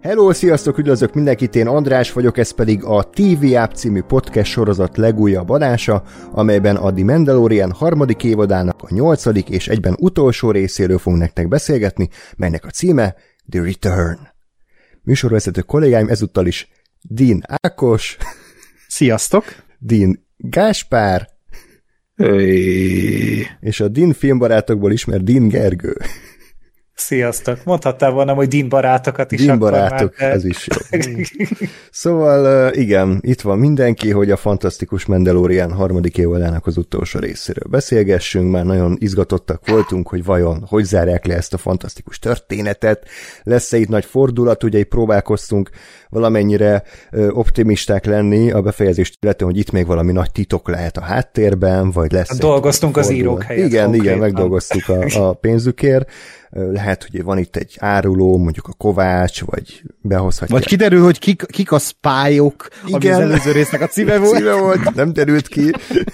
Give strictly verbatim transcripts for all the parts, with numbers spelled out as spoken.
Hello, sziasztok, üdvözlök mindenkit, én András vagyok, ez pedig a té vé App című podcast sorozat legújabb adása, amelyben a The Mandalorian harmadik évadának a nyolcadik és egyben utolsó részéről fogunk nektek beszélgetni, melynek a címe The Return. Műsorvezető kollégáim ezúttal is Dean Ákos. Sziasztok! Dean Gáspár. Öy. És a Dean filmbarátokból ismer Dean Gergő. Sziasztok! Mondhattál volna, hogy Dean barátokat is. Dean barátok, már, de... ez is jó. Szóval igen, itt van mindenki, hogy a fantasztikus Mandalorian harmadik évadának az utolsó részéről beszélgessünk. Már nagyon izgatottak voltunk, hogy vajon hogy zárják le ezt a fantasztikus történetet. Lesz-e itt nagy fordulat? Ugye így próbálkoztunk valamennyire optimisták lenni a befejezést illetően, hogy itt még valami nagy titok lehet a háttérben, vagy lesz. Dolgoztunk az írók helyett. Igen, konkrétan. Igen, megdolgoztuk a, a pénzükért. Lehet, hogy van itt egy áruló, mondjuk a Kovács, vagy behozhatja. Vagy kiderül, hogy kik, kik a spályok, ami az előző résznek a címe volt. Címe volt, nem derült ki.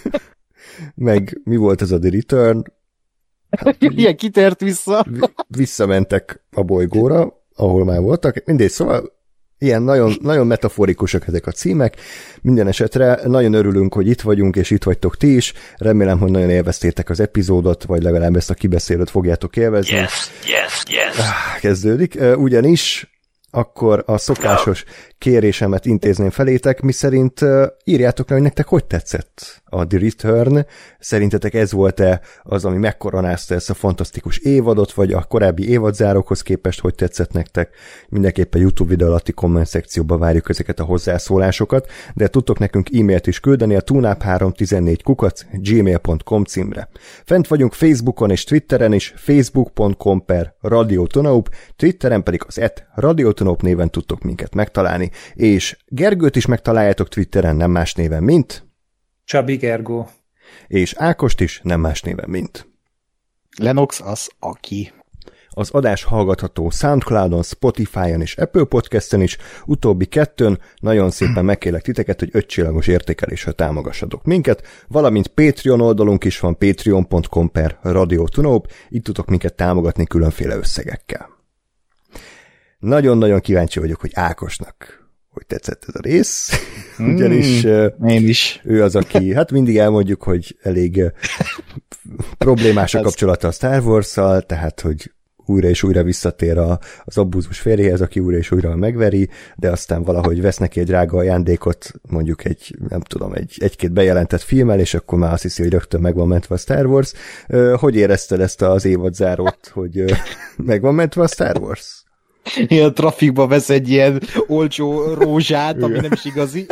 Meg mi volt ez a The Return? Hát, ilyen kitért vissza. Visszamentek a bolygóra, ahol már voltak. Mindegy, szóval ilyen nagyon, nagyon metaforikusak ezek a címek. Minden esetre nagyon örülünk, hogy itt vagyunk, és itt vagytok ti is. Remélem, hogy nagyon élveztétek az epizódot, vagy legalább ezt a kibeszélőt fogjátok élvezni. Yes, yes, yes. Kezdődik. Ugyanis akkor a szokásos kérésemet intézném felétek, miszerint uh, írjátok le, hogy nektek hogy tetszett a The Return. Szerintetek ez volt-e az, ami megkoronázta ezt a fantasztikus évadot, vagy a korábbi évadzárokhoz képest hogy tetszett nektek? Mindenképpen YouTube videó alatti komment szekcióba várjuk ezeket a hozzászólásokat, de tudtok nekünk e-mailt is küldeni a tunap három tizennégy kukac gmail pont com címre. Fent vagyunk Facebookon és Twitteren is, facebook pont com per Radio Tunaup, Twitteren pedig az et Radio Tunaup néven tudtok minket megtalálni, és Gergőt is megtaláljátok Twitteren, nem más néven, mint Csabi Gergó. És Ákost is nem más néven, mint Lenox az aki. Az adás hallgatható SoundCloudon, Spotify-on és Apple Podcasten is, utóbbi kettőn nagyon szépen megkérlek titeket, hogy öt csillagos értékeléssel támogassatok minket, valamint Patreon oldalunk is van, patreon pont com per Radio Tunaup, itt tudok minket támogatni különféle összegekkel. Nagyon-nagyon kíváncsi vagyok, hogy Ákosnak hogy tetszett ez a rész, ugyanis mm, én is. Ő az, aki, hát mindig elmondjuk, hogy elég problémás a kapcsolata a Star Wars-szal, tehát, hogy újra és újra visszatér a, az abbúzus férjéhez, aki újra és újra megveri, de aztán valahogy vesz neki egy drága ajándékot, mondjuk egy, nem tudom, egy, egy-két bejelentett filmmel, és akkor már azt hiszi, hogy rögtön meg van mentve a Star Wars. Hogy érezted ezt az évadzárót, hogy meg van mentve a Star Wars? Ilyen trafikba vesz egy ilyen olcsó rózsát, ami nem is igazi,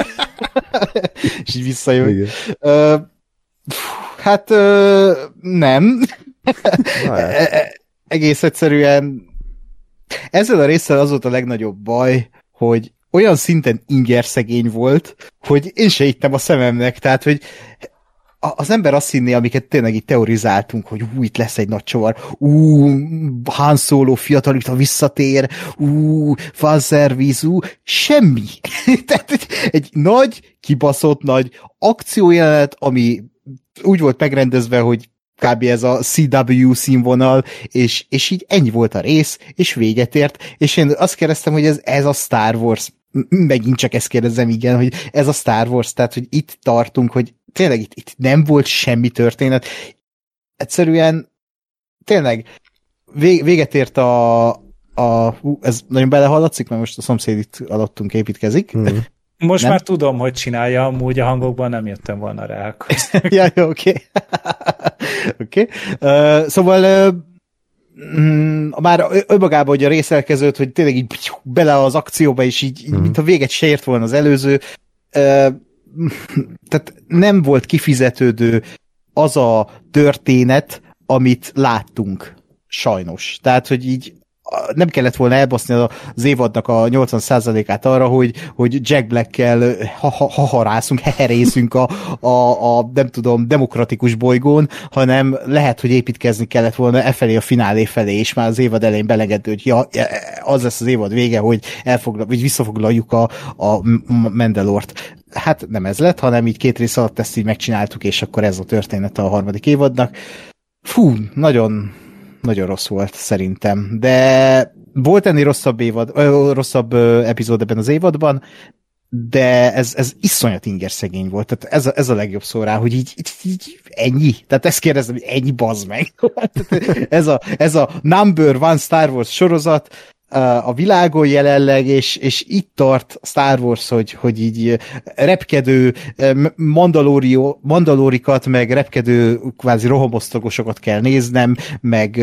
és így visszajön. Uh, hát uh, nem. e- egész egyszerűen ezzel a résszel az volt a legnagyobb baj, hogy olyan szinten ingerszegény volt, hogy én se hittem a szememnek, tehát, hogy az ember azt hinné, amiket tényleg itt teorizáltunk, hogy ú, itt lesz egy nagy csavar, ú, Han Solo fiatalita visszatér, ú, fanszerviz, ú, semmi. Tehát egy, egy nagy, kibaszott nagy akciójelenet, ami úgy volt megrendezve, hogy kb. Ez a cé vé színvonal, és, és így ennyi volt a rész, és véget ért, és én azt kérdeztem, hogy ez, ez a Star Wars. Megint csak ezt kérdezem, igen, hogy ez a Star Wars, tehát, hogy itt tartunk, hogy tényleg itt, itt nem volt semmi történet. Egyszerűen tényleg véget ért a, a uh, ez nagyon belehallatszik, mert most a szomszéd itt alattunk építkezik. Mm. Most nem? Már tudom, hogy csinálja, amúgy a hangokban nem jöttem volna rá. Ja, jó, oké. Oké. Uh, szóval uh, Mm, már önmagában, hogy a rész elkezdődött, hogy tényleg így bele az akcióba, és így, mm. mint a véget se ért volna az előző. Uh, tehát nem volt kifizetődő az a történet, amit láttunk. Sajnos. Tehát, hogy így nem kellett volna elbaszni az évadnak a nyolcvan százalékát arra, hogy, hogy Jack Black-kel haharászunk, heherészünk a, a, a, nem tudom, demokratikus bolygón, hanem lehet, hogy építkezni kellett volna e felé a finálé felé, és már az évad elején belegedő, hogy ja, az lesz az évad vége, hogy, elfoglal, hogy visszafoglaljuk a, a Mandalort. Hát nem ez lett, hanem így két rész alatt ezt így megcsináltuk, és akkor ez a történet a harmadik évadnak. Fú, nagyon nagyon rossz volt szerintem, de volt ennél rosszabb, évad, ö, rosszabb ö, epizód ebben az évadban, de ez, ez iszonyat ingerszegény volt, tehát ez a, ez a legjobb szó rá, hogy így, így, így ennyi, tehát ezt kérdezem, hogy ennyi, bazd meg. ez, a, ez a number one Star Wars sorozat a világon jelenleg, és, és itt tart Star Wars, hogy, hogy így repkedő mandalórió, mandalórikat, meg repkedő kvázi rohamosztogosokat kell néznem, meg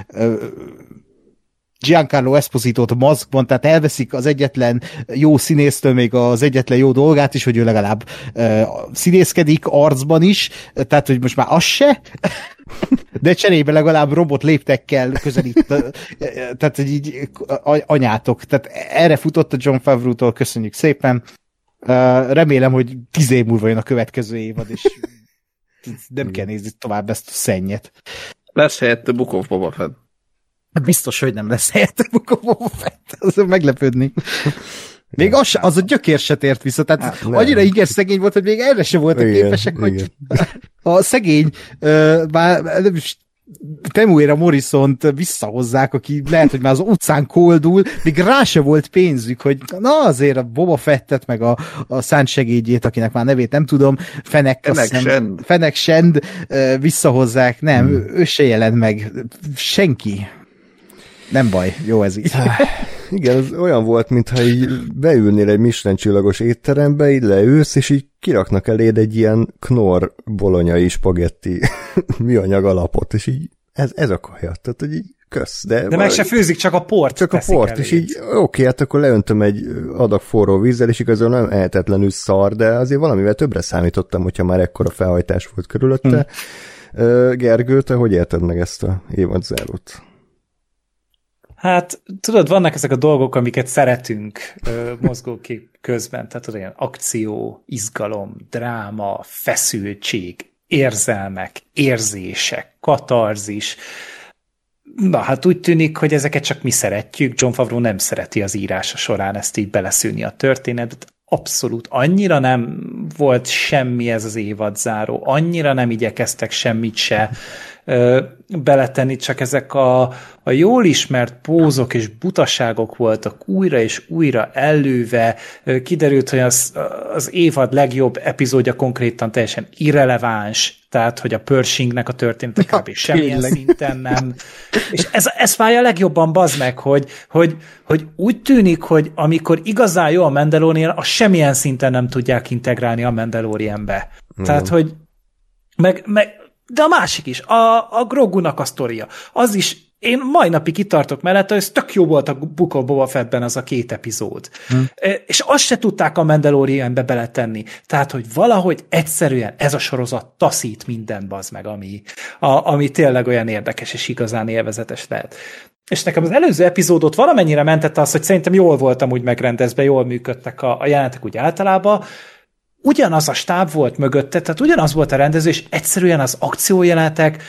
Giancarlo Espositót maszkban, tehát elveszik az egyetlen jó színésztől még az egyetlen jó dolgát is, hogy ő legalább uh, színészkedik arcban is, tehát hogy most már az se, de cserébe legalább robot léptekkel közelít, tehát hogy így anyátok, tehát erre futott a Jon Favreau-tól, köszönjük szépen. Uh, remélem, hogy tíz év múlva jön a következő évad, és nem kell nézni tovább ezt a szennyet. Lesz helyette Book of Boba Fett. Biztos, hogy nem lesz helyette Book of Boba Fett, azon meglepődni. Még az, az a gyökér se tért vissza, tehát hát, annyira inger szegény volt, hogy még erre se voltak igen, képesek, igen. Hogy a szegény, uh, már nem is Temuera Morrisont visszahozzák, aki lehet, hogy már az utcán koldul, még rá se volt pénzük, hogy na azért a Boba Fettet, meg a, a szánt segédjét, akinek már nevét nem tudom, Fenek, Fenek Send, Fenek Send uh, visszahozzák, nem, hmm. ő se jelent meg, senki. Nem baj, jó ez így. Igen, ez olyan volt, mintha így beülnél egy Michelin csillagos étterembe, így leülsz, és így kiraknak eléd egy ilyen Knorr bolonyai spagetti műanyag alapot, és így ez, ez a kaja. Tehát, hogy így kösz. De, de meg se főzik, csak a port Csak a port, elég. És így oké, okay, hát akkor leöntöm egy adag forró vízzel, és igazából nem ehetetlenül szar, de azért valamivel többre számítottam, hogyha már ekkora felhajtás volt körülötte. Hmm. Gergő, te hogy érted meg ezt a évadzárót? Hát, tudod, vannak ezek a dolgok, amiket szeretünk ö, mozgókép közben, tehát olyan akció, izgalom, dráma, feszültség, érzelmek, érzések, katarzis. Na, hát úgy tűnik, hogy ezeket csak mi szeretjük, Jon Favreau nem szereti az írása során ezt így beleszűni a történetet. Abszolút, annyira nem volt semmi ez az évadzáró, annyira nem igyekeztek semmit se ö, beletenni, csak ezek a, a jól ismert pózok és butaságok voltak újra és újra előve. Ö, kiderült, hogy az, az évad legjobb epizódja konkrétan teljesen irreleváns, tehát, hogy a Pershingnek a története kb. Semmilyen szinten nem. És ez, ez fájja legjobban, bazd meg, hogy, hogy, hogy úgy tűnik, hogy amikor igazán jó a Mandalorian, azt semmilyen szinten nem tudják integrálni a Mandalorianbe. Mm. Tehát, hogy meg, meg, de a másik is, a, a Grogunak a sztoria, az is, én mai napig kitartok mellett, hogy ez tök jó volt a Book of Boba Fettben az a két epizód. Hmm. És azt se tudták a Mandalorianbe beletenni. Tehát, hogy valahogy egyszerűen ez a sorozat taszít mindent, bazd meg, ami, a, ami tényleg olyan érdekes és igazán élvezetes lehet. És nekem az előző epizódot valamennyire mentette az, hogy szerintem jól voltam úgy megrendezve, jól működtek a, a jelenetek úgy általában, ugyanaz a stáb volt mögötte, tehát ugyanaz volt a rendező, és egyszerűen az akciójelenetek,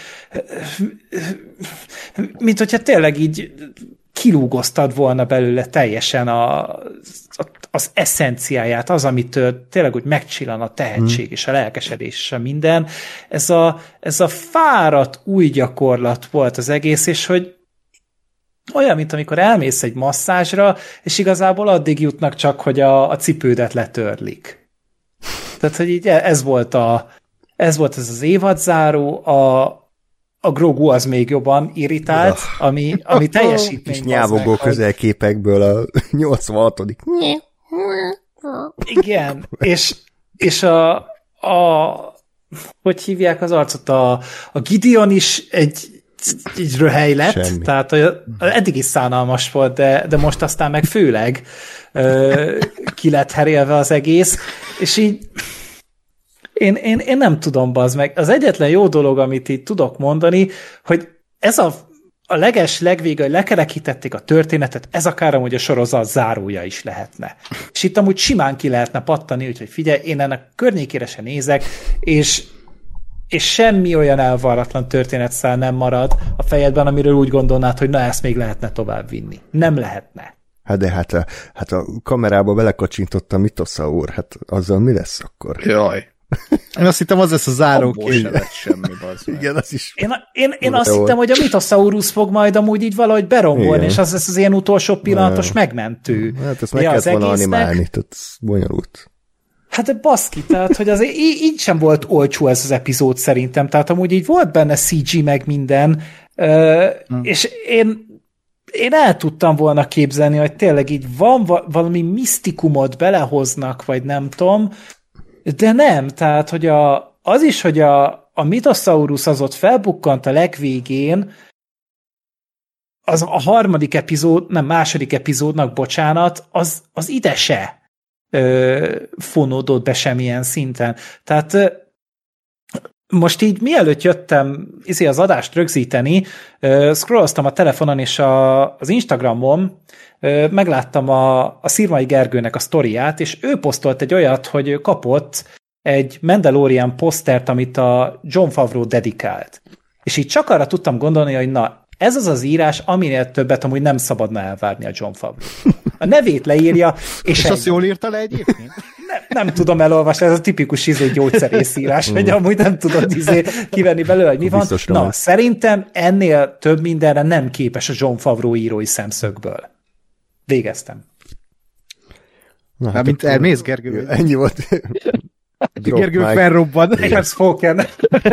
mint hogyha tényleg így kilúgoztad volna belőle teljesen a, a, az eszenciáját, az, amitől tényleg úgy megcsillan a tehetség hmm. és a lelkesedés és a minden. Ez a, ez a fáradt új gyakorlat volt az egész, és hogy olyan, mint amikor elmész egy masszázsra, és igazából addig jutnak csak, hogy a, a cipődet letörlik. Tehát, hogy így ez volt, a, ez volt ez az évadzáró, a, a Grogu az még jobban irritált, ami, ami teljesítmény. És nyávogó közelképekből a nyolcvanhatodik Igen, és, és a, a hogy hívják az arcot, a, a Gideon is egy, egy röhely lett, semmi. Tehát eddig is szánalmas volt, de, de most aztán meg főleg ö, ki lett herélve az egész, és így én, én, én nem tudom, bazd meg. Az egyetlen jó dolog, amit így tudok mondani, hogy ez a, a leges legvége, hogy lekerekítették a történetet, ez akár amúgy a sorozat zárója is lehetne. És itt amúgy simán ki lehetne pattani, úgyhogy figyelj, én ennek környékére se nézek, és és semmi olyan elvarratlan történetszál nem marad a fejedben, amiről úgy gondolnád, hogy na, ezt még lehetne tovább vinni. Nem lehetne. Hát de hát a, hát a kamerába belekacsintottam Mitosza úr, hát azzal mi lesz akkor? Jaj. Én azt hittem, az lesz a zárókép. Se lett semmi, bazd meg. Igen, az is. Én, én, én azt hittem, hogy a Mythosaurus fog majd amúgy így valahogy berombolni, és az lesz az ilyen utolsó pillanatos ne. megmentő. Hát ezt meg kellett volna animálni, tehát bonyolult. Hát de baszki, tehát, hogy azért így, így sem volt olcsó ez az epizód szerintem, tehát amúgy így volt benne cé gé meg minden, hmm. és én Én el tudtam volna képzelni, hogy tényleg így van valami misztikumot belehoznak, vagy nem tudom, de nem, tehát, hogy a, az is, hogy a, a Mythosaurus az ott felbukkant a legvégén, az a harmadik epizód, nem, második epizódnak, bocsánat, az, az ide se ö, fonódott be semmilyen szinten. Tehát ö, most így mielőtt jöttem izé az adást rögzíteni, uh, scrolloztam a telefonon és a, az Instagramon, uh, megláttam a, a Szirmai Gergőnek a sztoriát, és ő posztolt egy olyat, hogy kapott egy Mandalorian posztert, amit a Jon Favreau dedikált. És így csak arra tudtam gondolni, hogy na, ez az az írás, aminél többet amúgy nem szabadna elvárni a Jon Favreau. A nevét leírja, és, és azt jól írta le egyébként? Nem, nem tudom elolvasni, ez a tipikus izé gyógyszerészírás, hogy amúgy nem tudod izé kivenni belőle, hogy mi van. Biztos Na, nem. Szerintem ennél több mindenre nem képes a Jon Favreau írói szemszögből. Végeztem. Na, hát mint akkor... elmész, Gergő? Ennyi volt. Gergő felrobban. Nem spoken.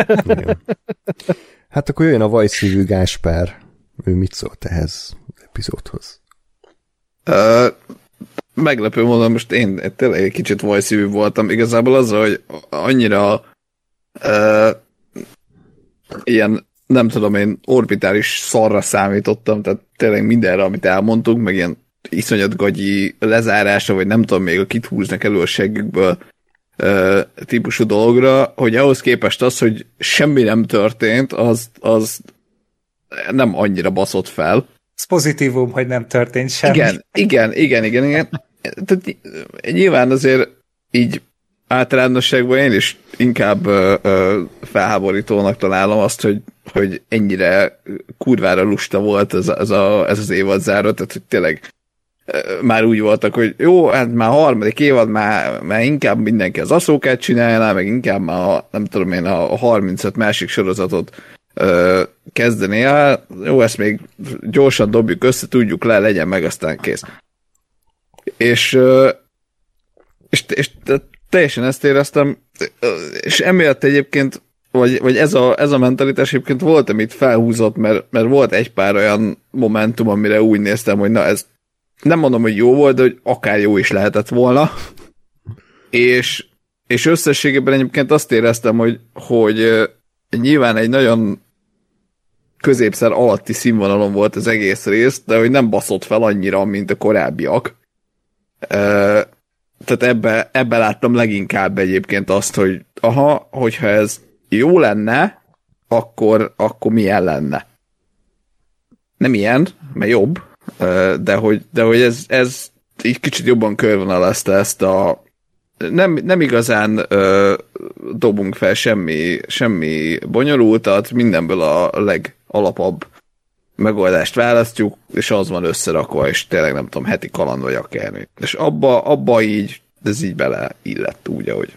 Hát akkor jöjjön a vajszívű Gáspár. Ő mit szólt ehhez az epizódhoz? Uh, meglepő mondom, most én tényleg egy kicsit vajszívű voltam. Igazából azzal, hogy annyira uh, ilyen, nem tudom én, orbitális szarra számítottam, tehát tényleg mindenre, amit elmondtunk, meg ilyen iszonyat gagyi lezárása, vagy nem tudom még, akit húznak elő a seggükből uh, típusú dologra, hogy ahhoz képest az, hogy semmi nem történt, az, az nem annyira baszott fel. Ez pozitívum, hogy nem történt semmi. Igen, igen, igen, igen, igen. Tehát nyilván azért így általánosságban én is inkább ö, ö, felháborítónak találom azt, hogy, hogy ennyire kurvára lusta volt ez, ez, a, ez az évadzáró, tehát hogy tényleg ö, már úgy voltak, hogy jó, hát már harmadik évad, már, már inkább mindenki az Ahsokát csinálná, meg inkább már a, nem tudom én, a harmincöt másik sorozatot ö, kezdeni el, jó, ezt még gyorsan dobjuk össze, tudjuk le, legyen meg, aztán kész. És, ö, és, és teljesen ezt éreztem, és emiatt egyébként, vagy, vagy ez, a, ez a mentalitás egyébként volt, amit felhúzott, mert, mert volt egy pár olyan momentum, amire úgy néztem, hogy na ez nem mondom, hogy jó volt, de hogy akár jó is lehetett volna. És, és összességében egyébként azt éreztem, hogy, hogy nyilván egy nagyon középszer alatti színvonalon volt az egész rész, de hogy nem baszott fel annyira, mint a korábbiak. Tehát ebbe, ebbe láttam leginkább egyébként azt, hogy aha, hogyha ez jó lenne, akkor, akkor milyen lenne. Nem ilyen, mert jobb, de hogy, de hogy ez, ez így kicsit jobban körvonalazta ezt a nem, nem igazán ö, dobunk fel semmi, semmi bonyolultat, mindenből a legalapabb megoldást választjuk, és az van összerakva, és tényleg nem tudom, heti kaland vagy akármi. És abba, abba így, ez így bele illett úgy, ahogy.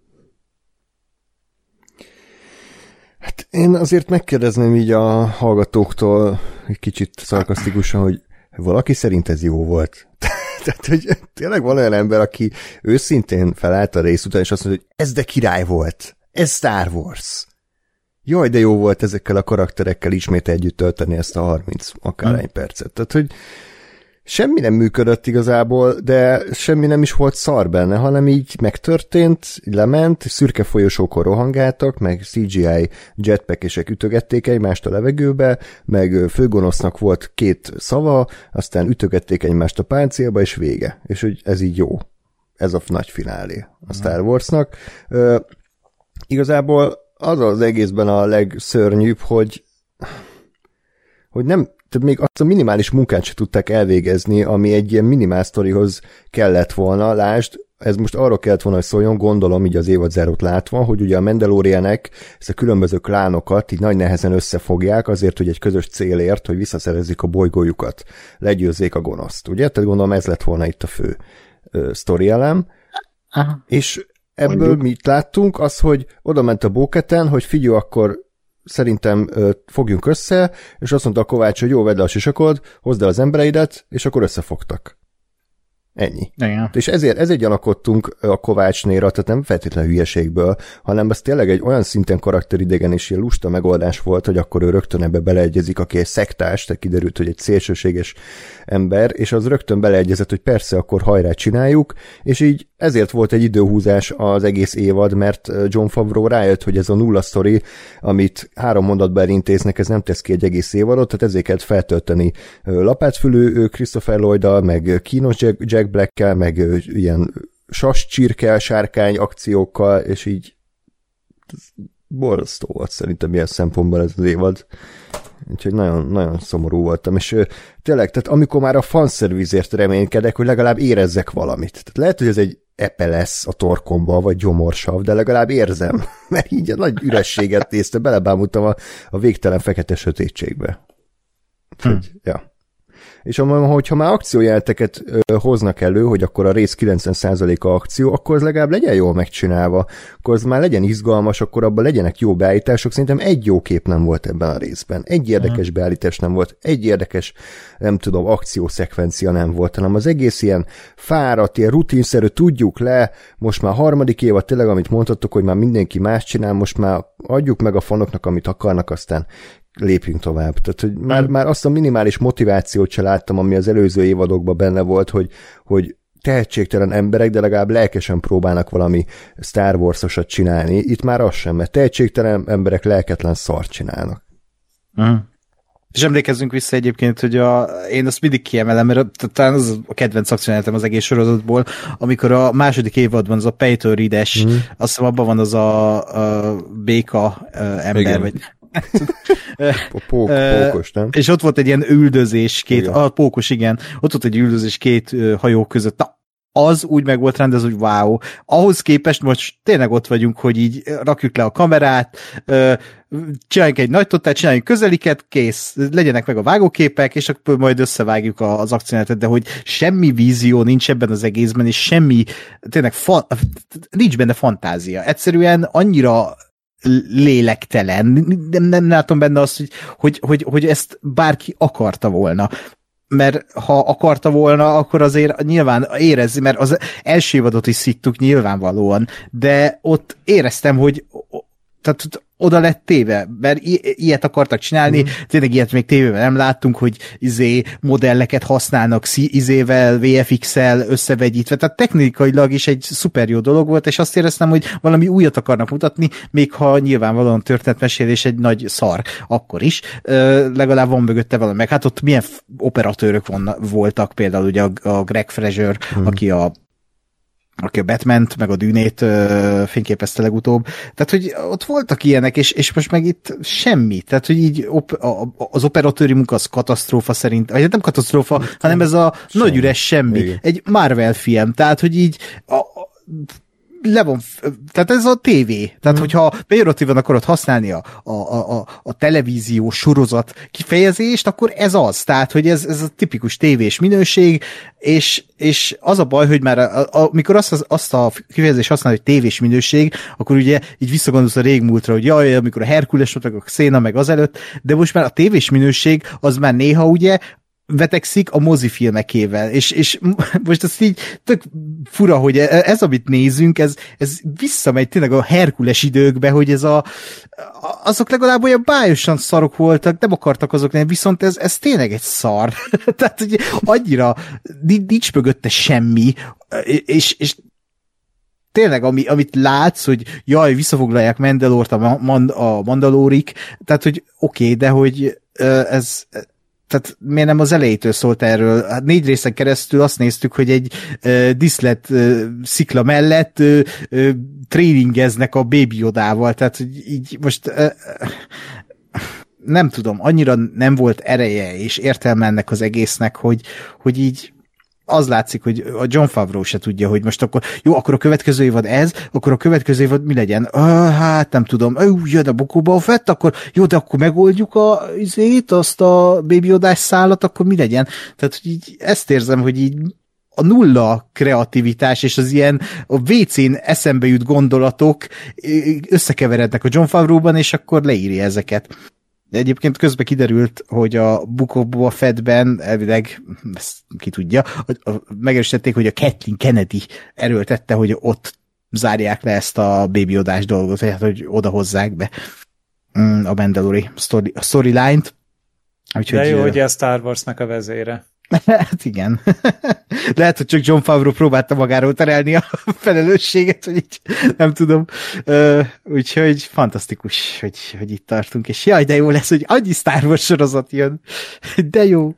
Hát én azért megkérdezném így a hallgatóktól egy kicsit szarkasztikusan, hogy valaki szerint ez jó volt. Tehát, hogy tényleg van olyan ember, aki őszintén felállt a rész után, és azt mondja, hogy ez de király volt. Ez Star Wars. Jaj, de jó volt ezekkel a karakterekkel ismét együtt tölteni ezt a harminc akárhány hmm. percet. Tehát, hogy semmi nem működött igazából, de semmi nem is volt szar benne, hanem így megtörtént, lement, szürke folyosókon rohangáltak, meg cé gé i jetpackesek ütögették egymást a levegőbe, meg főgonosznak volt két szava, aztán ütögették egymást a páncélba, és vége. És hogy ez így jó. Ez a nagy finálé a Star Warsnak. Uh, igazából az az egészben a legszörnyűbb, hogy hogy nem tehát még azt a minimális munkát se tudták elvégezni, ami egy ilyen minimál sztorihoz kellett volna. Lásd, ez most arról kellett volna, hogy szóljon, gondolom így az évadzárót látva, hogy ugye a Mandalorianek ezt a különböző klánokat így nagy nehezen összefogják azért, hogy egy közös célért, hogy visszaszerezzék a bolygójukat, legyőzzék a gonoszt, ugye? Tehát gondolom ez lett volna itt a fő ö, sztori elem. Aha. És ebből Mondjuk. mit láttunk? Az, hogy oda ment a Bo-Katan, hogy figyelj, akkor szerintem ö, fogjunk össze, és azt mondta a Kovács, hogy jó, vedd le a sisakod, hozd el az embereidet, és akkor összefogtak. Ennyi. Igen. És ezért, ezért gyanakodtunk a Kovácsnéra, tehát nem feltétlenül hülyeségből, hanem ez tényleg egy olyan szinten karakteridegen és ilyen lusta megoldás volt, hogy akkor ő rögtön ebbe beleegyezik, aki egy szektás, tehát kiderült, hogy egy szélsőséges ember, és az rögtön beleegyezett, hogy persze, akkor hajrá csináljuk, és így ezért volt egy időhúzás az egész évad, mert Jon Favreau rájött, hogy ez a nulla sztori, amit három mondatban elintéznek, ez nem tesz ki egy egész évadot, tehát ezért kellett feltölteni lapátfülű Christopher Lloyd-dal, meg kínos Jack, Jack Black-kel, meg ilyen sas, csirke, sárkány akciókkal, és így borzasztó volt szerintem ilyen szempontból ez az évad. Úgyhogy nagyon, nagyon szomorú voltam, és tényleg, tehát amikor már a fanszervizért reménykedek, hogy legalább érezzek valamit. Tehát lehet, hogy ez egy epe lesz a torkomba, vagy gyomorsav, de legalább érzem, mert így a nagy ürességet néztem, belebámultam a, a végtelen fekete sötétségbe. Úgyhogy, hm. ja. És hogyha már akciójelteket hoznak elő, hogy akkor a rész kilencven százaléka akció, akkor az legalább legyen jól megcsinálva, akkor az már legyen izgalmas, akkor abban legyenek jó beállítások. Szerintem egy jó kép nem volt ebben a részben. Egy érdekes beállítás nem volt, egy érdekes, nem tudom, akciószekvencia nem volt, hanem az egész ilyen fáradt, ilyen rutinszerű, tudjuk le, most már harmadik évad tényleg, amit mondhattok, hogy már mindenki más csinál, most már adjuk meg a fanoknak, amit akarnak, aztán lépjünk tovább. Tehát, hogy már, mm. már azt a minimális motivációt se láttam, ami az előző évadokban benne volt, hogy, hogy tehetségtelen emberek, de legalább lelkesen próbálnak valami Star Wars-osat csinálni. Itt már az sem, mert tehetségtelen emberek lelketlen szart csinálnak. Mm. És emlékezzünk vissza egyébként, hogy a, én azt mindig kiemelem, mert talán az a kedvenc akciójelenetem az egész sorozatból, amikor a második évadban az a Peyton Reed-es, mm. azt hiszem abban van az a, a béka ember, igen. vagy Pók, pókos, nem? És ott volt egy ilyen üldözés két, a pókos, igen, ott volt egy üldözés két hajó között. Na, az úgy meg volt rendezve, hogy wow. Ahhoz képest most tényleg ott vagyunk, hogy így rakjuk le a kamerát, csináljunk egy nagy totát, csináljunk közeliket, kész, legyenek meg a vágóképek, és akkor majd összevágjuk az akciójelenetet, de hogy semmi vízió nincs ebben az egészben, és semmi, tényleg fa, nincs benne fantázia. Egyszerűen annyira lélektelen. Nem, nem látom benne azt, hogy, hogy, hogy, hogy ezt bárki akarta volna. Mert ha akarta volna, akkor azért nyilván érezi, mert az első évadot is szittuk nyilvánvalóan, de ott éreztem, hogy tehát oda lett téve, mert i- ilyet akartak csinálni, mm. tényleg ilyet még tévében nem láttunk, hogy izé modelleket használnak izével, vé ef iksszel összevegyítve, tehát technikailag is egy szuper jó dolog volt, és azt éreztem, hogy valami újat akarnak mutatni, még ha nyilvánvalóan történetmesélés egy nagy szar, akkor is, Ö, legalább van mögötte valami, meg hát ott milyen operatőrök van, voltak, például ugye a, a Greg Fraser, mm. aki a aki a Batman-t, meg a Dűnét ö, fényképezte legutóbb. Tehát, hogy ott voltak ilyenek, és, és most meg itt semmi. Tehát, hogy így op, a, az operatőri munka az katasztrófa szerint, vagy nem katasztrófa, hanem ez a semmi. Nagy üres semmi. Igen. Egy Marvel film. Tehát, hogy így a, a, le van, tehát ez a tévé. Tehát, mm. hogyha pejoratívan akarod használni a, a, a, a televízió sorozat kifejezést, akkor ez az. Tehát, hogy ez, ez a tipikus tévés minőség, és, és az a baj, hogy már a, a, amikor azt, az, azt a kifejezést használ, hogy tévés minőség, akkor ugye így visszagondolsz a régmúltra, hogy jaj, amikor a Herkules volt, meg a Xena, meg azelőtt, de most már a tévés minőség az már néha ugye vetekszik a mozifilmekével, és, és most azt így tök fura, hogy ez, amit nézünk, ez, ez visszamegy tényleg a Herkules időkbe, hogy ez a azok legalább olyan bájosan szarok voltak, nem akartak azok lenni, viszont ez, ez tényleg egy szar. Tehát, hogy annyira nincs mögötte semmi, és, és tényleg, ami, amit látsz, hogy jaj, visszafoglalják Mandalort a, man, a Mandalórik, tehát, hogy oké, okay, de hogy ez tehát miért nem az elejétől szólt erről? Hát négy részen keresztül azt néztük, hogy egy uh, diszlet uh, szikla mellett uh, uh, tréningeznek a Baby Yodával, tehát így most uh, nem tudom, annyira nem volt ereje és értelme ennek az egésznek, hogy, hogy így az látszik, hogy a Jon Favreau se tudja, hogy most akkor, jó, akkor a következő évad ez, akkor a következő évad mi legyen? Uh, hát nem tudom, uh, jön a Boba Fett, akkor jó, de akkor megoldjuk a, azért, azt a Baby Yodás szállat, akkor mi legyen? Tehát, hogy így ezt érzem, hogy így a nulla kreativitás és az ilyen a vécén eszembe jut gondolatok összekeverednek a Jon Favreau-ban, és akkor leírja ezeket. De egyébként közben kiderült, hogy a Book of Boba Fettben elvileg, ezt ki tudja, megerősítették, hogy a Kathleen Kennedy erőltette, hogy ott zárják le ezt a Baby Yodás dolgot, tehát hogy oda hozzák be a Mandalori story, a storyline-t. Úgyhogy, de jó, hogy ez Star Warsnak a vezére. Hát igen. Lehet, hogy csak Jon Favreau próbálta magáról terelni a felelősséget, hogy így nem tudom. Uh, úgyhogy fantasztikus, hogy, hogy itt tartunk, és jaj, de jó lesz, hogy annyi Star Wars sorozat jön. De jó.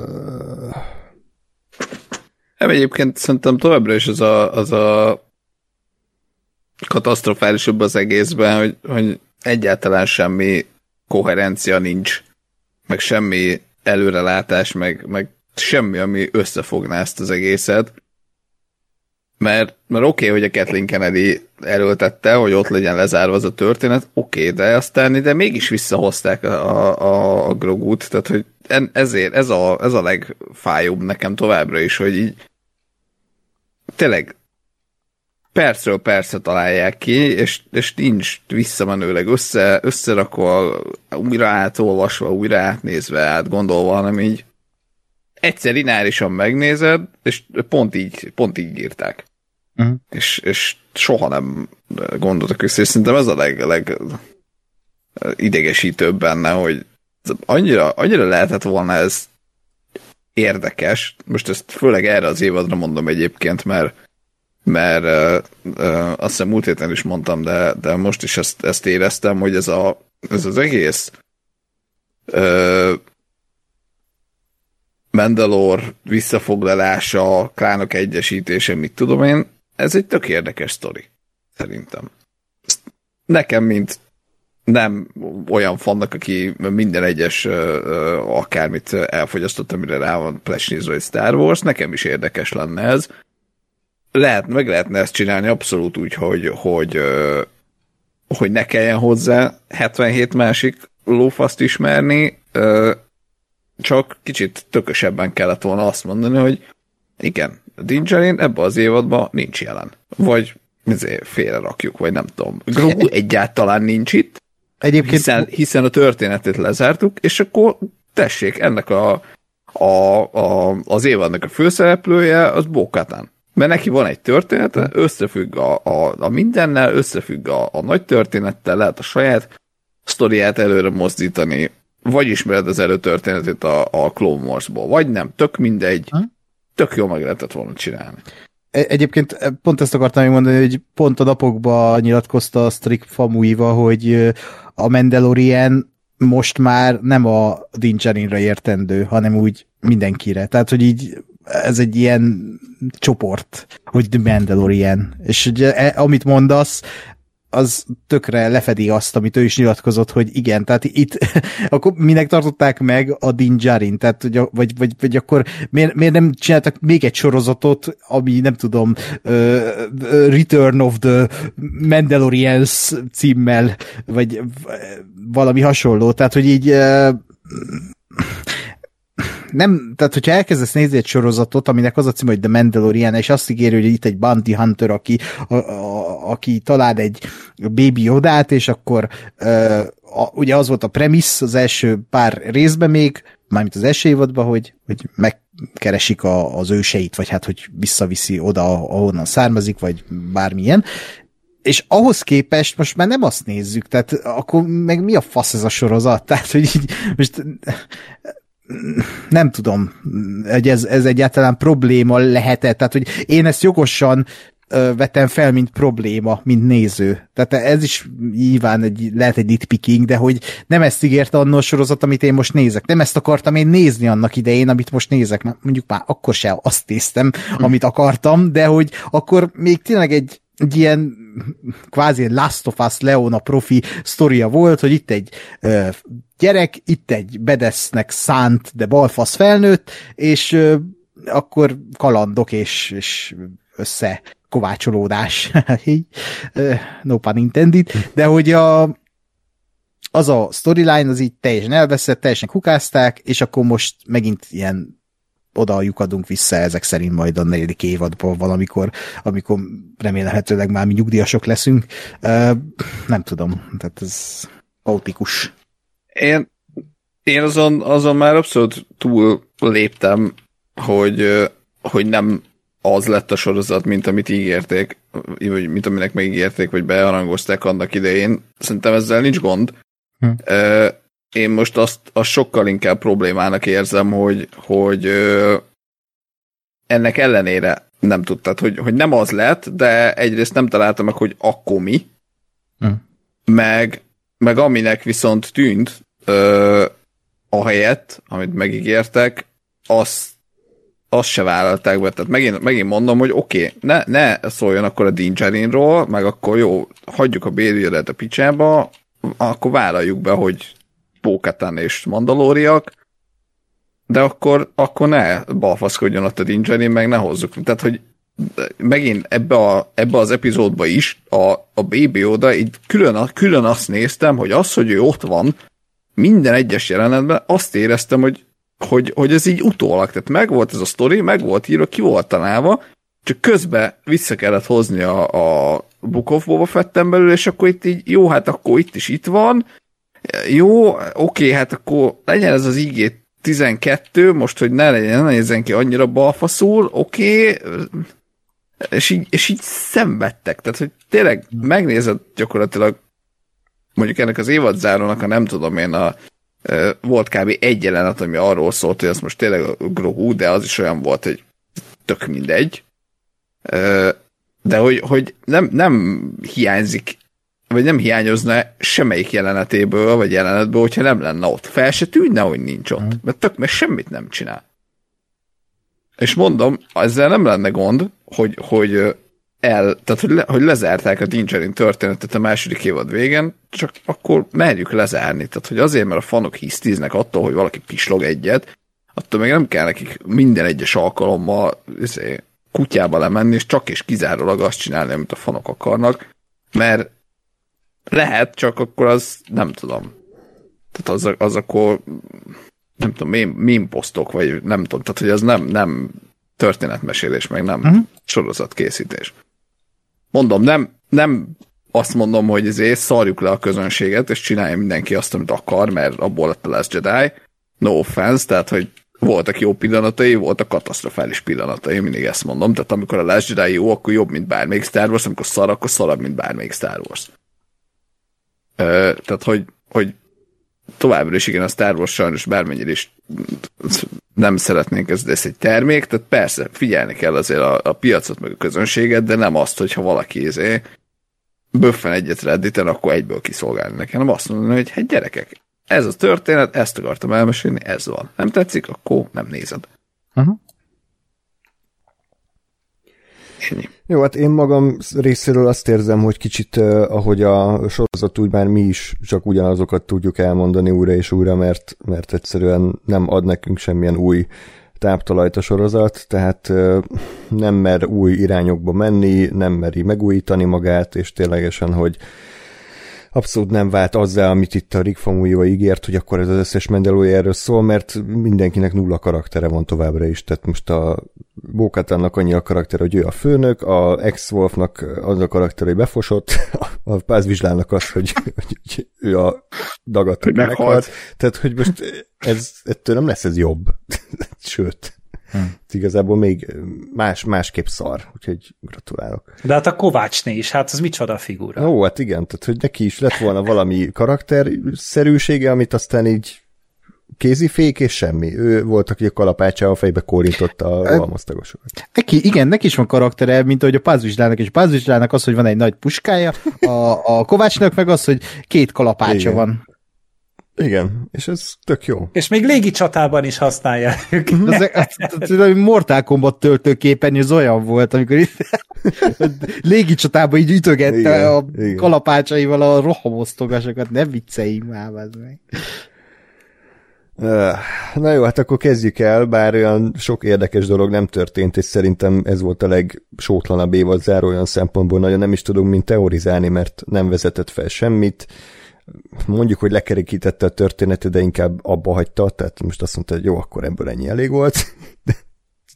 Nem, egyébként szerintem továbbra is az a, az a katasztrofálisabb az egészben, hogy, hogy egyáltalán semmi koherencia nincs, meg semmi előrelátás, meg, meg semmi, ami összefogná ezt az egészet. Mert, mert oké, okay, hogy a Kathleen Kennedy erőltette, hogy ott legyen lezárva az a történet, oké, okay, de aztán ide mégis visszahozták a, a, a Grogut, tehát hogy ezért ez a, ez a legfájóbb nekem továbbra is, hogy így tényleg percről percre találják ki, és, és nincs visszamenőleg össze, összerakva, újra átolvasva, újra átnézve, átgondolva, hanem így egyszer lineárisan megnézed, és pont így, pont így írták. Uh-huh. És, és soha nem gondoltak össze, és szerintem ez a leg, leg idegesítőbb benne, hogy annyira, annyira lehetett volna ez érdekes, most ezt főleg erre az évadra mondom egyébként, mert mert uh, uh, azt hiszem múlt héten is mondtam, de, de most is ezt, ezt éreztem, hogy ez, a, ez az egész uh, Mandalore visszafoglalása, klánok egyesítése, mit tudom én, ez egy tök érdekes sztori, szerintem. Ezt nekem, mint nem olyan fannak, aki minden egyes uh, uh, akármit elfogyasztott, amire rá van plesnizva egy Star Wars, nekem is érdekes lenne ez. Lehet, meg lehetne ezt csinálni abszolút úgy, hogy, hogy, hogy ne kelljen hozzá hetvenhét másik lófaszt ismerni, csak kicsit tökösebben kellett volna azt mondani, hogy igen, Din Djarin ebben az évadban nincs jelen. Vagy félre rakjuk, vagy nem tudom. Grogu egyáltalán nincs itt, Egyébként... hiszen, hiszen a történetét lezártuk, és akkor tessék, ennek a, a, a, az évadnak a főszereplője az Bo-Katan. Mert neki van egy története, összefügg a, a, a mindennel, összefügg a, a nagy történettel, lehet a saját sztoriát előre mozdítani, vagy ismered az előtörténetét a, a Clone Wars-ból, vagy nem, tök mindegy, tök jól meg lehetett volna csinálni. Egyébként pont ezt akartam mondani, hogy pont a napokban nyilatkozta a Strick Famuyiva, hogy a Mandalorian most már nem a Din Djarinra értendő, hanem úgy mindenkire. Tehát, hogy így ez egy ilyen csoport, hogy The Mandalorian. És ugye, amit mondasz, az tökre lefedi azt, amit ő is nyilatkozott, hogy igen, tehát itt akkor minek tartották meg a Din Djarin, tehát vagy, vagy, vagy, vagy akkor miért, miért nem csináltak még egy sorozatot, ami nem tudom uh, Return of the Mandalorians címmel, vagy valami hasonló, tehát hogy így uh, nem, tehát hogyha elkezdesz nézni egy sorozatot, aminek az a cím, hogy The Mandalorian, és azt ígéri, hogy itt egy bounty hunter, aki, a, a, aki talál egy Baby Yodát, és akkor uh, a, ugye az volt a premisz az első pár részben még, mármint az első évadban, hogy, hogy megkeresik a, az őseit, vagy hát, hogy visszaviszi oda, ahonnan származik, vagy bármilyen, és ahhoz képest most már nem azt nézzük, tehát akkor meg mi a fasz ez a sorozat? Tehát, hogy így most nem tudom, hogy ez, ez egyáltalán probléma lehet-e, tehát hogy én ezt jogosan ö, vetem fel, mint probléma, mint néző. Tehát ez is nyilván egy, lehet egy nitpicking, de hogy nem ezt ígérte anno a sorozat, amit én most nézek. Nem ezt akartam én nézni annak idején, amit most nézek. Mondjuk már akkor sem azt néztem, amit akartam, de hogy akkor még tényleg egy egy ilyen kvázi Last of Us Leona profi sztoria volt, hogy itt egy ö, gyerek, itt egy bedesznek szánt, de balfasz felnőtt, és ö, akkor kalandok és, és összekovácsolódás. No pun intended. De hogy a, az a storyline az így teljesen elveszett, teljesen kukázták, és akkor most megint ilyen oda lyukadunk vissza ezek szerint majd a negyedik évadban valamikor, amikor remélhetőleg már mi nyugdíjasok leszünk. Uh, nem tudom, tehát ez kaotikus. Én, én azon, azon már abszolút túl léptem, hogy, hogy nem az lett a sorozat, mint amit ígérték, vagy mint aminek megígérték, vagy bearangozták annak idején. Szerintem ezzel nincs gond. Hm. Én most azt, azt sokkal inkább problémának érzem, hogy, hogy ennek ellenére nem tudtad, hogy, hogy nem az lett, de egyrészt nem találtam meg, hogy akkor mi, hm. meg, meg aminek viszont tűnt a helyett, amit megígértek, azt azt se vállalták be. Tehát megint, megint mondom, hogy oké, okay, ne, ne szóljon akkor a Din Djarinról, meg akkor jó, hagyjuk a Béliadet a picsába, akkor vállaljuk be, hogy Bo-Katan és Mandalóriak, de akkor, akkor ne balfaszkodjon ott a Din Djarin, meg ne hozzuk. Tehát, hogy megint ebbe, a, ebbe az epizódba is a, a Baby Yoda, így külön, külön azt néztem, hogy az, hogy ő ott van, minden egyes jelenetben azt éreztem, hogy Hogy, hogy ez így utólag, tehát megvolt ez a sztori, meg volt írva, ki volt találva, csak közben vissza kellett hozni a, a Book of Boba Fetten belül, és akkor itt így, jó, hát akkor itt is itt van, jó, oké, hát akkor legyen ez az I G tizenkettő, most, hogy ne legyen, ne nézzen ki annyira balfaszul, oké, és így, és így szenvedtek, tehát, hogy tényleg megnézed gyakorlatilag, mondjuk ennek az évadzárónak, a nem tudom én, a volt kb. Egy jelenet, ami arról szólt, hogy ez most tényleg a Grogu, de az is olyan volt, hogy tök mindegy. De hogy, hogy nem, nem hiányzik, vagy nem hiányozna semmelyik jelenetéből, vagy jelenetből, hogyha nem lenne ott. Fel se tűnne, hogy nincs ott. Mert tök, mert semmit nem csinál. És mondom, ezzel nem lenne gond, hogy, hogy el, tehát hogy, le, hogy lezárták a Din Djarin történetet a második évad végén, csak akkor merjük lezárni. Tehát, hogy azért, mert a fanok hisztiznek attól, hogy valaki pislog egyet, attól még nem kell nekik minden egyes alkalommal azért, kutyába lemenni, és csak és kizárólag azt csinálni, amit a fanok akarnak, mert lehet, csak akkor az nem tudom. Tehát az, az akkor nem tudom, meme posztok, vagy nem tudom, tehát hogy az nem, nem történetmesélés, meg nem uh-huh. sorozatkészítés. Mondom, nem, nem azt mondom, hogy ezért szarjuk le a közönséget, és csinálja mindenki azt, amit akar, mert abból lett a Last Jedi. No offense, tehát, hogy voltak jó pillanatai, voltak katasztrofális pillanatai, mindig ezt mondom. Tehát amikor a Last Jedi jó, akkor jobb, mint bármelyik Star Wars, amikor szar, akkor szarabb, mint bármelyik Star Wars. Ö, tehát, hogy, hogy továbbra is igen, a Star Wars sajnos bármennyire is nem szeretnénk, ez, ez egy termék, tehát persze figyelni kell azért a, a piacot, meg a közönséget, de nem azt, hogyha valaki ezé böffen egyet redditen, akkor egyből kiszolgálni nekem, nem azt mondani, hogy hát gyerekek, ez a történet, ezt akartam elmesélni, ez van. Nem tetszik, akkor nem nézed. Uh-huh. Ennyi. Jó, hát én magam részéről azt érzem, hogy kicsit, uh, ahogy a sorozat, úgy már mi is csak ugyanazokat tudjuk elmondani újra és újra, mert, mert egyszerűen nem ad nekünk semmilyen új táptalajt a sorozat, tehát uh, nem mer új irányokba menni, nem meri megújítani magát, és ténylegesen, hogy abszolút nem vált azzal, amit itt a Rick Famuyiwa ígért, hogy akkor ez az összes Mandalorian erről szól, mert mindenkinek nulla karaktere van továbbra is. Tehát most a Bo-Katannak annyi a karakter, hogy ő a főnök, a ex-Wolfnak az a karakter, hogy befosott, a Pázvizslának az, hogy, hogy ő a dagat, hogy meghalt. Tehát, hogy most ez, ettől nem lesz ez jobb. Sőt. Hmm. Igazából még más, másképp szar, úgyhogy gratulálok. De hát a Kovácsné is, hát az micsoda figura. Ó, hát igen, tehát hogy neki is lett volna valami karakterszerűsége, amit aztán így kézifék és semmi. Ő volt, aki a kalapácsával a fejbe kórintotta a rohamosztagosokat. Neki, igen, neki is van karaktere, mint ahogy a Pázvizslának, és a Pázvizslának az, hogy van egy nagy puskája, a, a Kovácsnak meg az, hogy két kalapácsa igen. van. Igen, és ez tök jó. És még légi csatában is használják. Ez Mortal Kombat töltőképernyő, az olyan volt, amikor légi csatában így ütögette igen, a igen. kalapácsaival a rohamosztogasokat, ne vicceljünk már, meg. Na jó, hát akkor kezdjük el, bár olyan sok érdekes dolog nem történt, és szerintem ez volt a legsótlanabb évadzáró olyan szempontból, nagyon nem is tudunk mint teorizálni, mert nem vezetett fel semmit. Mondjuk, hogy lekerekítette a történetet, de inkább abba hagyta, tehát most azt mondta, hogy jó, akkor ebből ennyi elég volt. De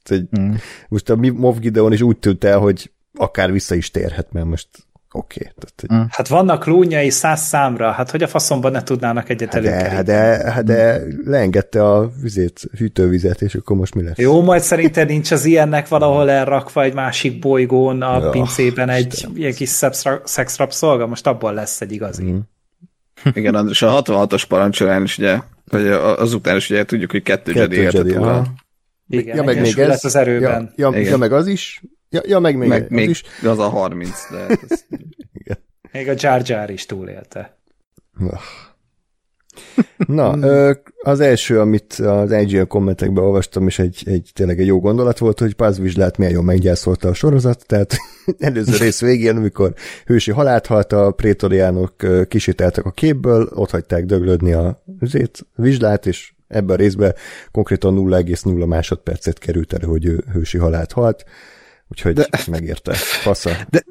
hogy mm. most a Moff Gideon is úgy tűnt el, hogy akár vissza is térhet, mert most oké. Okay. Mm. Hát vannak lónyai száz számra, hát hogy a faszomban ne tudnának egyet hát előkeríteni? De, de, de leengedte a vizét, hűtővizet, és akkor most mi lesz? Jó, majd szerinted nincs az ilyennek valahol elrakva egy másik bolygón a ja, pincében egy Isten. Ilyen kis szexrapszolga? Most abból lesz egy igazi. Mm. Igen, és a hatvanhatos parancsolán is ugye, vagy azután is ugye tudjuk, hogy kettő, kettő Jedi érte túl. Igen, ja, meg még ez az erőben. Ja, ja, ja meg az is. Ja, ja meg még, meg az még is. Az a harminc, de ez... Igen. Még a Jar Jar is túlélte. Na, az első, amit az I G N kommentekben olvastam, és egy, egy tényleg egy jó gondolat volt, hogy Paz Vizslát milyen jól meggyászolta a sorozat, tehát előző rész végén, amikor hősi halált halt, a prétoriánok kisétáltak a képből, ott hagyták döglődni a Vizslát, és ebben a részben konkrétan nulla egész nulla másodpercet került elő, hogy ő hősi halált halt, úgyhogy de, megérte. Fasza. De,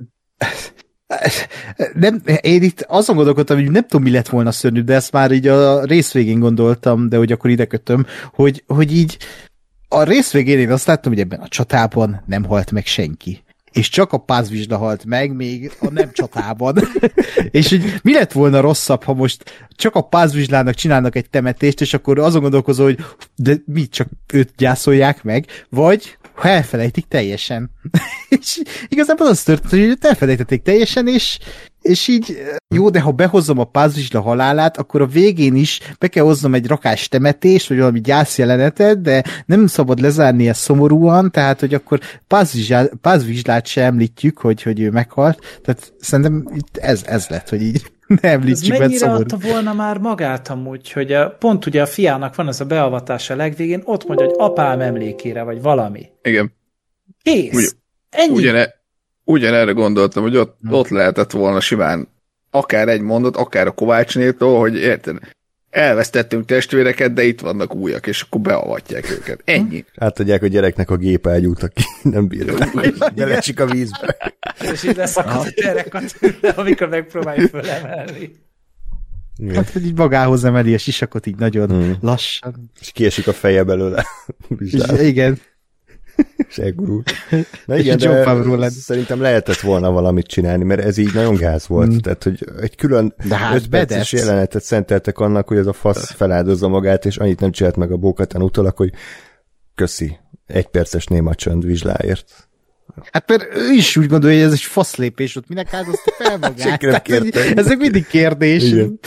nem, én itt azon gondolkodtam, hogy nem tudom, mi lett volna szörnyű, de ezt már így a rész végén gondoltam, de hogy akkor ide kötöm, hogy, hogy így a rész végén én azt láttam, hogy ebben a csatában nem halt meg senki. És csak a Paz Vizsla halt meg, még a nem csatában. És hogy mi lett volna rosszabb, ha most csak a Paz Vizslának csinálnak egy temetést, és akkor azon gondolkozol, hogy de mit, csak őt gyászolják meg, vagy ha elfelejtik teljesen. És igazából az történt, hogy őt elfelejtették teljesen, és, és így jó, de ha behozom a Paz Vizsla halálát, akkor a végén is be kell hoznom egy rakás temetést, vagy valami gyászjelenetet, de nem szabad lezárni ezt szomorúan, tehát, hogy akkor Paz Vizslát se említjük, hogy, hogy ő meghalt. Tehát szerintem itt ez, ez lett, hogy így ne említsük, ez mennyire adta volna már magát amúgy, hogy a, pont ugye a fiának van ez a beavatása a legvégén, ott mondja, hogy apám emlékére, vagy valami. Igen. Kész. Ugy, Ennyi. Ugyane, ugyanerre gondoltam, hogy ott, hmm. ott lehetett volna simán akár egy mondat, akár a Kovácsnétól, hogy érted, elvesztettünk testvéreket, de itt vannak újak, és akkor beavatják őket. Ennyi. Átadják a gyereknek a gépágyút, aki nem bírja. Belecsik a vízbe. És így leszakad a gyerek a tőle, amikor megpróbáljuk fölemelni. Igen. Hát, hogy így magához emeli a sisakot így nagyon hmm. lassan. És kiesik a feje belőle. Igen. És elgurul. Na igen, de szerintem lehetett volna valamit csinálni, mert ez így nagyon gáz volt. Mm. Tehát, hogy egy külön öt perces jelenetet szenteltek annak, hogy ez a fasz feláldozza magát, és annyit nem csinált meg a Bo-Katan utólag, hogy köszi, egy perces néma csönd Vizsláért. Hát mert ő is úgy gondolja, hogy ez egy faszlépés, ott minek áldozta fel magát. Tehát, ezek mindig kérdés. Igen.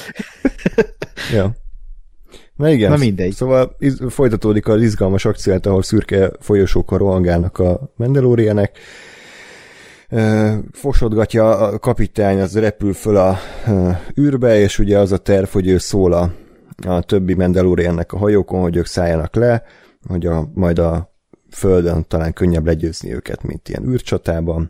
Ja. Na igen, Na mindegy. Szóval iz- folytatódik az izgalmas akciót, ahol szürke folyosókon rohangálnak a Mandalorianek. E, fosodgatja a kapitány, az repül föl a e, űrbe, és ugye az a terv, hogy ő szól a, a többi Mandaloriannek a hajókon, hogy ők szálljanak le, hogy a, majd a földön talán könnyebb legyőzni őket, mint ilyen űrcsatában.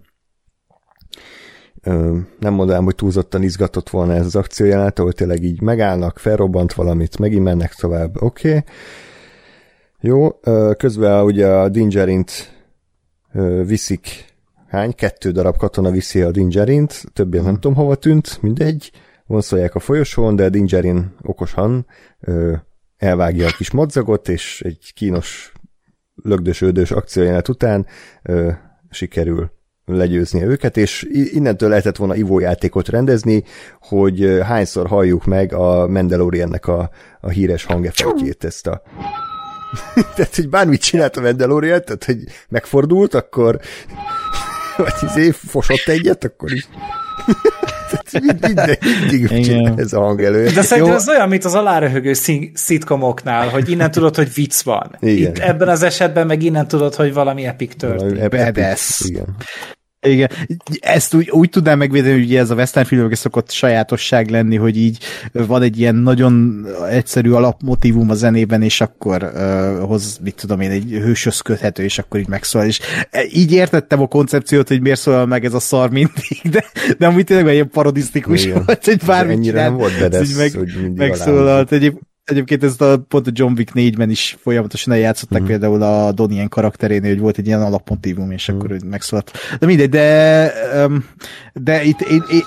Nem mondanám, hogy túlzottan izgatott volna ez az akciójelenet, ahol tényleg így megállnak, felrobbant valamit, megint mennek tovább, oké. Okay. Jó, közben ugye a Din Djarint viszik, hány? Kettő darab katona viszi a Din Djarint, többien nem tudom hova tűnt, mindegy, vonszolják a folyosón, de Din Djarin okosan elvágja a kis modzagot, és egy kínos lögdösődős akciójelenet után sikerül legyőzni őket, és innentől lehetett volna ivójátékot rendezni, hogy hányszor halljuk meg a Mandaloriannek a, a híres hangeffektjét, ezt a tehát, hogy bármit csinált a Mandalorian, tehát, hogy megfordult, akkor vagy izé, fosott egyet, akkor is mindig, mindig csinál ez a hang elő. De szerintem ez olyan, mint az aláröhögő szitkomoknál, hogy innen tudod, hogy vicc van. Igen. Itt ebben az esetben meg innen tudod, hogy valami epic történt. Badass. Igen. Igen. Ezt úgy, úgy tudnám megvédeni, hogy ugye ez a western filmekben szokott sajátosság lenni, hogy így van egy ilyen nagyon egyszerű alapmotívum a zenében, és akkor uh, hoz, mit tudom én, egy hősöz köthető, és akkor így megszólal. És így értettem a koncepciót, hogy miért szólal meg ez a szar mindig, de, de amúgy tényleg ilyen parodisztikus volt, hogy bármit ennyire csinál, nem volt bedes, meg, hogy mindig megszólalt. Egyéb, Egyébként ezt a, pont a John Wick négyben is folyamatosan eljátszották, mm. például a Donnie karakterénél, hogy volt egy ilyen alapmotívum, és mm. akkor megszólalt. De mindegy, de de itt én... én...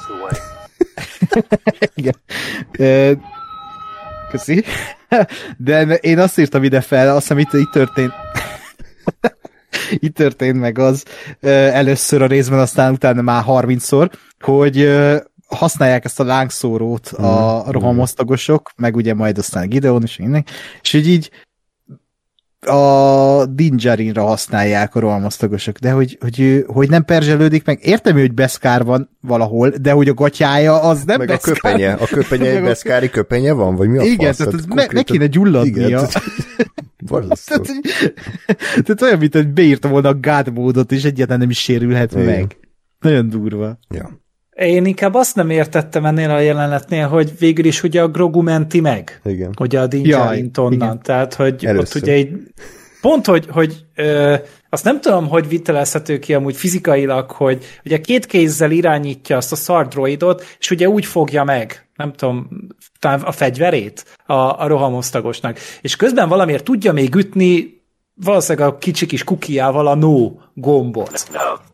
Igen. Köszi. De én azt írtam ide fel, azt hiszem itt, itt történt... itt történt meg az először a részben, aztán utána már harmincszor, hogy használják ezt a lángszórót a rohamosztagosok, meg ugye majd aztán Gideon is, mindenki, és hogy így a Dinjarinra használják a rohamosztagosok, de hogy, hogy, hogy nem perzselődik meg. Értem, hogy Beskar van valahol, de hogy a gatyája az nem meg Beskar. a köpenye. A köpenye egy Beskari köpenye van? Vagy mi a igen, fasz? tehát ez me, ne kéne gyulladnia. Borzasztó. tehát, tehát olyan, mint hogy beírta volna a God módot, és egyáltalán nem is sérülhet igen. meg. Nagyon durva. Ja. Én inkább azt nem értettem ennél a jelenetnél, hogy végül is ugye a Grogu menti meg. Igen. Ugye a Dinjarint onnan. Igen. Tehát, hogy először. Ott ugye egy pont, hogy, hogy ö, azt nem tudom, hogy vitelezhető ki amúgy fizikailag, hogy ugye két kézzel irányítja azt a szardroidot, és ugye úgy fogja meg, nem tudom, talán a fegyverét a, a rohamosztagosnak. És közben valamiért tudja még ütni valószínűleg a kicsi kis kukiával a no gombot.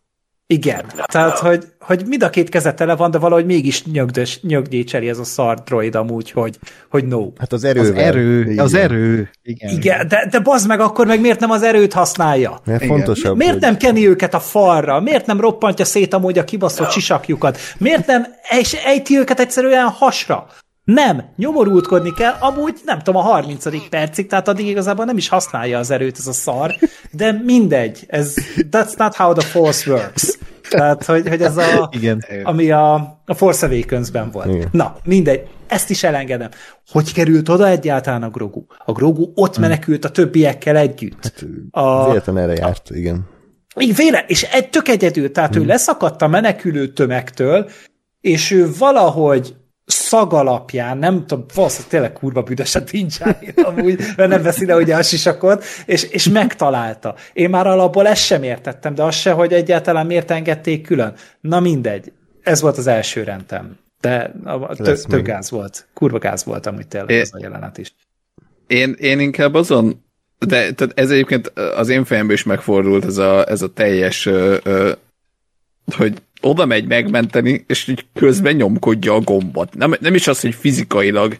Igen. Tehát, hogy, hogy mind a két keze tele van, de valahogy mégis nyögdös, nyögdécseli ez a szar droid amúgy, hogy, hogy no. Hát az erővel. Az erő. Igen. Az erő. Igen. Igen, de, de bazd meg, akkor meg miért nem az erőt használja? Mert fontosabb, miért hogy... nem keni őket a falra? Miért nem roppantja szét amúgy a kibaszott sisakjukat? Miért nem ejti őket egyszerűen hasra? Nem, nyomorultkodni kell, amúgy nem tudom, a harmincadik percig, tehát addig igazából nem is használja az erőt ez a szar, de mindegy, ez that's not how the force works. Tehát, hogy, hogy ez a, igen. ami a, a Force Awakens-ben volt. Igen. Na, mindegy, ezt is elengedem. Hogy került oda egyáltalán a Grogu? A Grogu ott hmm. menekült a többiekkel együtt. Hát, a, véletlen erre járt, igen. Így véle, és egy tök egyedül, tehát hmm. ő leszakadt a menekülő tömegtől, és ő valahogy szag alapján, nem tudom, valószínűleg tényleg kurva büdös a Dinjarin amúgy, mert nem veszi le ugye a sisakot, és, és megtalálta. Én már alapból ezt sem értettem, de az se, hogy egyáltalán miért engedték külön. Na mindegy, ez volt az első rendem. De tök tö gáz volt. Kurva gáz volt amúgy tényleg é, ez a jelenet is. Én, én inkább azon, de tehát ez egyébként az én fejemben is megfordult ez a, ez a teljes, ö, ö, hogy oda megy megmenteni, és így közben nyomkodja a gombot. Nem, nem is az, hogy fizikailag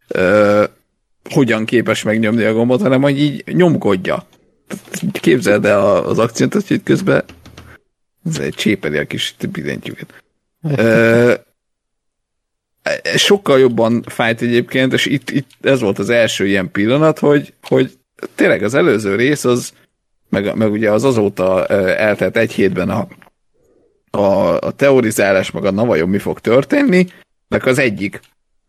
ö, hogyan képes megnyomni a gombot, hanem hogy így nyomkodja. Képzeld el az akciót, hogy itt közben csépeli a kis billentyűket. Ö, sokkal jobban fájt egyébként, és itt, itt ez volt az első ilyen pillanat, hogy, hogy tényleg az előző rész az, meg, meg ugye az azóta eltelt egy hétben a A, a teorizálás maga, na vajon mi fog történni, meg az egyik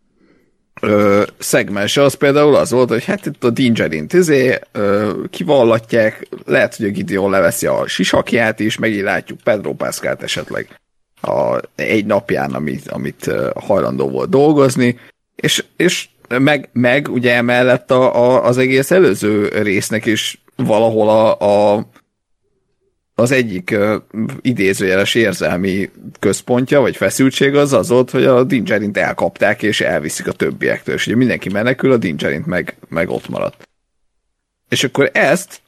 ö, szegmense az például az volt, hogy hát itt a Dinjarint izé, ö, kivallatják, lehet, hogy a Gideon leveszi a sisakját is, meg így látjuk Pedro Pascalt esetleg a, egy napján, amit, amit ö, hajlandó volt dolgozni, és, és meg, meg ugye emellett a, a, az egész előző résznek is valahol a, a az egyik uh, idézőjeles érzelmi központja, vagy feszültség az az volt, hogy a Dinjarint elkapták, és elviszik a többiektől, és ugye mindenki menekül, a Dinjarint meg, meg ott maradt. És akkor ezt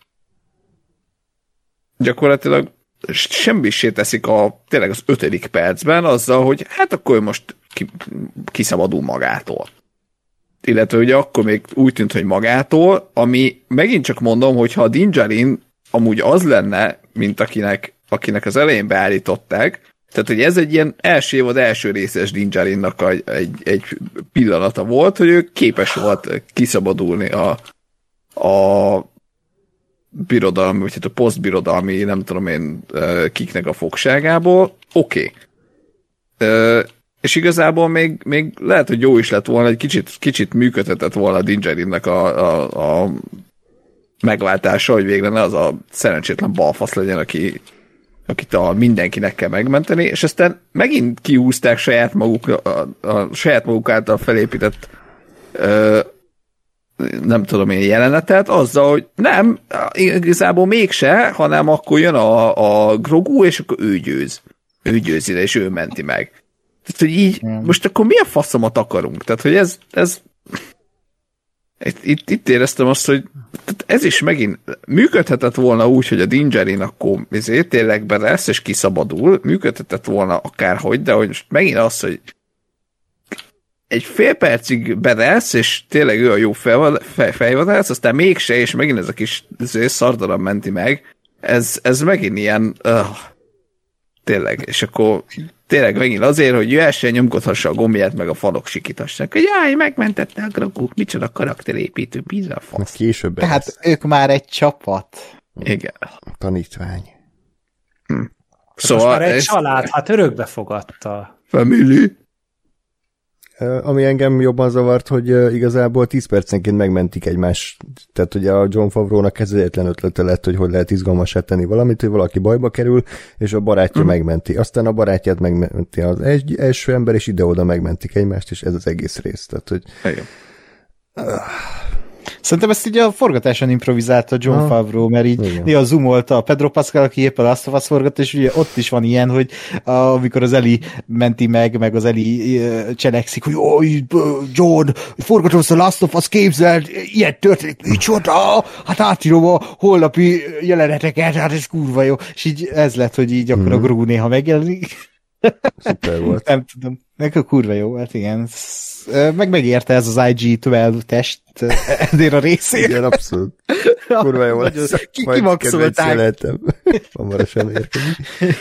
gyakorlatilag semmissé teszik a, tényleg az ötödik percben azzal, hogy hát akkor most ki, kiszabadul magától. Illetve ugye akkor még úgy tűnt, hogy magától, ami megint csak mondom, hogy ha a Dinjarin amúgy az lenne, mint akinek, akinek az elején beállították, tehát hogy ez egy ilyen első évad első részes Dinjarinnak egy, egy, egy pillanata volt, hogy ő képes volt kiszabadulni a, a birodalmi, vagy hát a posztbirodalmi, nem tudom én, kiknek a fogságából. Oké. Okay. És igazából még, még lehet, hogy jó is lett volna, egy kicsit, kicsit működhetett volna a Dinjarinnak a, a, a megváltása, hogy végre ne az a szerencsétlen balfasz legyen, aki, akit a mindenkinek kell megmenteni, és aztán megint kiúzták saját maguk, a, a saját maguk által felépített ö, nem tudom én jelenetet, azzal, hogy nem, igazából mégse, hanem akkor jön a, a Grogu, és akkor ő győz. Ő győzi le, és ő menti meg. Tehát, hogy így, hmm. most akkor mi a faszomat akarunk? Tehát, hogy ez, ez Itt, itt, itt éreztem azt, hogy ez is megint működhetett volna úgy, hogy a Dinjarin akkor ezért tényleg be lesz, és kiszabadul, működhetett volna akárhogy, de hogy most megint az, hogy egy fél percig be lesz, és tényleg ő a jó fejvadász, aztán mégse, és megint ez a kis szardarab menti meg, ez, ez megint ilyen, uh, tényleg, és akkor tényleg megint azért, hogy jöhessen, nyomkodhassa a gombját, meg a falok sikítassák, hogy jaj, megmentette a Grogu, micsoda karakterépítő, bízza a fasz. Később Tehát lesz. ők már egy csapat. Igen. Tanítvány. Hm. Szóval most már egy ez... család, hát örökbe fogadta. Family. Ami engem jobban zavart, hogy igazából tíz percenként megmentik egymást. Tehát ugye a Jon Favreau-nak ez egyetlen ötlete lett, hogy hogy lehet izgalmasát tenni valamit, hogy valaki bajba kerül, és a barátja mm. megmenti. Aztán a barátját megmenti az egy, első ember, és ide-oda megmentik egymást, és ez az egész rész. Tehát, hogy... Igen. Szerintem ezt így a forgatáson improvizálta Jon ah, Favreau, mert így néha zoomolta a Pedro Pascal, aki éppen Last of Us forgat, és ugye ott is van ilyen, hogy amikor az Eli menti meg, meg az Eli cselekszik, hogy oh, John, forgatom a Last of Us, képzeld, ilyen történik, micsoda, hát átírom a holnapi jeleneteket, hát ez kurva jó. És így ez lett, hogy így akkor mm-hmm. a Grogu néha megjelenik. Szuper volt. Nem tudom. Nekem kurva jó, hát igen. Meg megérte ez az I G tizenkettő test ezért a részért. Igen, abszolút. Kurva jó lesz. Kimaxolták. Hamarosan érkezik.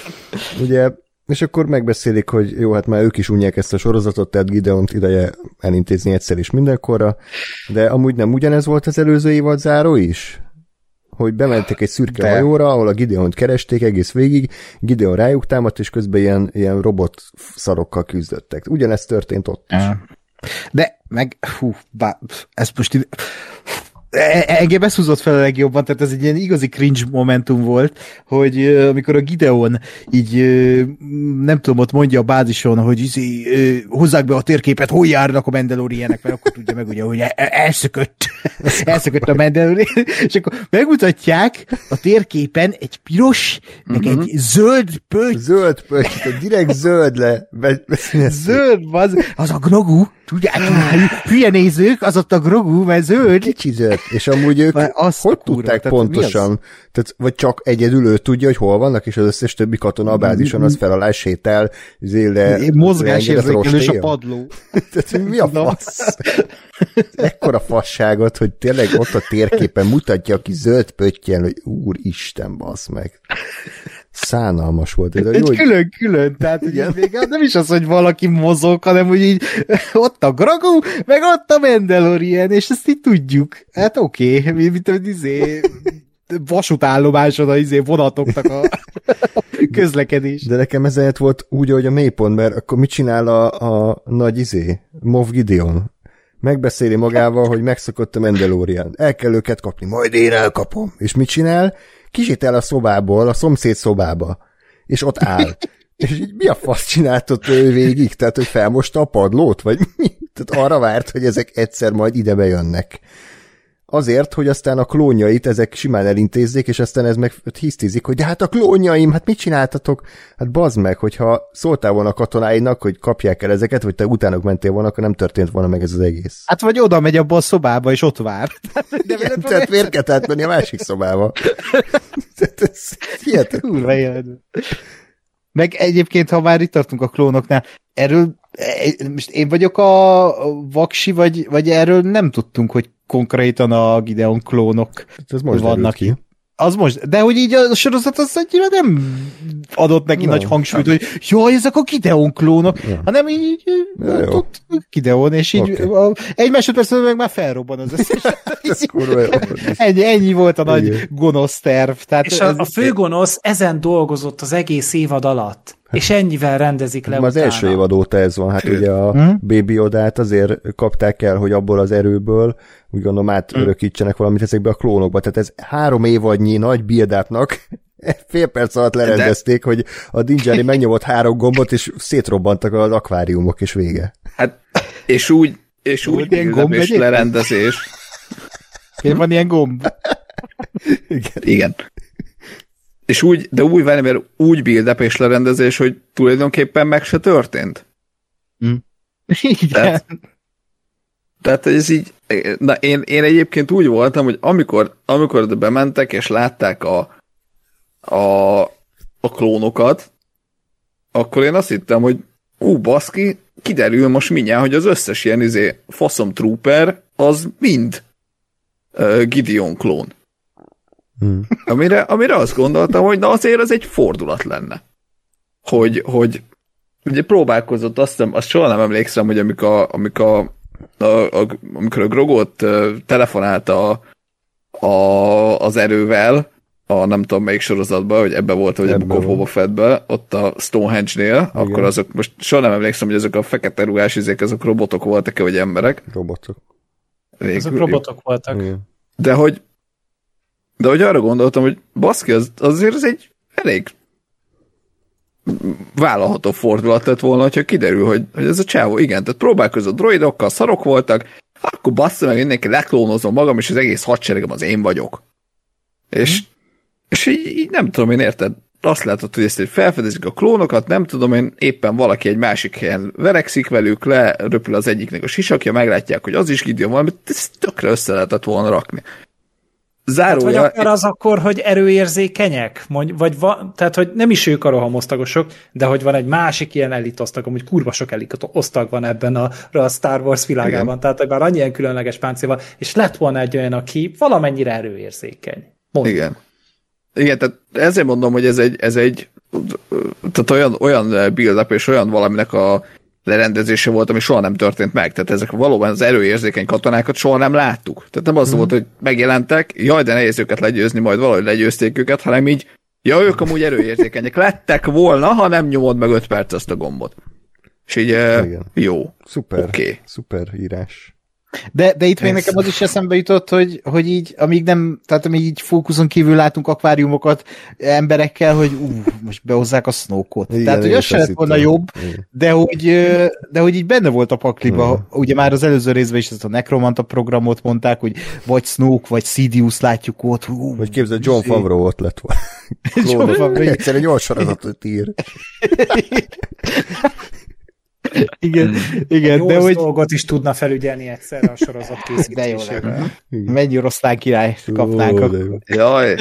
Ugye, és akkor megbeszélik, hogy jó, hát már ők is unják ezt a sorozatot, tehát Gideont ideje elintézni egyszer is mindenkorra, de amúgy nem ugyanez volt az előző évad záró is? Hogy bementek egy szürke de. hajóra, ahol a Gideont keresték egész végig, Gideon rájuk támadt, és közben ilyen, ilyen robot szarokkal küzdöttek. Ugyanezt történt ott is. De, meg, hú, bá, ez most ide... Engem ez húzott fel a legjobban, tehát ez egy ilyen igazi cringe momentum volt, hogy uh, amikor a Gideon így uh, nem tudom, ott mondja a bázison, hogy izé, uh, hozzák be a térképet, hol járnak a Mandalorianek, mert akkor tudja meg ugye, hogy elszökött, elszökött a Mandalorian, és akkor megmutatják a térképen egy piros, meg uh-huh. egy zöld pötty. Zöld pötty, direkt zöld le. Zöld, az, az a Grogu, tudják, hülye nézők, az ott a Grogu, mert zöld. Kicsi zöld. És amúgy ők hogy tudták kurva, pontosan, tehát, vagy csak egyedül ő tudja, hogy hol vannak, és az összes többi katona a bázison, az fel alá sétál, zéle... Mozgásérzékelős a padló. Tehát mi a fasz? Ekkora fasságot, hogy tényleg ott a térképen mutatja, aki zöld pöttyen, hogy úristen, bassz meg. Szánalmas volt. Ez egy külön-külön, tehát ugye még nem is az, hogy valaki mozog, hanem hogy így ott a Grogu, meg ott a Mandalorian, és ezt így tudjuk. Hát oké, okay. mint hogy izé vasútállomáson a izé vonatoknak a közlekedés. De nekem ez volt úgy, hogy a mélypont, mert akkor mit csinál a, a nagy izé, Moff Gideon? Megbeszéli magával, hogy megszokott a Mandalorian. El kell őket kapni, majd én elkapom. És mit csinál? Kisétál a szobából, a szomszéd szobába, és ott áll. És így mi a fasz csináltott ő végig? Tehát, hogy felmosta a padlót? Vagy mi? Tehát arra várt, hogy ezek egyszer majd ide bejönnek. Azért, hogy aztán a klónjait ezek simán elintézzék, és aztán ez meg hisztizik, hogy de hát a klónjaim, hát mit csináltatok? Hát bazd meg, hogyha szóltál volna a katonáinak, hogy kapják el ezeket, vagy te utánok mentél volna, akkor nem történt volna meg ez az egész. Hát vagy oda megy abba a szobába, és ott vár. De igen, tehát miért kell átmenni a másik szobába? Ez hihetetlen. Meg egyébként, ha már itt tartunk a klónoknál, erről most én vagyok a vaksi, vagy, vagy erről nem tudtunk, hogy konkrétan a Gideon klónok ez most vannak ki. Az most, de hogy így a sorozat az annyira nem adott neki nem, nagy hangsúlyt, nem. Hogy jaj, ezek a Gideon klónok, ja. hanem így ja, ott Gideon, és így okay. egy másodpercben meg már felrobban az összes. Ez kurva jó. Ennyi, ennyi volt a nagy igen. gonosz terv. Tehát és a, a főgonosz ezen dolgozott az egész évad alatt. Hát, és ennyivel rendezik le utána. Az első évad óta ez van, hát ugye a hmm? Baby Yodát azért kapták el, hogy abból az erőből úgy gondolom átörökítsenek valamit ezekbe a klónokba, tehát ez három évadnyi nagy build-upnak fél perc alatt lerendezték, de... hogy a Dinjari megnyomott három gombot, és szétrobbantak az akváriumok, és vége. Hát, és úgy, és úgy build-up és lerendezés. Miért van ilyen gomb? Igen. Igen. És úgy, de úgy venni, mert úgy build-up és lerendezés, hogy tulajdonképpen meg se történt. Mm. Igen. Tehát, tehát ez így, na én, én egyébként úgy voltam, hogy amikor, amikor bementek és látták a, a, a klónokat, akkor én azt hittem, hogy ú, baszki, kiderül most mindjárt, hogy az összes ilyen izé, faszom trooper, az mind uh, Gideon klón. Hmm. Amire, amire azt gondoltam, hogy na azért az egy fordulat lenne. Hogy, hogy ugye próbálkozott, azt, azt soha nem emlékszem, hogy amikor a, amikor a, a, a, amikor a Grogot telefonált a, a, az erővel, a nem tudom melyik sorozatban, hogy ebbe volt, hogy ebbe a Boba Fettbe, ott a Stonehenge-nél, igen. Akkor azok, most soha nem emlékszem, hogy azok a fekete ruhás izék, azok robotok voltak-e, vagy emberek? Robotok. Végül, azok robotok voltak. Igen. De hogy de hogy arra gondoltam, hogy baszki, az, azért ez egy elég vállalható fordulat lett volna, hogyha kiderül, hogy, hogy ez a csávó, igen, tehát próbálkozott droidokkal, szarok voltak, akkor bassza meg, mindenki leklónozom magam, és az egész hadseregem az én vagyok. És, hmm. és így, így nem tudom én, érted? Azt látod, hogy ezt felfedezik a klónokat, nem tudom én, éppen valaki egy másik helyen verekszik velük, leröpül az egyiknek a sisakja, meglátják, hogy az is Gideon valamit, ezt tökre össze lehetett volna rakni. Zárója... Hát, vagy akár az akkor, hogy erőérzékenyek, mondj, vagy va, tehát, hogy nem is ők a rohamosztagosok, de hogy van egy másik ilyen elitosztag, amúgy kurva sok elitosztag van ebben a, a Star Wars világában, igen. Tehát, hogy már annyi ilyen különleges páncélval, és lett volna egy olyan, aki valamennyire erőérzékeny. Mondjuk. Igen. Igen, tehát ezért mondom, hogy ez egy, ez egy tehát olyan, olyan build-up és olyan valaminek a lerendezése volt, ami soha nem történt meg. Tehát ezek valóban az erőérzékeny katonákat soha nem láttuk. Tehát nem az mm. volt, hogy megjelentek, jaj, de nehéz őket legyőzni, majd valahogy legyőzték őket, hanem így, ja, ők amúgy erőérzékenyek lettek volna, ha nem nyomod meg öt perc azt a gombot. És így igen. Jó. Szuper, okay. Szuper írás. De, de itt még nekem az is eszembe jutott, hogy, hogy így, amíg nem, tehát amíg így fókuszon kívül látunk akváriumokat emberekkel, hogy ú, most behozzák a Snoke-ot. Igen, tehát, hogy az se lett volna jobb, de hogy, de hogy így benne volt a pakliba. Mm. Ugye már az előző részben is ezt a Necromanta programot mondták, hogy vagy Snoke, vagy Sidious látjuk ott. Ú, vagy képzeld, John Favreau ott lett volna. John Favreau egyszerűen nyolc sorozatot ír. Igen, igen. Jó de hogy... dolgot is tudna felügyelni egyszerre a sorozat készítésében. Mennyi oroszlán király kapnánk. Jaj.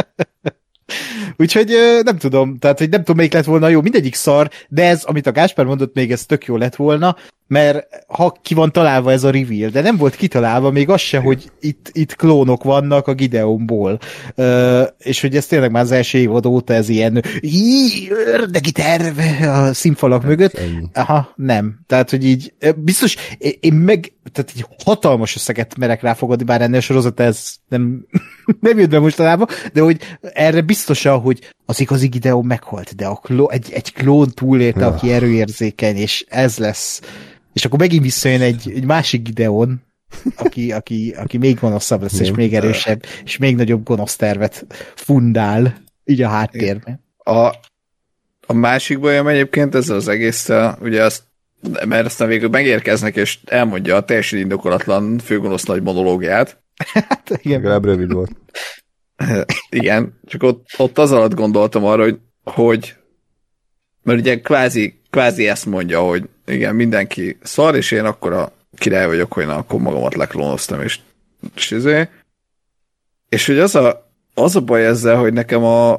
Úgyhogy nem tudom, tehát hogy nem tudom, melyik lett volna jó, mindegyik szar, de ez, amit a Gáspár mondott, még ez tök jó lett volna, mert ha ki van találva ez a reveal, de nem volt kitalálva még az se, hogy itt, itt klónok vannak a Gideonból. Uh, és hogy ez tényleg már az első évad óta ez ilyen ördögi terv a színfalak mögött. Aha, nem. Tehát, hogy így biztos, én meg, tehát így hatalmas összeget merek ráfogadni, bár ennél a sorozat ez nem, nem jött be mostanában, de hogy erre biztosan, hogy az igazi Gideon meghalt, de a kló, egy, egy klón túlélte, ja. Aki erőérzékeny, és ez lesz. És akkor megint visszajön egy, egy másik Gideon, aki, aki, aki még gonoszabb lesz, és még erősebb, és még nagyobb gonosz tervet fundál, így a háttérben. A, a másik bajom egyébként ezzel az egésszel, ugye azt, mert aztán végül megérkeznek, és elmondja a teljesen indokolatlan főgonosz nagy monológiát. Hát igen. Legalább rövid volt. Igen, csak ott, ott az alatt gondoltam arra, hogy, hogy mert ugye kvázi, kvázi ezt mondja, hogy igen, mindenki szar, és én akkor a király vagyok, hogy na, akkor magamat leklónoztam, és, és ezért. És hogy az a, az a baj ezzel, hogy nekem a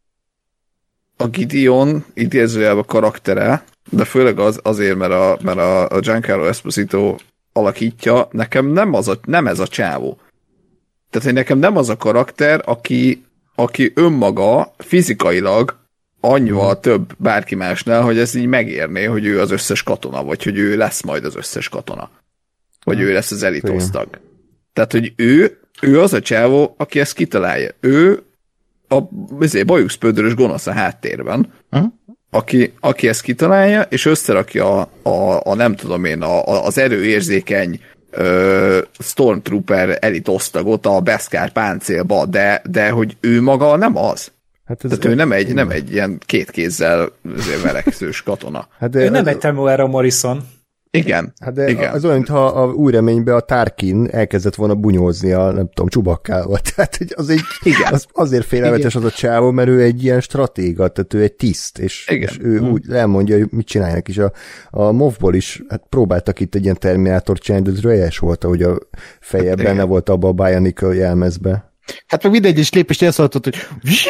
a Gideon idézőjelben karaktere, de főleg az, azért, mert a, mert a, a Giancarlo Esposito alakítja, nekem nem, az a, nem ez a csávó. Tehát, hogy nekem nem az a karakter, aki, aki önmaga fizikailag annyival hmm. több bárki másnál, hogy ez így megérné, hogy ő az összes katona, vagy hogy ő lesz majd az összes katona. Vagy hmm. ő lesz az elitosztag. Tehát, hogy ő, ő az a csávó, aki ezt kitalálja. Ő a bajuszpödörös gonosz a háttérben, hmm. aki, aki ezt kitalálja, és összerakja a, a, a nem tudom én, a, az erőérzékeny uh, Stormtrooper elitosztagot a Beskar páncélba, de, de hogy ő maga nem az. Hát ez Tehát ő nem egy, nem egy ilyen két kézzel verekszős katona. Hát de, ő nem egy Temuera Morrison. Igen. Hát de igen. az olyan, mintha a új reményben a Tarkin elkezdett volna bunyózni a, nem tudom, Csubakkával. Tehát hogy az egy, igen. Az azért félelmetes az a csávó, mert ő egy ilyen stratéga, tehát ő egy tiszt, és, és ő hmm. úgy elmondja, hogy mit csinálják is. A, a MOV-ból is hát próbáltak itt egy ilyen Terminátor csinálni, de rölyes volt, ahogy a feje hát, benne igen. volt abban a Bionicle jelmezbe. Hát meg mindegy is lépést elszóltott, hogy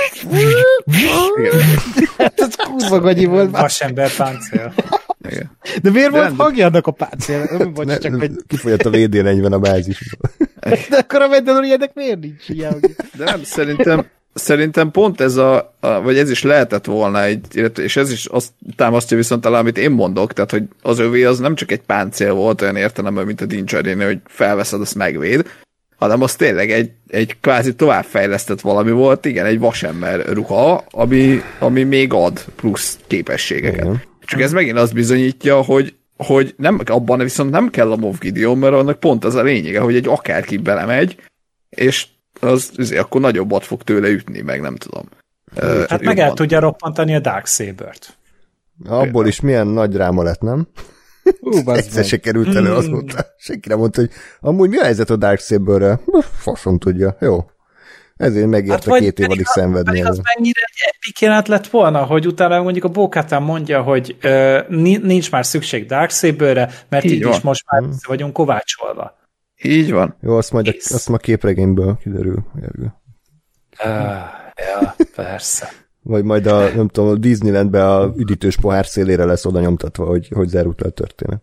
hát ez kurva gagyi volt. Vasember páncél. De miért De volt hangja annak a páncél? Csak egy... Kifolyott a vé dé negyven a bázisból. De akkor a Mandaloriannek miért nincs ilyen? De nem, szerintem, szerintem pont ez a, a, vagy ez is lehetett volna egy, és ez is azt támasztja viszont talán, amit én mondok, tehát, hogy az övé az nem csak egy páncél volt olyan értelemben, mint a Din Djarin, hogy felveszed, azt megvéd, hanem az tényleg egy, egy kvázi továbbfejlesztett valami volt, igen, egy vasember ruha, ami, ami még ad plusz képességeket. Igen. Csak ez megint azt bizonyítja, hogy, hogy nem, abban viszont nem kell a Moff Gideon, mert annak pont az a lényege, hogy egy akárki belemegy, és az, az akkor nagyobbat fog tőle ütni, meg nem tudom. Hát uh, meg el tudja roppantani a Darksaber-t. Abból is milyen nagy dráma lett, nem? Uh, Egyszer se került elő, azt mondta. Senki nem mondta, hogy amúgy mi a helyzet a Darksaber-rel? Faszom tudja. Jó. Ezért megérte hát két évadig szenvedni. Pedig az mennyire egy epik jelent lett volna, hogy utána mondjuk a Bo-Katan mondja, hogy uh, nincs már szükség Darksaber-re, mert így, így is most már hmm. vagyunk kovácsolva. Így van. Jó, azt majd, a, azt majd a képregényből kiderül. Uh, ja, persze. Vagy majd a, nem tudom, a Disneylandben a üdítős pohár szélére lesz oda nyomtatva, hogy, hogy zárult le a történet.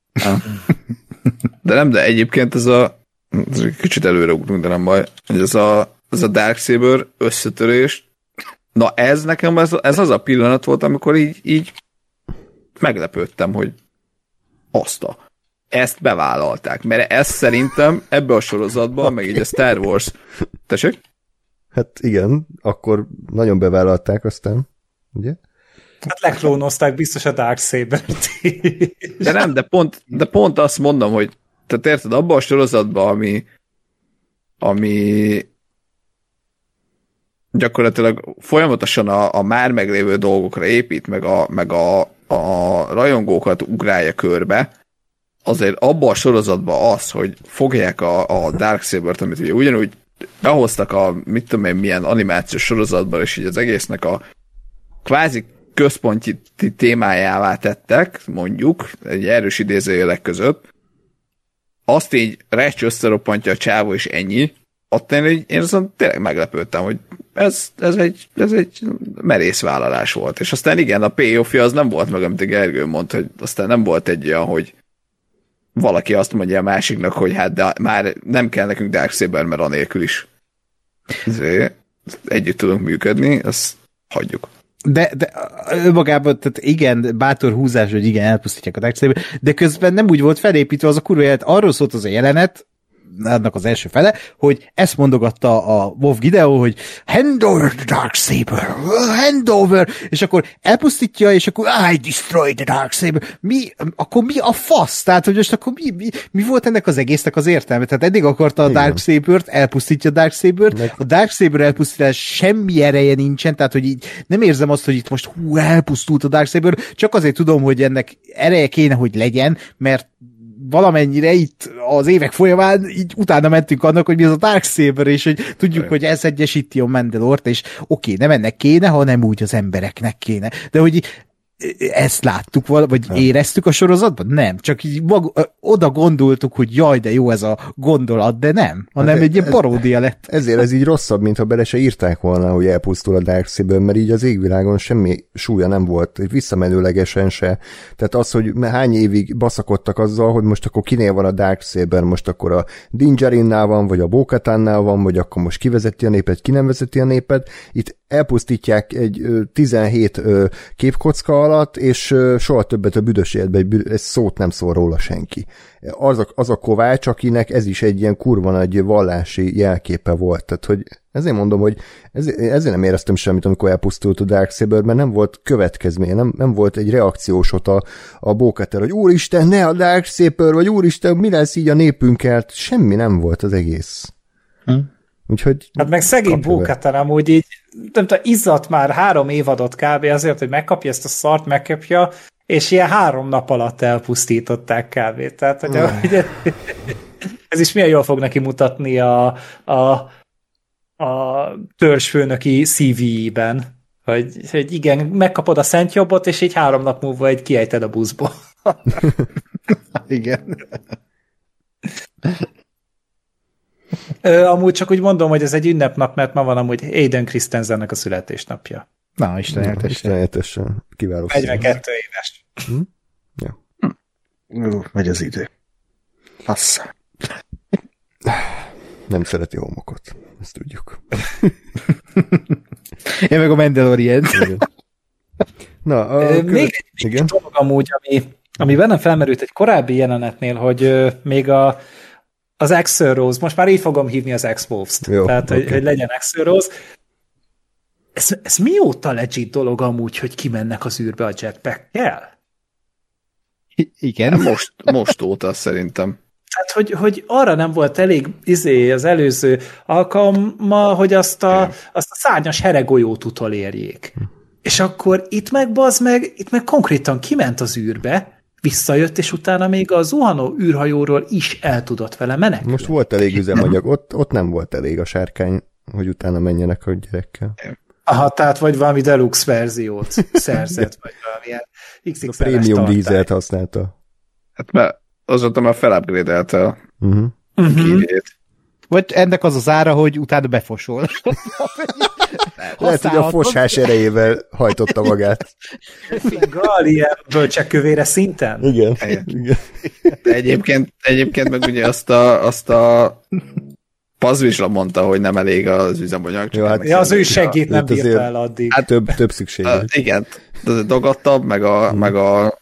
De nem, de egyébként ez a ez kicsit előre ugrunk, de nem baj, hogy ez a, ez a Darksaber összetörés, na ez nekem, ez, ez az a pillanat volt, amikor így, így meglepődtem, hogy azt a ezt bevállalták, mert ez szerintem ebbe a sorozatban, okay. Meg így a Star Wars... Tessék? Hát igen, akkor nagyon bevállalták aztán, ugye? Hát leklónozták biztos a Darksaber-t. De nem, de pont, de pont azt mondom, hogy tehát érted, abban a sorozatban, ami ami gyakorlatilag folyamatosan a, a már meglévő dolgokra épít, meg a, meg a, a rajongókat ugrálja körbe, azért abban a sorozatban az, hogy fogják a, a Darksaber-t, amit ugye ugyanúgy behoztak a, mit tudom én, milyen animációs sorozatban, és így az egésznek a kvázi központi témájává tettek, mondjuk, egy erős idézőjelek között, azt így recs összeroppantja a csávó, és ennyi, ott én, én azon tényleg meglepődtem, hogy ez, ez, egy, ez egy merész vállalás volt. És aztán igen, a payoffja az nem volt meg, amit a Gergő mondta, hogy aztán nem volt egy olyan, hogy valaki azt mondja a másiknak, hogy hát de már nem kell nekünk Darksaber, mert anélkül is ezért együtt tudunk működni, azt hagyjuk. De, de önmagában, tehát igen, bátor húzás, hogy igen, elpusztítják a Darksaber, de közben nem úgy volt felépítve az a kurva jelenet, arról szólt az a jelenet, annak az első fele, hogy ezt mondogatta a Moff Gideon, hogy hand over the Darksaber, hand over, és akkor elpusztítja, és akkor I destroy the Darksaber. Mi, akkor mi a fasz? Tehát, hogy most akkor mi, mi, mi volt ennek az egésznek az értelme? Tehát eddig akarta a Darksabert, elpusztítja a Darksabert, Meg... a Darksaber elpusztítás semmi ereje nincsen, tehát, hogy így nem érzem azt, hogy itt most hú, elpusztult a Darksaber, csak azért tudom, hogy ennek ereje kéne, hogy legyen, mert valamennyire itt az évek folyamán így utána mentünk annak, hogy mi az a Darksaber, és hogy tudjuk, hogy ez egyesíti a Mandalort, és oké, nem ennek kéne, hanem úgy az embereknek kéne. De hogy ezt láttuk, vagy nem. Éreztük a sorozatban? Nem. Csak így mag- oda gondoltuk, hogy jaj, de jó ez a gondolat, de nem. Hanem hát egy ilyen paródia lett. Ezért ez így rosszabb, mintha bele se írták volna, hogy elpusztul a Darksaber, mert így az égvilágon semmi súlya nem volt, visszamenőlegesen se. Tehát az, hogy hány évig baszakodtak azzal, hogy most akkor kinél van a Darksaber, most akkor a Din Djarinnál van, vagy a Bo-Katannál van, vagy akkor most kivezeti a népet, ki nem vezeti a népet. Itt elpusztítják egy ö, tizenhét ö, képkocka alatt, és ö, soha többet a büdös életben egy, büdös, egy szót nem szól róla senki. Az a, az a Kovács, akinek ez is egy ilyen kurva nagy vallási jelképe volt. Tehát, hogy ezért mondom, hogy ezért, ezért nem éreztem semmit, amikor elpusztult a Darksaber, mert nem volt következménye, nem, nem volt egy reakciósot a, a Bo-Katan, hogy úristen, ne a Darksaber, vagy úristen, mi lesz így a népünkkel? Semmi nem volt az egész. Hm? Úgyhogy hát meg szegény Bo-Katan amúgy így, nem tudom, izzadt már három évadot kb. Azért, hogy megkapja ezt a szart, megkapja, és ilyen három nap alatt elpusztították kb. Tehát, hogy ugye, ez is milyen jól fog neki mutatni a, a, a törzsfőnöki cé vé-ben, hogy, hogy igen, megkapod a szent jobbot, és így három nap múlva egy kiejted a buszból. Igen. Ö, amúgy csak úgy mondom, hogy ez egy ünnepnap, mert ma van amúgy Hayden Christensennek a születésnapja. Na, Isten éltessen. Isten éltessen. Kiváló. negyvenkettő éves. Hm? Ja. Hm. Megy az idő. Passza. Nem szereti a homokot. Ezt tudjuk. Én meg a Mandalorian. Na, a Még követ... egy igen? dolog amúgy, ami, ami bennem felmerült egy korábbi jelenetnél, hogy uh, még a, az Axl Rose, most már így fogom hívni az X-Wolves-t, Jó, tehát okay. hogy, hogy legyen Axl Rose. Ez, ez mióta legit dolog amúgy, hogy kimennek az űrbe a jetpack-kel? Igen. Most, most óta szerintem. Tehát, hogy, hogy arra nem volt elég izé az előző alkalommal, hogy azt a, azt a szárnyas heregolyót utolérjék. Hm. És akkor itt meg, bazd meg, itt meg konkrétan kiment az űrbe, visszajött, és utána még a zuhanó űrhajóról is el tudott vele menekülni. Most volt elég üzemanyag, ott, ott nem volt elég a sárkány, hogy utána menjenek a gyerekkel. Aha, tehát vagy valami deluxe verziót szerzett, vagy valamilyen iksz iksz es-es a prémium tartály. dízelt használta. Hát mert azóta már felupgrade-elte a Uh-huh. kívét. Vagy ennek az az ára, hogy utána befosol. Lehet, hogy a fosás erejével hajtotta magát. Gal ilyen bölcsekkövére szinten? Igen. Igen. De egyébként, egyébként meg ugye azt a, azt a Pazvizsla mondta, hogy nem elég az üzemanyag. Jó, hát ja, az ő segít nem bírta el addig. Hát több, több szükség. A, igen, de dogadtabb, meg a, hmm. meg a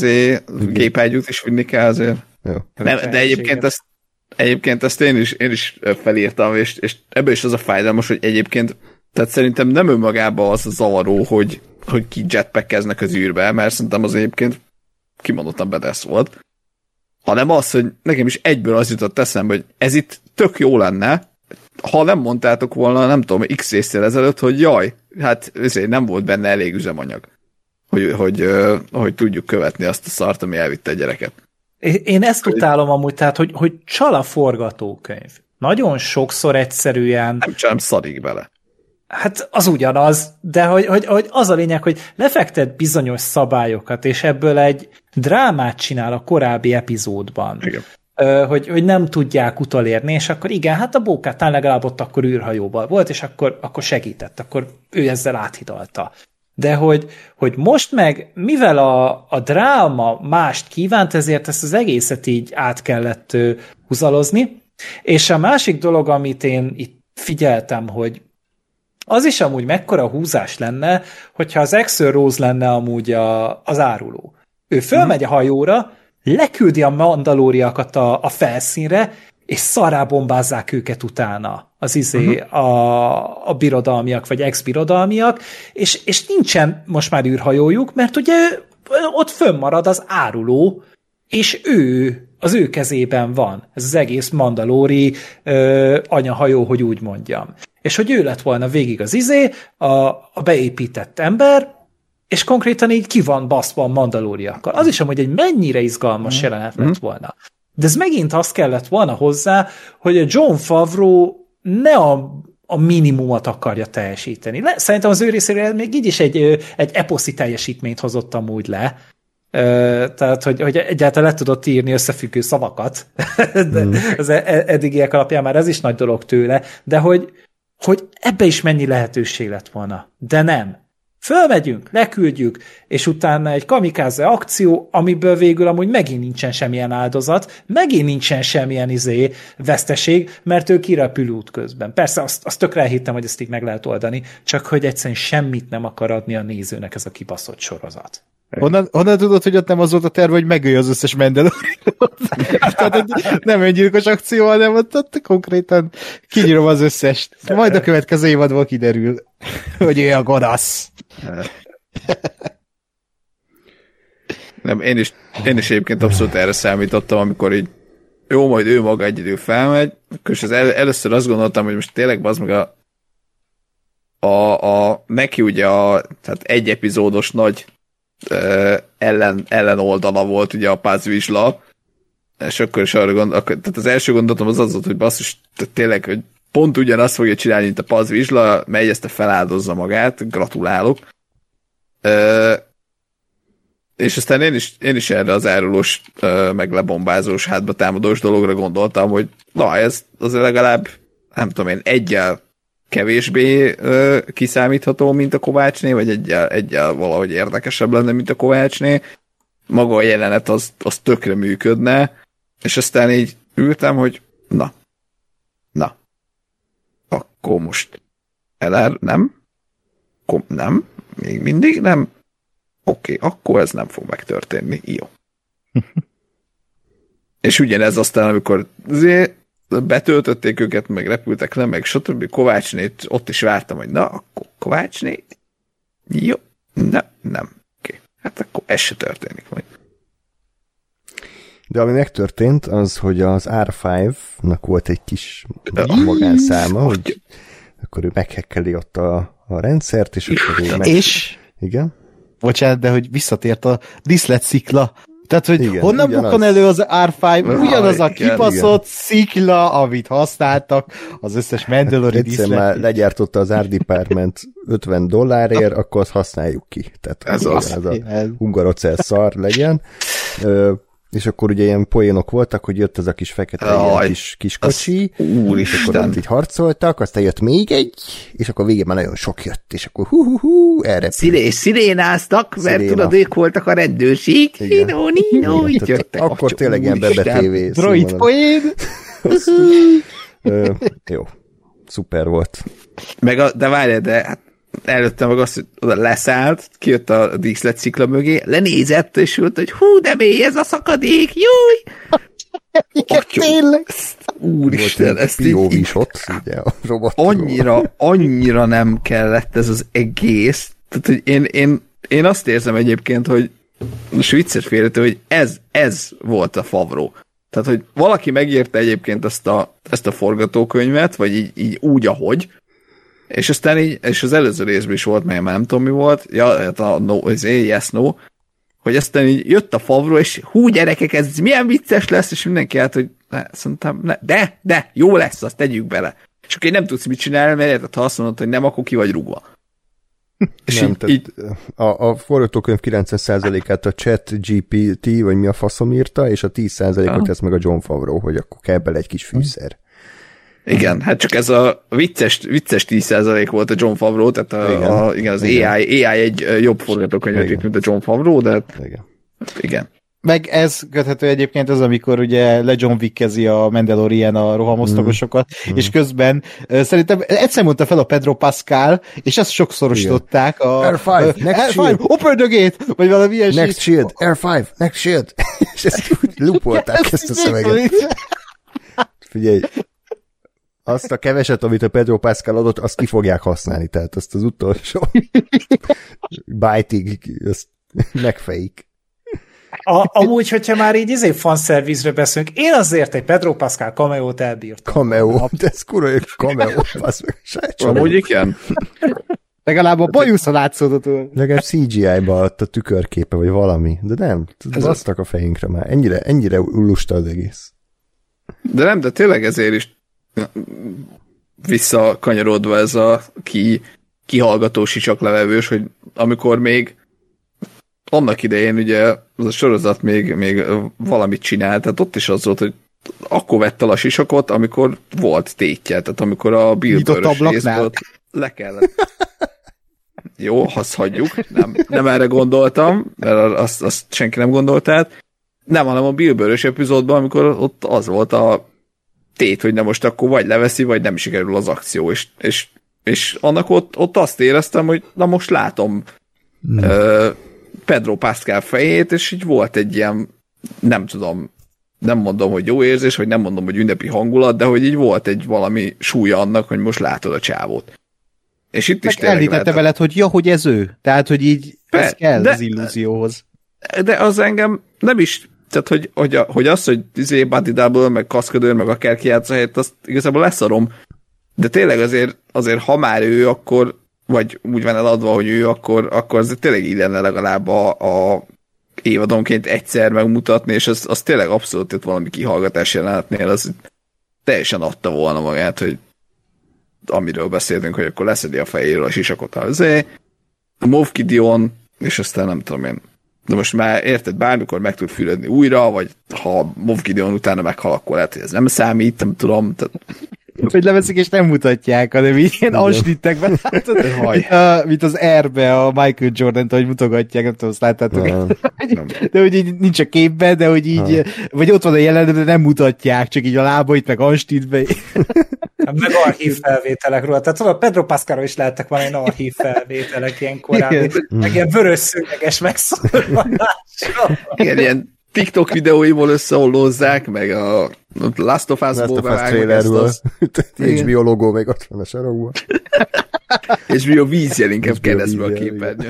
gépágyút is vinni kell azért. Jó. Nem, de egyébként ezt, egyébként ezt én is, én is felírtam, és, és ebből is az a fájdalmas, hogy egyébként, tehát szerintem nem önmagában az a zavaró, hogy, hogy ki jetpackeznek az űrbe, mert szerintem az egyébként kimondottan bedesz volt, hanem az, hogy nekem is egyből az jutott eszembe, hogy ez itt tök jó lenne, ha nem mondtátok volna, nem tudom, x észre ezelőtt, hogy jaj, hát ezért nem volt benne elég üzemanyag, hogy, hogy, hogy, hogy tudjuk követni azt a szart, ami elvitte a gyereket. Én ezt utálom amúgy, tehát, hogy, hogy csal a forgatókönyv. Nagyon sokszor egyszerűen... Nem csak szarik bele. Hát az ugyanaz, de hogy, hogy, hogy az a lényeg, hogy lefektet bizonyos szabályokat, és ebből egy drámát csinál a korábbi epizódban. Igen. Hogy, hogy nem tudják utolérni, és akkor igen, hát a Bókátán legalább ott akkor űrhajóval volt, és akkor, akkor segített, akkor ő ezzel áthidalta. De hogy, hogy most meg, mivel a, a dráma mást kívánt, ezért ezt az egészet így át kellett uh, húzalozni. És a másik dolog, amit én itt figyeltem, hogy az is amúgy mekkora húzás lenne, hogyha az Axl Rose lenne amúgy a, az áruló. Ő fölmegy a hajóra, leküldi a mandalóriakat a, a felszínre, és szarrábombázzák őket utána, az izé, uh-huh. a, a birodalmiak, vagy ex-birodalmiak, és, és nincsen most már űrhajójuk, mert ugye ott fönnmarad az áruló, és ő, az ő kezében van. Ez az egész mandalóri ö, anyahajó, hogy úgy mondjam. És hogy ő lett volna végig az izé, a, a beépített ember, és konkrétan így ki van baszva a mandalóriakkal. Az is amúgy egy mennyire izgalmas mm. jelenet lett volna. De ez megint azt kellett volna hozzá, hogy a Jon Favreau ne a, a minimumot akarja teljesíteni. Le, szerintem az ő részéről még így is egy, egy eposzi teljesítményt hozott amúgy le. Tehát, hogy, hogy egyáltalán le tudott írni összefüggő szavakat. De mm. az eddigiek alapján már ez is nagy dolog tőle, de hogy, hogy ebbe is mennyi lehetőség lett volna. De nem. Fölmegyünk, leküldjük, és utána egy kamikáze akció, amiből végül amúgy megint nincsen semmilyen áldozat, megint nincsen semmilyen izé veszteség, mert ő kirepül út közben. Persze azt, azt tökre elhittem, hogy ezt így meg lehet oldani, csak hogy egyszerűen semmit nem akar adni a nézőnek ez a kibaszott sorozat. Honnan, honnan tudod, hogy ott nem az volt a terve, hogy megölj az összes Mandalorianot? Tehát nem öngyilkos akció, hanem ott, ott konkrétan kinyírom az összest. Majd a következő évadból kiderül, hogy ő a godasz. Nem, én is, én is egyébként abszolút erre számítottam, amikor így jó, majd ő maga egyedül felmegy, akkor az el, először azt gondoltam, hogy most tényleg bazd meg a, a, a neki ugye a tehát egy epizódos nagy uh, ellen, ellen oldala volt ugye a Pazvizsla, és akkor is arra gondol, tehát az első gondolatom az az volt, hogy basszus, tényleg, hogy pont ugyanazt fogja csinálni, mint a Pazvizsla, mely ezt feláldozza magát, gratulálok. Uh, és aztán én is, én is erre az árulós, uh, meg lebombázós, hátba támadós dologra gondoltam, hogy na, ez azért legalább, nem tudom én, egyel kevésbé uh, kiszámítható, mint a Kovácsné, vagy egyel, egyel valahogy érdekesebb lenne, mint a Kovácsné. Maga a jelenet az, az tökre működne, és aztán így ültem, hogy na, na, akkor most el er, nem? Akkor nem? Még mindig nem? Oké, okay, akkor ez nem fog megtörténni. Jó. És ugyanez aztán, amikor azért betöltötték őket, meg repültek le, meg stb. Kovácsnét, ott is vártam, hogy na, akkor Kovácsné, jó, nem, nem, oké. Okay. Hát akkor ez se történik majd. De ami megtörtént, az, hogy az er ötnek volt egy kis magánszáma, hogy akkor ő meghekkeli ott a, a rendszert, és akkor ő meg... És? Igen? Bocsánat, de hogy visszatért a diszletszikla. Tehát, hogy igen, honnan ugyanaz. Bukkan elő az er öt, ugyanaz a igen, kibaszott igen. szikla, amit használtak, az összes Mandalori hát egyszer már legyártotta az Art Department ötven dollárért, akkor azt használjuk ki. Tehát ez az. Ez a hungarocell szar legyen. Ö, és akkor ugye ilyen poénok voltak, hogy jött ez a kis fekete ilyen kis, kis kocsi, és akkor ott így harcoltak, aztán jött még egy, és akkor végén már nagyon sok jött, és akkor hú-hú-hú, erre. Sziré, szirénáztak, mert Sziréna. Tudod, ők voltak a rendőrség. Nino, nino, így jöttek. Akkor tényleg ilyen bebetévé. Droid poén. Jó, szuper volt. Meg a, de várjál, de hát előtte meg azt, hogy oda leszállt, kijött a díszlet szikla mögé, lenézett, és volt, hogy hú, de mély ez a szakadék, júj! Igen, tényleg. Úristen, ezt pé o vé shot, ugye, a robotról. Annyira, annyira nem kellett ez az egész. Tehát, hogy én, én, én azt érzem egyébként, hogy most vicces félrető, hogy ez, ez volt a Favreau. Tehát, hogy valaki megírta egyébként ezt a, ezt a forgatókönyvet, vagy így, így úgy, ahogy, és aztán így, és az előző részben is volt, mert már nem tudom mi volt, ja, hát a no, az yes, no, hogy aztán így jött a Favreau, és hú, gyerekek, ez milyen vicces lesz, és mindenki állt, hogy ne, szerintem ne, de, de, jó lesz, azt tegyük bele. És akkor nem tudsz mit csinálni, mert érted, ha azt mondod, hogy nem, akkor ki vagy rúgva. És nem, így, így... A, a forgatókönyv kilencven százalékát a Chat gé pé té, vagy mi a faszom írta, és a tíz százalékot ez meg a John Favreau, hogy akkor kell bele egy kis fűszer. Igen, hát csak ez a vicces, vicces tíz százalék volt a John Favreau, tehát a, igen. A, igen, az igen. á i, á i egy jobb forgatókönyvet, mint a John Favreau, de igen. igen. Meg ez köthető egyébként az, amikor ugye le John Wick-ezi a Mandalorian a rohamosztagosokat, mm. és közben uh, szerintem egyszer mondta fel a Pedro Pascal, és ezt sokszorosították a... er öt, next er öt, shield. Open the gate! Vagy valami ilyesmi. Next shield, er öt, next shield. És ezt úgy lupolták ezt a szöveget. Figyelj, azt a keveset, amit a Pedro Pascal adott, azt ki fogják használni, tehát azt az utolsó bájtig, azt megfejik. A, amúgy, hogyha már így izé fanszervizre beszélünk, én azért egy Pedro Pascal cameo-t elbírtam. Cameo, de ez kurva egy cameo. Amúgy igen. Legalább a bajusza látszódott volna. Legalább cé gé í-ba adta tükörképe, vagy valami, de nem, basztak a fejünkre már. Ennyire, ennyire lusta az egész. De nem, de tényleg ezért is visszakanyarodva ez a ki, kihallgatósi csak levevős, hogy amikor még annak idején ugye az a sorozat még, még valamit csinált, tehát ott is az volt, hogy akkor vett el a sisakot, amikor volt tétje, tehát amikor a Bill Burr-ös részből le kellett. Jó, azt hagyjuk, nem, nem erre gondoltam, mert azt, azt senki nem gondolt át. Nem, hanem a Bill Burr-ös epizódban, amikor ott az volt a tét, hogy na most akkor vagy leveszi, vagy nem sikerül az akció, és, és, és annak ott, ott azt éreztem, hogy na most látom hmm. uh, Pedro Pascal fejét, és így volt egy ilyen, nem tudom, nem mondom, hogy jó érzés, vagy nem mondom, hogy ünnepi hangulat, de hogy így volt egy valami súlya annak, hogy most látod a csávót. És itt meg is tényleg elhitette lehet, veled, hogy ja, hogy ez ő. Tehát, hogy így Be, ez kell de, az illúzióhoz. De az engem nem is, tehát, hogy, hogy, a, hogy az, hogy izé, body double, meg kaszkadőr, meg akárki játszó helyett, azt igazából leszarom. De tényleg azért, azért ha már ő, akkor vagy úgy van eladva, hogy ő, akkor, akkor azért tényleg így lenne legalább a, a évadonként egyszer megmutatni, és az, az tényleg abszolút itt valami kihallgatás jelenetnél, az teljesen adta volna magát, hogy amiről beszéltünk, hogy akkor leszedi a fejéről a sisakot azért, a Moff Gideon, és aztán nem tudom én, de most már érted, bármikor meg tud fürödni újra, vagy ha Moff Gideon utána meghal, akkor lehet, hogy ez nem számít, nem tudom, tehát hogy leveszik és nem mutatják, hanem így ilyen ansnittekben látod, mint, a, mint az Airbe a Michael Jordan-t, hogy mutogatják, nem tudom, azt láttátok. Nem. De hogy így nincs a képben, de hogy így, ha. Vagy ott van a jelenet, de nem mutatják, csak így a lábait, meg anstitbe. Meg archív felvételek róla. Tehát tudod, Pedro Pascalról is lehettek valami archív felvételek ilyen korábbi, meg ilyen vörös szőnyeges megszólalásra. Igen, ilyen TikTok videóiból összeollózzák, meg a Last of Us-ból bevágnak ezt az... há bé o logó még ott van a sarokban. há bé o vízjel inkább keresztbe a képernyő.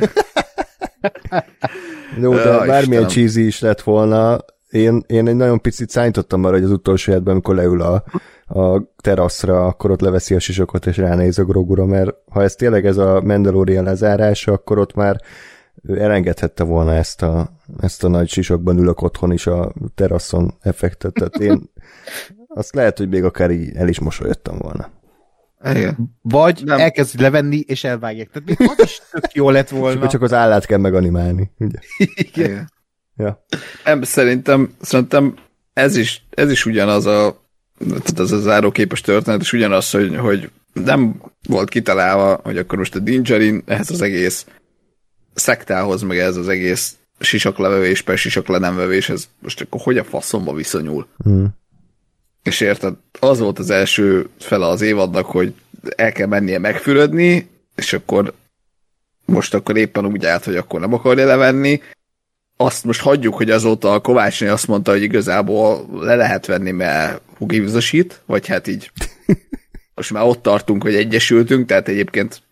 Jó, de uh, bármilyen cheesy is lett volna, én, én egy nagyon picit szállítottam arra, hogy az utolsó életben, amikor leül a, a teraszra, akkor ott leveszi a sisakot, és ránéz a Grogura, mert ha ez tényleg ez a Mandalorian lezárása, akkor ott már elengedhette volna ezt a, ezt a nagy sisakban ülök otthon is a teraszon effektet. Tehát én azt lehet, hogy még akár így el is mosolyodtam volna. Igen. Vagy nem. Elkezd levenni, és elvágják. Tehát még az is tök jó lett volna. Csak az állát kell meganimálni. Ugye? Igen. Ja. Nem, szerintem, szerintem ez is, ez is ugyanaz a az a záróképes történet, és ugyanaz, hogy, hogy nem volt kitalálva, hogy akkor most a Din Djarin ehhez az egész szektához, meg ez az egész sisaklevevés, per sisakle nem vevéshez, most akkor hogy a faszomba viszonyul. Hmm. És érted, az volt az első fele az évadnak, hogy el kell mennie megfürödni, és akkor most akkor éppen úgy állt, hogy akkor nem akarja levenni. Azt most hagyjuk, hogy azóta a Kovácsné azt mondta, hogy igazából le lehet venni, mert who gives a shit, vagy hát így most már ott tartunk, hogy egyesültünk, tehát egyébként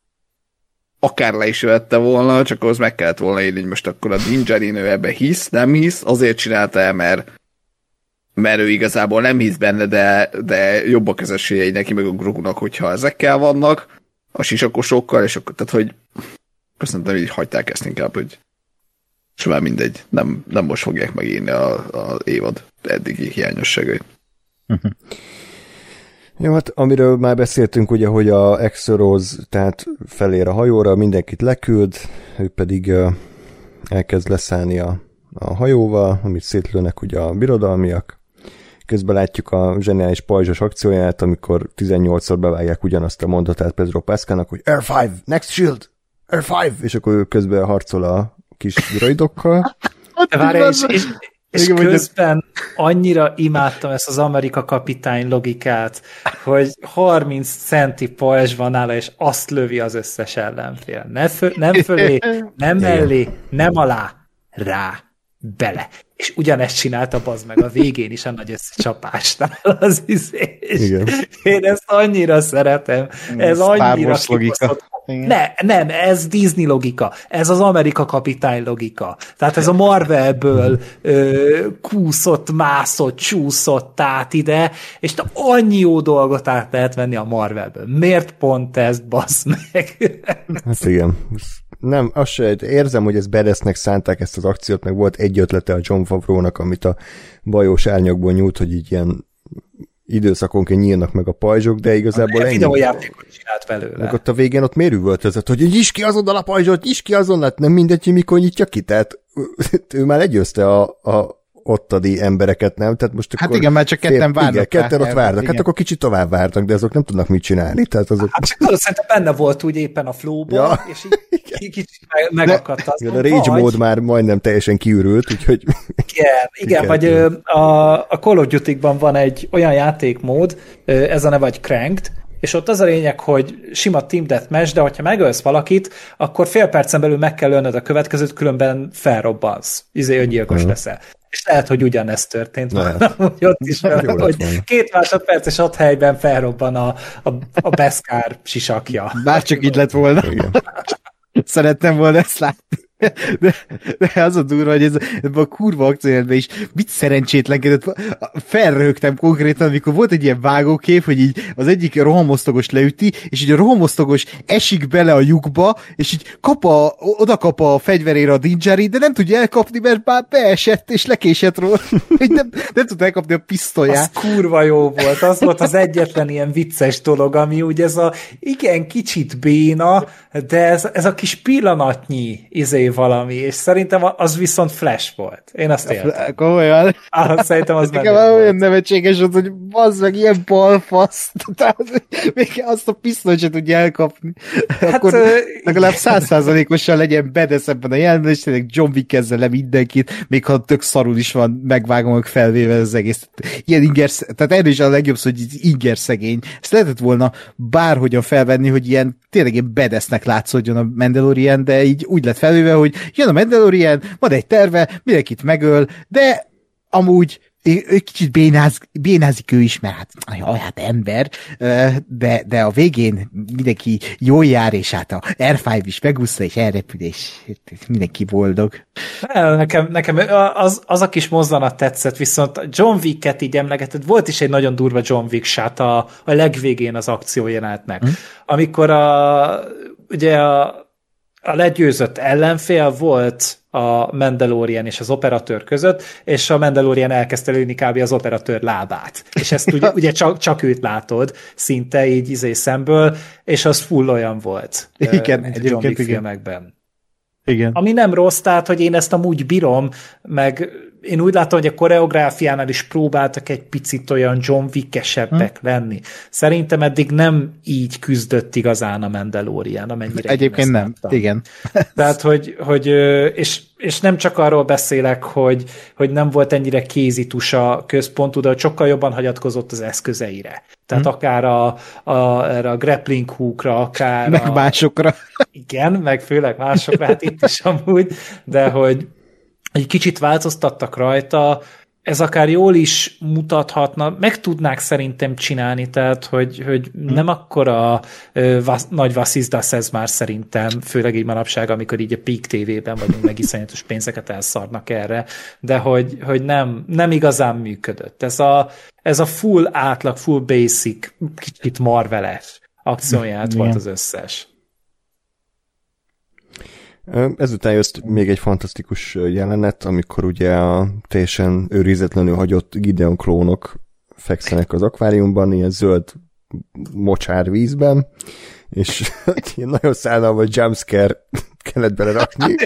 akár le is vette volna, csak ahhoz meg kellett volna írni, hogy most akkor a Din Djarin ő ebbe hisz, nem hisz, azért csinálta el, mert, mert ő igazából nem hisz benne, de, de jobbak az esélyei neki meg a Grogunak, hogyha ezekkel vannak, a sisakosokkal, és akkor, tehát hogy köszönöm, így hagyták ezt inkább, hogy és már mindegy, nem, nem most fogják megírni az évad eddigi hiányosságait. Uh-huh. Jó, hát amiről már beszéltünk, ugye, hogy a Exoroz, tehát felér a hajóra, mindenkit leküld, ő pedig uh, elkezd leszállni a, a hajóval, amit szétlőnek ugye a birodalmiak. Közben látjuk a zseniális pajzsos akcióját, amikor tizennyolcszor bevágják ugyanazt a mondatát Pedro Pascalnak, hogy Air five, next shield, Air five, és akkor ő közben harcol a kis droidokkal. De várj, és, és, és közben annyira imádtam ezt az Amerika kapitány logikát, hogy harminc centi pajzs van nála, és azt lövi az összes ellenfél. Ne fö, nem fölé, nem mellé, nem alá, rá, bele. És ugyanezt csinálta bazd meg a végén is a nagy összecsapásnál az izé. Én ezt annyira szeretem. Ez annyira kibaszott. Ne, nem, ez Disney logika. Ez az Amerika kapitány logika. Tehát ez a Marvelből ö, kúszott, mászott, csúszott át ide, és annyi jó dolgot át lehet venni a Marvelből. Miért pont ezt, bazd meg? Hát igen. Nem, azt se, érzem, hogy ez bedesznek szánták ezt az akciót, meg volt egy ötlete a Jon Favreau-nak, amit a bajós árnyakból nyújt, hogy így ilyen időszakonként nyílnak meg a pajzsok, de igazából ennyi. Videójátékot csinált belőle. Meg ott a végén ott miért üvöltözött, hogy nyisd ki azonnal a pajzsot, nyisd ki azonnal, nem mindegy, hogy mikor nyitja ki, tehát ő már legyőzte a, a ottadi embereket, nem? Tehát most hát igen, már csak ketten fél, várnak. Igen, ketten ott várnak, igen. Hát akkor kicsit tovább várnak, de azok nem tudnak mit csinálni. Tehát azok... Hát csak tudod, szerintem benne volt úgy éppen a flow-ból, ja. És így kicsit megakadt az. A rage vagy... mód már majdnem teljesen kiürült, úgyhogy... Igen, igen vagy a, a Call of Duty-ban van egy olyan játékmód, ez a neve vagy Cranked, és ott az a lényeg, hogy sima team deathmatch, de hogyha megölsz valakit, akkor fél percen belül meg kell ölnöd a következőt, különben felrobbansz. Izé öngyilkos uh-huh. leszel. És lehet, hogy ugyanezt történt volna, hogy ott is, fel, hogy volna. Két másodperc és ott helyben felrobban a, a, a Beskar sisakja. Bárcsak így lett volna. Szerettem volna ezt látni. De, de az a durva, hogy ez, ebben a kurva akciójátban is mit szerencsétlenkedett. Felröhögtem konkrétan, amikor volt egy ilyen vágókép, hogy így az egyik rohamosztagos leüti, és így a rohamosztagos esik bele a lyukba, és így kap a, oda kap a fegyverére a Din Djarin, de nem tudja elkapni, mert már beesett, és lekésett róla. nem, nem tudta elkapni a pisztolyát. Az kurva jó volt. Az volt az egyetlen ilyen vicces dolog, ami úgy ez a igen kicsit béna, de ez, ez a kis pillanatnyi izé felé valami, és szerintem az viszont Flash volt. Én azt éltem. Komolyan? Ah, szerintem az nekem olyan nevetséges volt, hogy bazd meg, ilyen balfasz. Tehát még azt a pisztolyt se tudja elkapni. Hát, akkor uh, legalább száz százalékosan legyen bedesz ebben a jelenben, és tényleg John Wick ezzel le mindenkit, még ha tök szarul is van, megvágom felvéve az egész. Ilyen inger, tehát erről is a legjobb szó, hogy inger szegény. Ezt lehetett volna bárhogyan felvenni, hogy ilyen tényleg ilyen bedesznek látszódjon a Mandalorian, de így úgy lett felvéve, hogy jön a Mandalorian, van egy terve, mindenkit megöl, de amúgy egy kicsit bénáz, bénázik ő is, mert hát, jaj, hát ember, de, de a végén mindenki jól jár, és hát a er öt is megúszta, és elrepül, és mindenki boldog. Nekem, nekem az, az a kis mozzanat tetszett, viszont John Wick-et így emlegetett, volt is egy nagyon durva John Wick shot a, a legvégén az akció jelenetnek, hm? amikor a, ugye a a legyőzött ellenfél volt a Mandalorian és az operatőr között, és a Mandalorian elkezdte lőni kb. Az operatőr lábát. És ezt ugye, ugye csak, csak őt látod, szinte így izé szemből, és az full olyan volt. Igen, mint a John Wick filmekben. Igen. Ami nem rossz, tehát, hogy én ezt amúgy bírom, meg én úgy látom, hogy a koreográfiánál is próbáltak egy picit olyan John Wick-esebbek hmm. lenni. Szerintem eddig nem így küzdött igazán a Mandalorian, amennyire egyébként nem, láttam. Igen. Tehát, hogy, hogy és, és nem csak arról beszélek, hogy, hogy nem volt ennyire kézitus a központú, de hogy sokkal jobban hagyatkozott az eszközeire. Tehát hmm. akár a, a, erre a grappling hookra, akár meg a, másokra. Igen, meg főleg másokra, hát itt is amúgy, de hogy egy kicsit változtattak rajta, ez akár jól is mutathatna, meg tudnák szerintem csinálni, tehát, hogy, hogy hmm. nem akkora uh, vasz, nagy vasszizdasz ez már szerintem, főleg így manapság, amikor így a Peak té vében vagyunk, meg iszonyatos pénzeket elszarnak erre, de hogy, hogy nem, nem igazán működött. Ez a, ez a full átlag, full basic, kicsit marveles akcióját hmm. volt az összes. Ezután jött még egy fantasztikus jelenet, amikor ugye a teljesen őrizetlenül hagyott Gideon klónok fekszenek az akváriumban, ilyen zöld mocsár vízben, és ilyen nagyon szállalmas jumpscare kellett belerakni,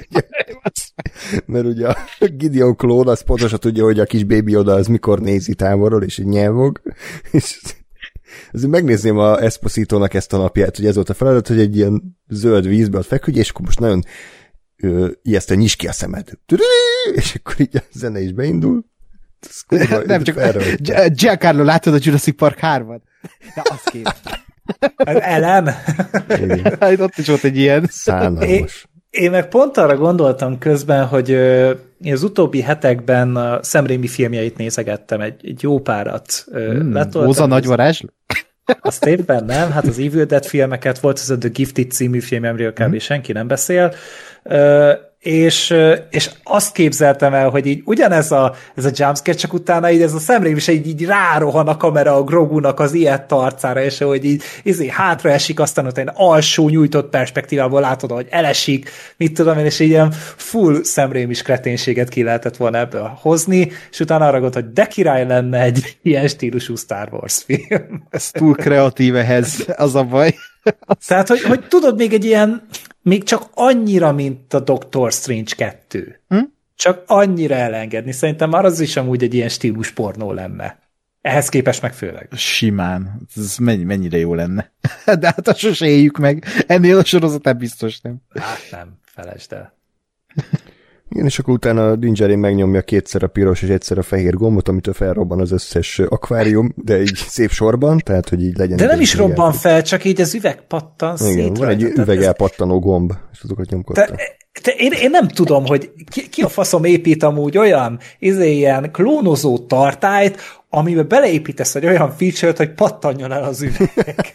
mert ugye a Gideon klón az pontosan tudja, hogy a kis bébi oda az mikor nézi távolról, és így nyelvog, és ezért megnézném a Esposito-nak ezt a napját, hogy ez volt a feladat, hogy egy ilyen zöld vízbe ott feküdj, és akkor most nagyon ö, ijesztően nyisd ki a szemed. És akkor így a zene is beindul. Kurva, nem csak Giancarlo, látod a Jurassic Park hármat? Na, azt kérem. Az Ellen? Hát ott is volt egy ilyen. Szánalmas. Én meg pont arra gondoltam közben, hogy ö, az utóbbi hetekben a Sam Raimi filmjeit nézegettem, egy, egy jó párat. Hmm, Óza nagy varázsló? Azt éppen nem, hát az Evil Dead filmeket volt, az a The Gifted című filmemről kb. Hmm. senki nem beszél, ö, és, és azt képzeltem el, hogy így ugyanez a, ez a jumpscare, csak utána így ez a Sam Raimi is így, így rárohan a kamera a Grogunak az ilyet arcára, és hogy így izé, hátra esik, aztán utána alsó nyújtott perspektívából látod, hogy elesik, mit tudom én, és így ilyen full Sam Raimi-s kreténséget ki lehetett volna ebből hozni, és utána arra gondolt, hogy de király lenne egy ilyen stílusú Star Wars film. Ez túl kreatív ehhez, az a baj. Tehát, hogy, hogy tudod, még egy ilyen, még csak annyira, mint a Doctor Strange kettő. Hm? Csak annyira elengedni. Szerintem már az is amúgy egy ilyen stílus pornó lenne. Ehhez képest meg főleg. Simán. Ez mennyire jó lenne. De hát azt sose éljük meg. Ennél a sorozatán biztos nem. Hát nem, felejtsd el. Igen, és akkor utána a Dingerin megnyomja kétszer a piros és egyszer a fehér gombot, amitől felrobban az összes akvárium, de így szép sorban, tehát, hogy így legyen. De nem is robban fel, csak így az üveg pattan szét. Igen, van egy üvegelpattanó gomb, és azokat nyomkodta. Te, te, én, én nem tudom, hogy ki, ki a faszom épít amúgy olyan izé, ilyen klónozó tartályt, amiben beleépítesz egy olyan feature-t, hogy pattanjon el az üveg.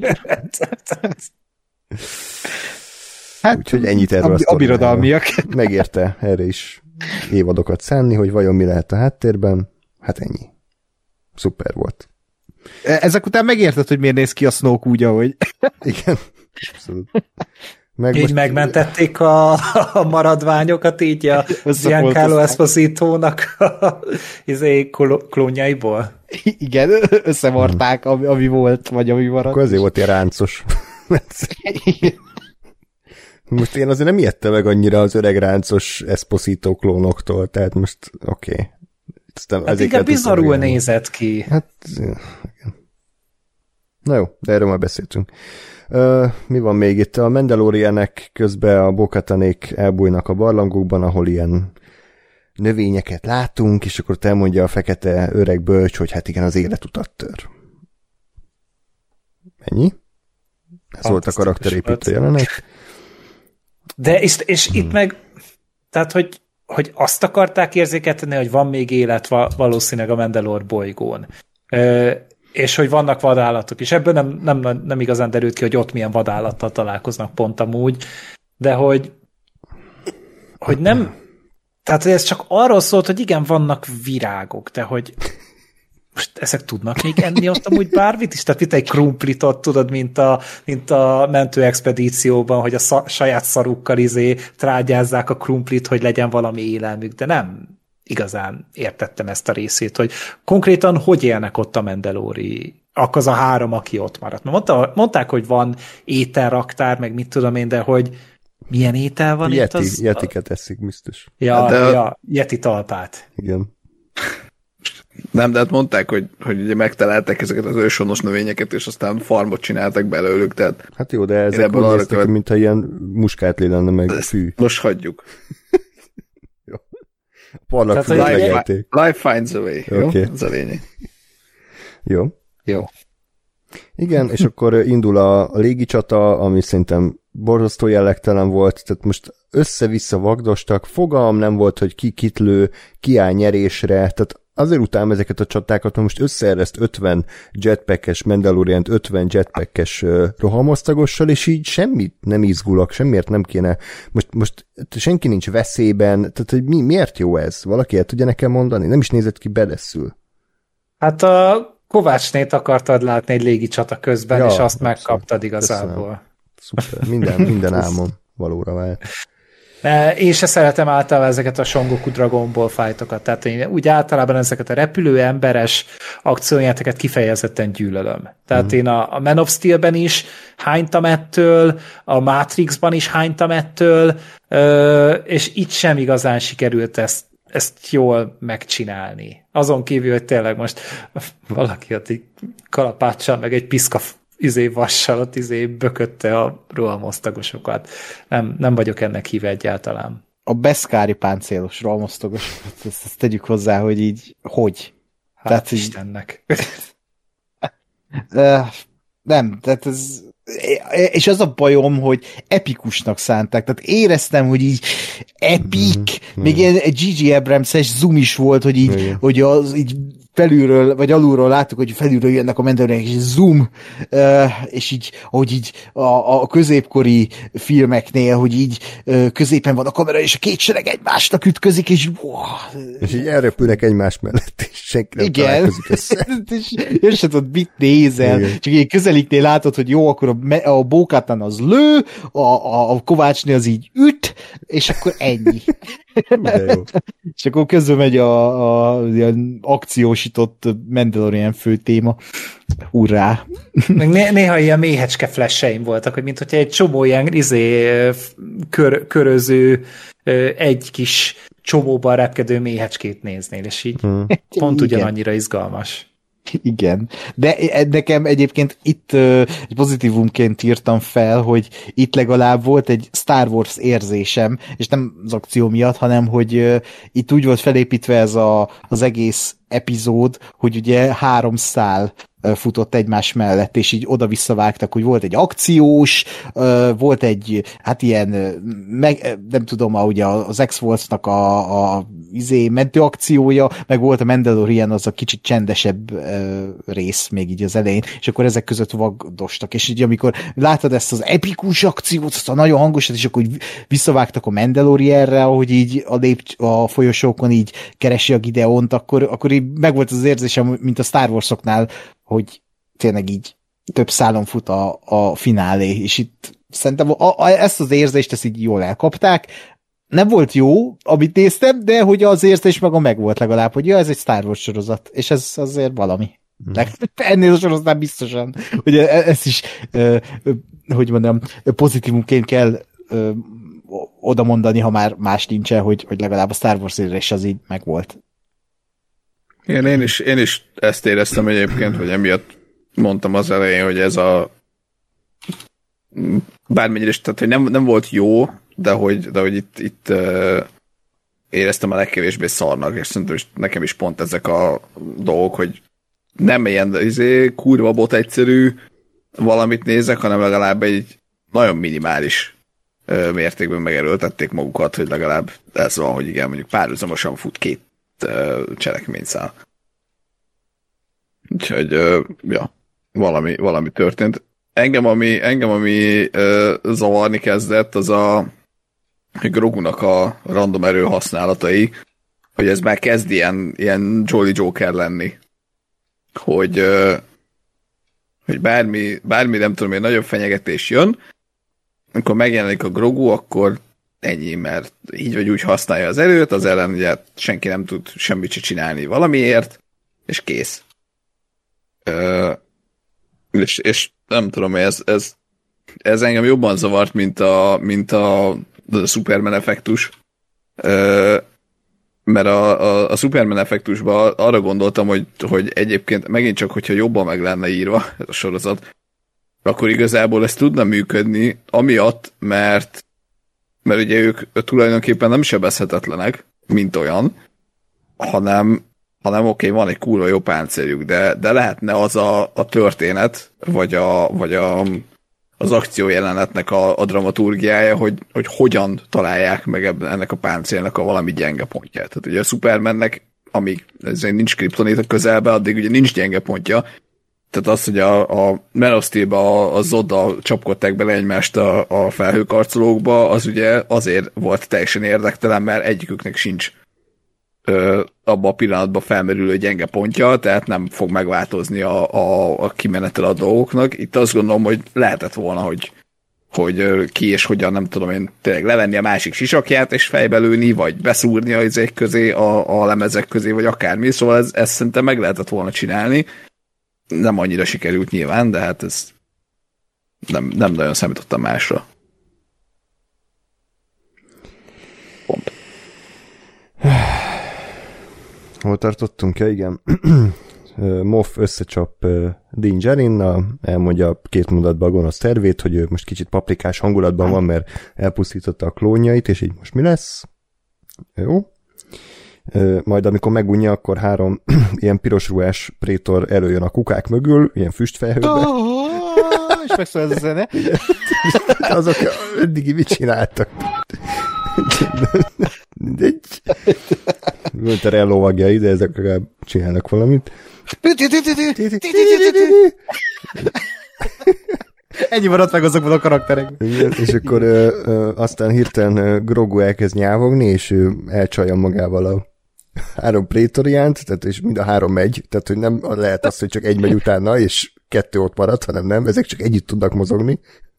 Hát, úgyhogy ennyit erről a, a birodalmiak. Megérte erre is évadokat szánni, hogy vajon mi lehet a háttérben. Hát ennyi. Szuper volt. Ezek után megérted, hogy miért néz ki a Snoke úgy, ahogy. Igen. Abszolút. Meg így most... megmentették a, a maradványokat így a Giancarlo Esposito-nak a izé, klónjaiból. Igen, összevarták, ami, ami volt, vagy ami maradt. Akkor azért volt ilyen ráncos. Most én azért nem ijedtem meg annyira az öreg ráncos Esposito klónoktól, tehát most oké. Okay. Hát inkább bizarul nézett ki. Hát, igen. Na jó, de erről már beszéltünk. Uh, mi van még itt? A Mandalorianek közben a Bo-Katanék elbújnak a barlangokban, ahol ilyen növényeket látunk, és akkor elmondja a fekete öreg bölcs, hogy hát igen, az életutat tör. Ennyi? Ez volt a karakterépítő jelenet. De és, és hmm. itt meg, tehát, hogy, hogy azt akarták érzékeltetni, hogy van még élet valószínűleg a Mandalore bolygón. Ö, és hogy vannak vadállatok is. Ebből nem, nem, nem igazán derült ki, hogy ott milyen vadállattal találkoznak pont amúgy, de hogy hogy nem, tehát ez csak arról szólt, hogy igen, vannak virágok, de hogy most ezek tudnak még enni ott amúgy bármit is? Tehát itt egy krumplitot, tudod, mint a, mint a mentő expedícióban, hogy a sza, saját szarukkal izé trágyázzák a krumplit, hogy legyen valami élelmük, de nem igazán értettem ezt a részét, hogy konkrétan hogy élnek ott a Mandalori, akkor az a három, aki ott maradt. Mert mondta, mondták, hogy van ételraktár, meg mit tudom én, de hogy milyen étel van Yeti, itt? Az, Yetiket eszik, biztos. Ja, de ja, Yeti talpát. Igen. Nem, de hát mondták, hogy, hogy ugye megtalálták ezeket az őshonos növényeket, és aztán farmot csináltak belőlük, tehát... Hát jó, de ezek úgy néztek, követ... mintha ilyen muskátli lenne, meg fű. Most hagyjuk. Jó. Parlak fűt legelték. Life finds a way. Jó? Okay. Ez a lényeg. Jó. Jó. Igen, és akkor indul a, a légicsata, ami szerintem borzasztó jellegtelen volt, tehát most össze-vissza vagdostak, fogalm nem volt, hogy ki kit lő, ki áll nyerésre, tehát azért utálom ezeket a csatákat, mert most összeereszt ötven jetpackes Mandaloriant, ötven jetpackes uh, rohamosztagossal, és így semmit nem izgulok, semmiért nem kéne. Most, most senki nincs veszélyben, tehát hogy mi, miért jó ez? Valaki el tudja nekem mondani? Nem is nézett ki beleszül. Hát a Kovácsnét akartad látni egy légi csata közben, ja, és azt abszolút megkaptad igazából. Köszönöm. Szuper, minden, minden álmom valóra vált. Én se szeretem általában ezeket a Son Goku Dragon Ball fightokat, tehát én úgy általában ezeket a repülő emberes akciójáteket kifejezetten gyűlölöm. Tehát mm. én a, a Man of Steel-ben is hánytam ettől, a Matrixban is hánytam ettől, és itt sem igazán sikerült ezt, ezt jól megcsinálni. Azon kívül, hogy tényleg most valaki ott egy kalapáccsal, meg egy piszka izé vassal ott izé bökötte a rohamosztagosokat. Nem, nem vagyok ennek híve egyáltalán. A beszkári páncélos rohamosztagos, ezt, ezt tegyük hozzá, hogy így, hogy? Hát tehát, Istennek. Így... nem, tehát ez... És az a bajom, hogy epikusnak szánták, tehát éreztem, hogy így epik, mm-hmm. még ilyen gé gé Abrams-es zoom is volt, hogy így, mm-hmm. hogy az így felülről, vagy alulról láttuk, hogy felülről jönnek a Mandalorianok, és zoom, és így, ahogy így a, a középkori filmeknél, hogy így középen van a kamera, és a két sereg egymásnak ütközik, és wow. És így elrepülnek egymás mellett, és senki nem igen. találkozik össze. És és se tudod, mit nézel. Igen. Csak így közeliknél látod, hogy jó, akkor a, a Bo-Katan az lő, a, a, a Kovácsné az így üt, és akkor ennyi. Jó. És akkor közben megy a, a, a akciósított Mandalorian fő téma. Hurrá! Meg né- néha ilyen méhecske flasheim voltak, hogy mint hogyha egy csomó ilyen izé, kör, köröző, egy kis csomóban repkedő méhecskét néznél, és így hmm. pont ugyanannyira izgalmas. Igen, de nekem egyébként itt uh, egy pozitívumként írtam fel, hogy itt legalább volt egy Star Wars érzésem, és nem az akció miatt, hanem hogy uh, itt úgy volt felépítve ez a, az egész epizód, hogy ugye három szál futott egymás mellett, és így oda-vissza vágtak, hogy volt egy akciós, volt egy, hát ilyen, meg, nem tudom, ugye az X-Force-nak a, a izé, mentő akciója, meg volt a Mandalorian, az a kicsit csendesebb rész még így az elején, és akkor ezek között vagdostak, és így amikor látod ezt az epikus akciót, azt a nagyon hangosat, és akkor visszavágtak a Mandalorianre, ahogy így a, lép, a folyosókon így keresi a Gideont, akkor, akkor így megvolt az érzésem, mint a Star Wars-oknál, hogy tényleg így több szálon fut a, a finálé, és itt szerintem a, a, ezt az érzést ezt így jól elkapták. Nem volt jó, amit néztem, de hogy az érzés maga megvolt legalább, hogy ja, ez egy Star Wars sorozat, és ez azért valami. Mm. Ennél a sorozatnál biztosan, hogy ezt is, hogy mondjam, pozitívumként kell ö, oda mondani, ha már más nincsen, hogy, hogy legalább a Star Wars is az így megvolt. Igen, én is, én is ezt éreztem egyébként, vagy emiatt mondtam az elején, hogy ez a bármennyire is, tehát hogy nem, nem volt jó, de hogy, de hogy itt, itt uh, éreztem a legkevésbé szarnak, és szerintem is, nekem is pont ezek a dolgok, hogy nem ilyen izé, kurva bot egyszerű valamit nézek, hanem legalább egy nagyon minimális uh, mértékben megerőltették magukat, hogy legalább ez van, hogy igen, mondjuk párhuzamosan fut két uh, cselekményszál. Úgyhogy, uh, ja, valami, valami történt. Engem, ami, engem, ami uh, zavarni kezdett, az a Grogunak a random erő használatai, hogy ez már kezd ilyen, ilyen Jolly Joker lenni. Hogy, uh, hogy bármi, bármi, nem tudom, egy nagyobb fenyegetés jön, amikor megjelenik a Grogu, akkor ennyi, mert így vagy úgy használja az erőt, az ellen ugye senki nem tud semmit csinálni valamiért, és kész. Uh, és, és nem tudom, ez, ez, ez engem jobban zavart, mint a, mint a, a Superman effektus. Uh, mert a, a, a Superman effektusban arra gondoltam, hogy, hogy egyébként megint csak, hogyha jobban meg lenne írva ez a sorozat, akkor igazából ez tudna működni, amiatt, mert, mert ugye ők tulajdonképpen nem sebezhetetlenek, mint olyan, hanem hanem oké, okay, van egy kurva jó páncéljuk, de, de lehetne az a, a történet, vagy, a, vagy a, az akciójelenetnek a, a dramaturgiája, hogy, hogy hogyan találják meg ebben, ennek a páncélnak a valami gyenge pontját. Tehát ugye a Supermannek, amíg nincs kriptonit a közelben, addig ugye nincs gyenge pontja. Tehát az, hogy a, a Man of Steel-be a, a Zodda csapkodták bele egymást a, a felhőkarcolókba, az ugye azért volt teljesen érdektelen, mert egyiküknek sincs Ö, abban a pillanatban felmerülő gyenge pontja, tehát nem fog megváltozni a, a, a kimenetel a dolgoknak. Itt azt gondolom, hogy lehetett volna, hogy, hogy ki és hogyan, nem tudom én, tényleg levenni a másik sisakját és fejbe lőni, vagy beszúrni a izék közé, a, a lemezek közé, vagy akármi. Szóval ez, ezt szerintem meg lehetett volna csinálni. Nem annyira sikerült nyilván, de hát ez nem, nem nagyon számítottam másra. Pont. Hol tartottunk? Ja, igen. Moff összecsap Din Djarinnal, elmondja két mondatban a gonosz tervét, hogy ő most kicsit paprikás hangulatban van, mert elpusztította a klónjait, és így most mi lesz? Jó. Majd amikor megunja, akkor három ilyen piros ruhás prétor előjön a kukák mögül, ilyen füstfelhőben. És megszól ez a zene. Azok eddigi mit csináltak? Mindegy. Mondta ellovagja ide, ezek legalább csinálnak valamit. Ennyi maradt meg azokban a karakterekben. És akkor ö, ö, aztán hirtelen Grogu elkezd nyávogni, és ő elcsalja magával a három prétoriánt, tehát és mind a három megy, tehát hogy nem lehet az, hogy csak egy megy utána, és kettő ott marad, hanem nem, ezek csak együtt tudnak mozogni.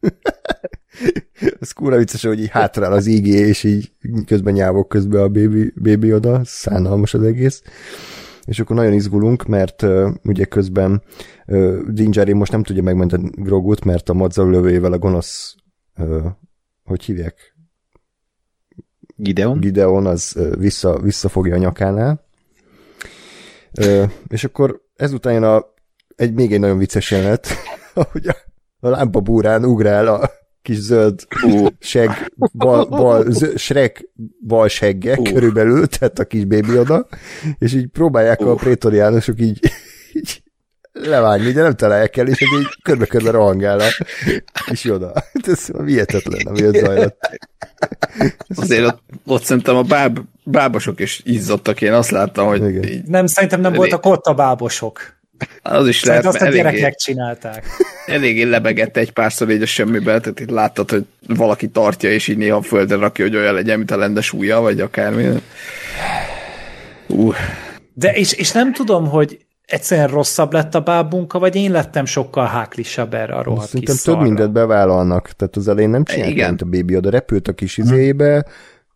Ez kúra vicces, hogy így hátrál az í gé, és így közben nyávog közben a bébi, bébi oda, szánalmas az egész. És akkor nagyon izgulunk, mert uh, ugye közben uh, Din Djarin most nem tudja megmenteni Grogut, mert a madzag lövőjével a gonosz uh, hogy hívják? Gideon? Gideon az uh, vissza, visszafogja a nyakánál. Uh, és akkor ezután a, egy, még egy nagyon vicces jelenet, ahogy a, a lámpabúrán ugrál a kis zöld uh. segg, bal, bal, zöld, Shrek bal segge uh. körülbelül, tehát a kis bébi oda, és így próbálják uh. a prétoriánusok így, így levágni, de nem találják el, és így körbe-körbe rohangál a kis oda. Ez hihetetlen, ami ez zajlott. Azért ott, ott szerintem a báb, bábosok is izzadtak, én azt láttam, hogy... Így, nem, szerintem nem elég... voltak ott a bábosok. Az is lehet, azt a eléggé, gyerekek csinálták. Eléggé lebegett egy párszor így a semmiben, tehát itt láttad, hogy valaki tartja, és így néha földre rakja, hogy olyan legyen, mint a lendes ujja, vagy akármi. Uh. De és, és nem tudom, hogy egyszerűen rosszabb lett a bábunka, vagy én lettem sokkal háklisabb erre a rohadt kis több mindent bevállalnak, tehát az elején nem csináltam, mint a bébi oda repült a kis izébe,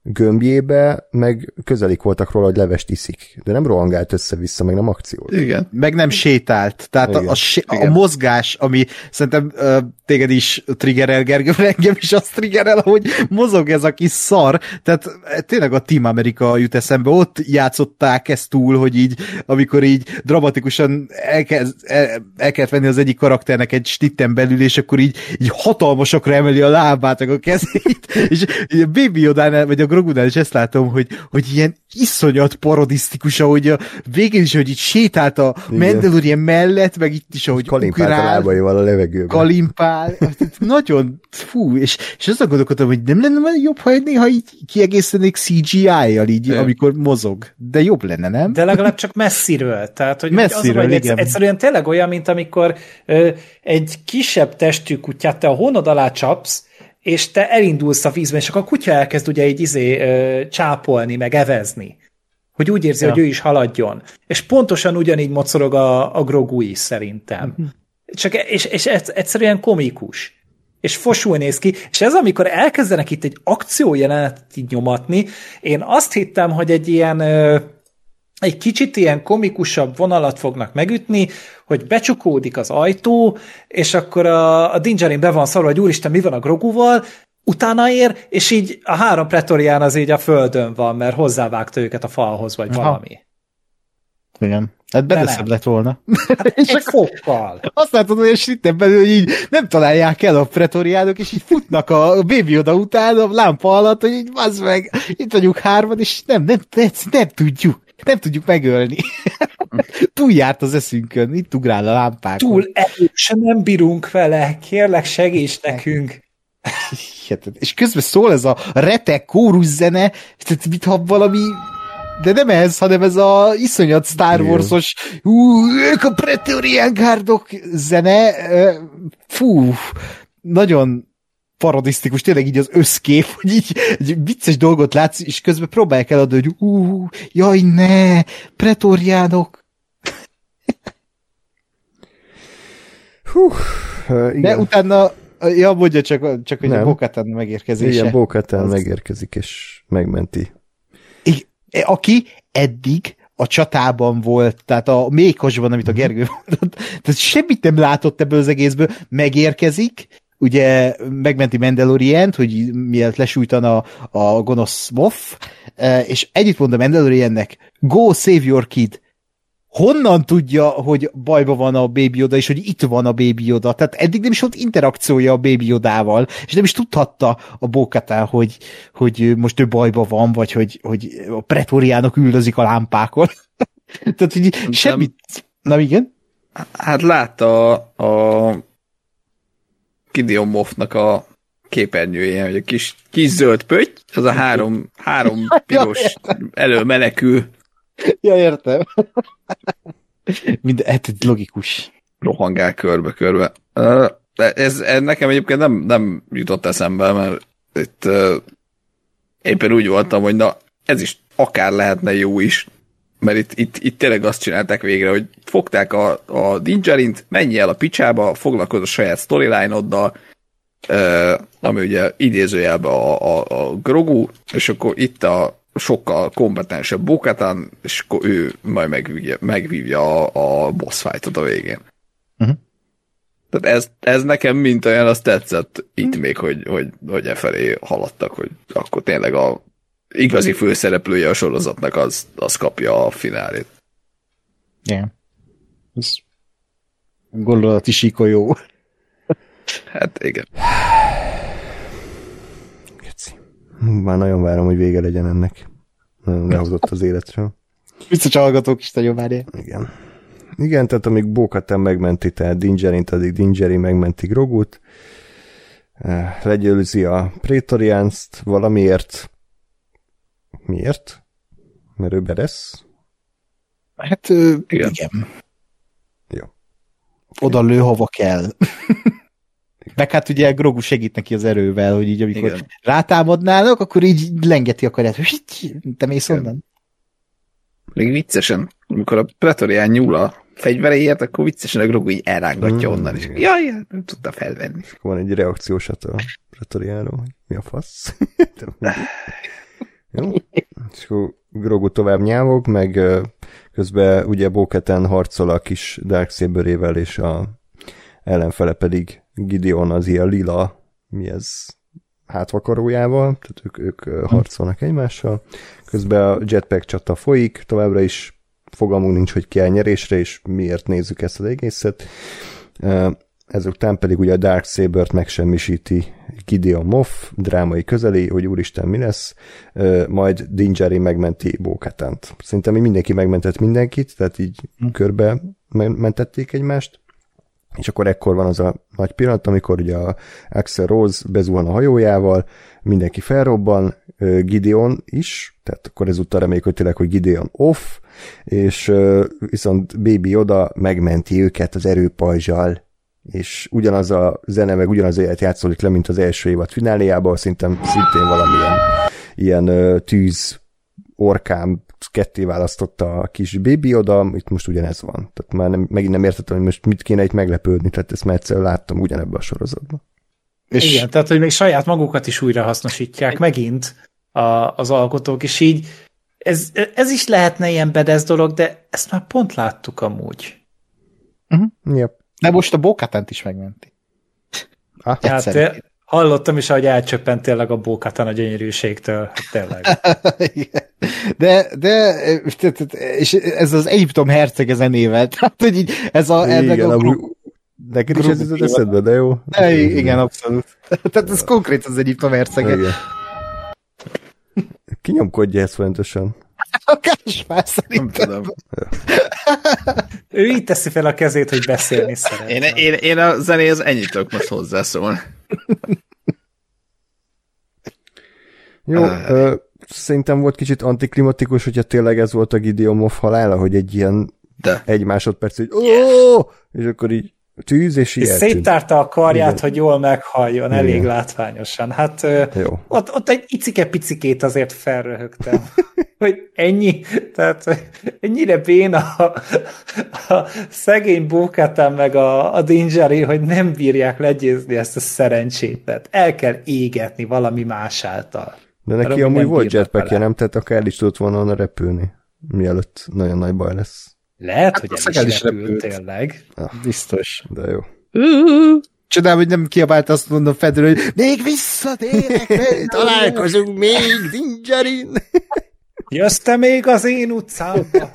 gömbjébe, meg közelik voltak róla, hogy levest iszik. De nem rohangált össze-vissza, meg nem akciót. Igen. Meg nem sétált. Tehát a, a, a, a mozgás, ami szerintem uh, téged is triggerel, Gergő, engem is azt triggerel, hogy mozog ez a kis szar. Tehát tényleg a Team America jut eszembe. Ott játszották ezt túl, hogy így, amikor így dramatikusan elkezd, el, el kellett venni az egyik karakternek egy stitten belül, és akkor így, így hatalmasakra emeli a lábát, meg a kezét, és a Baby Yodánál, vagy a Grogunál is ezt látom, hogy, hogy ilyen iszonyat parodisztikus, ahogy a végén is, hogy így sétált a Mandalorian mellett, meg itt is, ahogy kalimpált a lábaival a levegőben. Kalimpál. Nagyon, fú, és, és azt gondolkodtam, hogy nem lenne jobb, ha néha így kiegészítenék cé gé í-jal így, é. amikor mozog. De jobb lenne, nem? De legalább csak messziről. Tehát, hogy messziről, az, igen. Egyszerűen tényleg olyan, mint amikor ö, egy kisebb testű kutyát te a hónod alá csapsz, és te elindulsz a vízben, és akkor a kutya elkezd ugye így izé ö, csápolni, meg evezni. Hogy úgy érzi, ja. hogy ő is haladjon. És pontosan ugyanígy mocorog a, a Grogu is szerintem. Uh-huh. Csak, és, és ez egyszerűen komikus. És fosul néz ki. És ez, amikor elkezdenek itt egy akciójelenetet így nyomatni, én azt hittem, hogy egy ilyen ö, egy kicsit ilyen komikusabb vonalat fognak megütni, hogy becsukódik az ajtó, és akkor a, a Din Djarin be van szólva, hogy úristen, mi van a Groguval, utána ér, és így a három pretorián az így a földön van, mert hozzávágta őket a falhoz, vagy Aha. valami. Igen. Hát bedeszebb lett volna. Hát és egy fokkal. Azt látod, hogy sitten belül, hogy így nem találják el a pretoriánok, és így futnak a Baby Yoda után a lámpa alatt, hogy így bazd meg, itt vagyunk hárman, és nem, nem, nem, nem tudjuk. Nem tudjuk megölni. Túl járt az eszünkön, itt ugrál a lámpákon. Túl erősen nem bírunk vele, kérlek segíts nekünk. És közben szól ez a retek kórus zene, tehát mintha valami, de nem ez, hanem ez a iszonyat Star Wars-os hú, ők a Praetorian Guardok zene, fú, nagyon parodisztikus, tényleg így az összkép, hogy így egy vicces dolgot látsz, és közben próbálják eladni, hogy ú, jaj, ne, pretoriánok. Hú, igen. De utána, ja, mondja csak, csak hogy nem. a Bo-Katan megérkezése. Igen, Bo-Katan az... megérkezik, és megmenti. Aki eddig a csatában volt, tehát a mékosban, amit a Gergő mondott, tehát semmit nem látott ebből az egészből, megérkezik, ugye megmenti Mandalorient, hogy mielőtt lesújtana a gonosz Moff, és együtt mond a Mandaloriannek, go save your kid. Honnan tudja, hogy bajba van a Baby Yoda, és hogy itt van a Baby Yoda? Tehát eddig nem is volt interakciója a Baby Yodával, és nem is tudhatta a Bo-Katan, hogy, hogy most ő bajba van, vagy hogy, hogy a pretoriánok üldözik a lámpákon. Tehát, hogy semmit... Na igen? Hát látta a, a Gideon Moffnak a képernyőjén, hogy a kis, kis zöld pötty, az a három, három piros elől menekül. Ja, értem. Minden, hát logikus. Rohangál körbe-körbe. De ez, ez nekem egyébként nem, nem jutott eszembe, mert itt uh, éppen úgy voltam, hogy na, ez is akár lehetne jó is, mert itt, itt, itt tényleg azt csinálták végre, hogy fogták a, a Din Djarint, menj el a picsába, foglalkozz a saját storyline-oddal, uh, ami ugye idézőjelben a, a, a Grogu, és akkor itt a sokkal kompetensebb Bo-Katan, és akkor ő majd megvívja, megvívja a, a boss fight-ot a végén. Uh-huh. Tehát ez, ez nekem mint olyan, az tetszett itt uh-huh. még, hogy, hogy, hogy e felé haladtak, hogy akkor tényleg a igazi főszereplője a sorozatnak az, az kapja a finálét. Igen. Ez gondolati síkon jó. Hát igen. Már nagyon várom, hogy vége legyen ennek. Nagyon lehozott az életről. Biztos hallgatók is nagyon várják. Igen. Igen, tehát amíg Bo-Katan megmenti, tehát Din Djarint, addig Din Djarin megmenti Grogut, legyőzi a Praetoriánst valamiért. Miért? Mert ő beresz? Hát igen. igen. Jó. Oda lő, hova kell. Meg hát ugye Grogu segít neki az erővel, hogy így amikor igen. rátámadnának, akkor így lengeti a karját, hogy te mész onnan. Még viccesen, amikor a Pretorián nyúl a fegyveréért, akkor viccesen a Grogu így elrángatja mm. onnan, és jaj, nem tudta felvenni. Van egy reakciósat a Pretoriánról, hogy mi a fasz. Jó? És akkor Grogu tovább nyávog, meg közben ugye Bo-Katan harcol a kis Darksaberével, és a ellenfele pedig Gideon az ilyen lila, mi ez, hátvakarójával, tehát ők, ők harcolnak egymássel. Közben a jetpack csata folyik, továbbra is fogalmunk nincs, hogy ki áll nyerésre, és miért nézzük ezt az egészet. Ezután pedig ugye a Darksabert megsemmisíti Gideon Moff, drámai közeli, hogy úristen mi lesz, majd Din Djarin megmenti Bo-Katant. Szerintem mindenki megmentett mindenkit, tehát így hm. körbe mentették egymást, és akkor ekkor van az a nagy pillanat, amikor ugye a Axl Rose bezuhan a hajójával, mindenki felrobban, Gideon is, tehát akkor ezúttal reméljük, hogy tényleg, hogy Gideon off, és viszont Baby Yoda megmenti őket az erőpajzsal, és ugyanaz a zene, meg ugyanaz élet játszódik le, mint az első évad fináléjában, szerintem szintén valamilyen ilyen tűz orkám ketté választotta a kis Baby Yoda, itt most ugyanez van. Tehát már nem, megint nem értettem, hogy most mit kéne itt meglepődni, tehát ezt már egyszer láttam ugyanebben a sorozatban. És igen, tehát hogy még saját magukat is újra hasznosítják megint a, az alkotók, és így ez, ez is lehetne ilyen bedesz dolog, de ezt már pont láttuk amúgy. Uh-huh. Yep. De most a Bo-Katant is megmenti. Ah, hát hallottam is, ahogy elcsöppent tényleg a Bo-Katan a gyönyörűségtől. Hát tényleg. de, de, és ez az Egyiptom hercege zenével. Tehát, hogy így ez a... Igen, a, a neked is ez az eszedbe, de jó? De, igen, abszolút. Tehát ez konkrét az Egyiptom hercege. Igen. Ki nyomkodja ezt folyamatosan? A Káspár szerintem. Ő így teszi fel a kezét, hogy beszélni szeretne. Én, én, én a zenéhez ennyit tudok most hozzászólni. Jó, uh, ö, szerintem volt kicsit antiklimatikus, hogyha tényleg ez volt a Gideon Moff halála, hogy egy ilyen de. egy másodperc, hogy óóóó, és akkor így tűz, és így eltűnt. Széttárta a karját, igen. hogy jól meghalljon, elég igen. látványosan. Hát Jó. Ott, ott egy icike-picikét azért felröhögtem. Hogy ennyi, tehát ennyire béna a, a szegény Bo-Katan meg a, a Din Djarin, hogy nem bírják legyőzni ezt a szerencsétet. El kell égetni valami más által. De neki amúgy volt jetpackje, nem? Tehát akár el is tudott volna onnan repülni, mielőtt nagyon nagy baj lesz. Lehet, hát hogy el is repült, tényleg. Ah, biztos. De jó. Csodálom, hogy nem kiabált azt mondom Fedről, hogy még visszatérek, találkozunk még, Din Djarin. Jössz te még az én utcámba?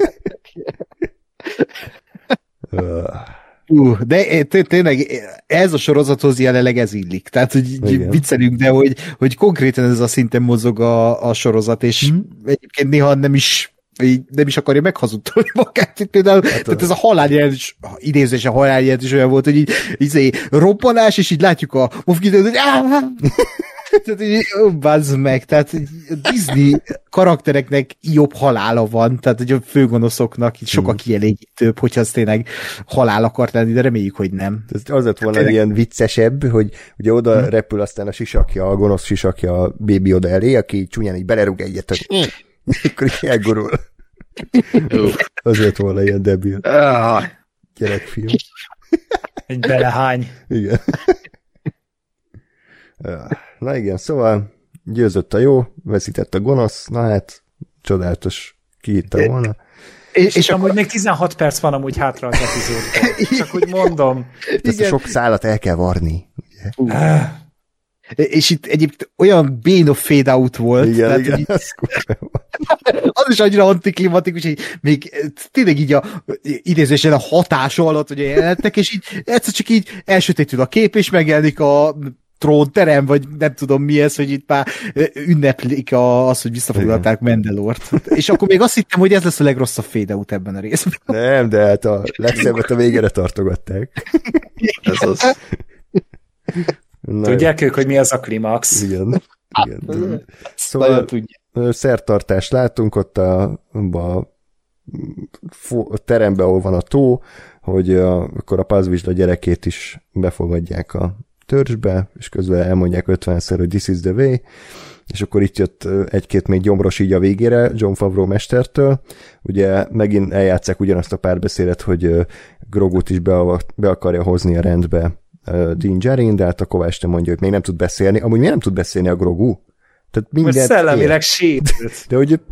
Uh, de tényleg ez a sorozathoz jelenleg ez illik. Tehát, hogy igen. viccelünk, de hogy, hogy konkrétan ez a szinten mozog a, a sorozat, és hmm. egyébként néha nem is nem is akarja meghazudtolni magát. Például, hát tehát ez a haláljelent is, idézés a haláljelent is olyan volt, hogy így, így robbanás, és így látjuk a Moff-Gideont, hogy tehát így, bazd meg, tehát Disney karaktereknek jobb halála van, tehát hogy a főgonoszoknak így sokkal kielégítőbb, hogyha az tényleg halál akart lenni, de reméljük, hogy nem. Ez az lett volna tényleg... ilyen viccesebb, hogy ugye oda hmm. repül aztán a sisakja, a gonosz sisakja a Baby Yoda elé, aki csúnyán így belerúg egyet, hogy akkor így elgurul. Azért volna ilyen debil. Gyerekfilm. Egy belehány. Igen. Na igen, szóval győzött a jó, veszített a gonosz, na hát csodálatos, ki hitte volna. És, és, és amúgy akkor... még tizenhat perc van amúgy hátra az epizódban. Csak úgy mondom. Ezt a sok szálat el kell varni. Ugye? Uh. És itt egyébként olyan bane of fade out volt. Igen, tehát, igen, így, az is annyira antiklimatikus, hogy még tényleg így a idézésen a hatása alatt, hogy jelentek, és így egyszer csak így elsötétül a kép, és megjelenik a trónterem, vagy nem tudom mi ez, hogy itt már ünneplik a, az, hogy visszafoglalták Mandalort. És akkor még azt hittem, hogy ez lesz a legrosszabb fade out ebben a részben. Nem, de hát a legszebbet a végére tartogatták. Ez az. Na, tudják ők, hogy mi az a klimax? Igen. igen. Szóval szertartást látunk ott a, a, a teremben, ahol van a tó, hogy a, akkor a Pazvizsla gyerekét is befogadják a törzsbe, és közben elmondják ötvenszer, hogy this is the way, és akkor itt jött egy-két még gyomros így a végére Jon Favreau mestertől. Ugye megint eljátszák ugyanazt a párbeszédet, hogy Grogut is be, be akarja hozni a rendbe Din Djarin, de hát a Kovács te mondja, hogy még nem tud beszélni. Amúgy miért nem tud beszélni a Grogu? Tehát mindent most szellemileg sérült. De hogy...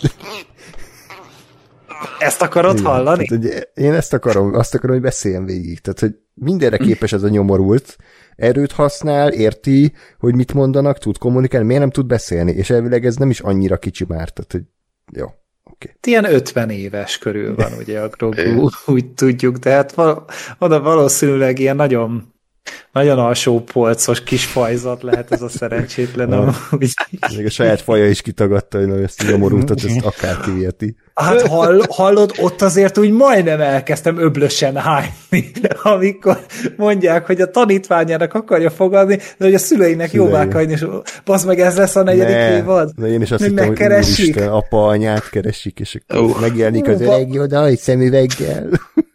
Ezt akarod igen, hallani? Tehát, hogy én ezt akarom, azt akarom, hogy beszéljen végig. Tehát, hogy mindenre képes ez a nyomorult, erőt használ, érti, hogy mit mondanak, tud kommunikálni, miért nem tud beszélni, és elvileg ez nem is annyira kicsi már, tehát, hogy jó. Okay. Ilyen ötven éves körül van, ugye a Grogu, úgy tudjuk, de hát val- oda valószínűleg ilyen nagyon, nagyon alsó polcos kis fajzat lehet ez a szerencsétlen. Ah. Még a saját faja is kitagadta, hogy ezt a nyomorultat, ezt akár kivérti. Hát hall, hallod, ott azért úgy majdnem elkezdtem öblösen hányni, amikor mondják, hogy a tanítványának akarja fogadni, de hogy a szüleinek jóvá kell hagyni, és bazd meg, ez lesz a negyedik ne, évad. Na én is azt hittem, hogy úristen, apa, anyát keresik, és akkor uh, megjelenik az öreg Yoda egy szemüveggel.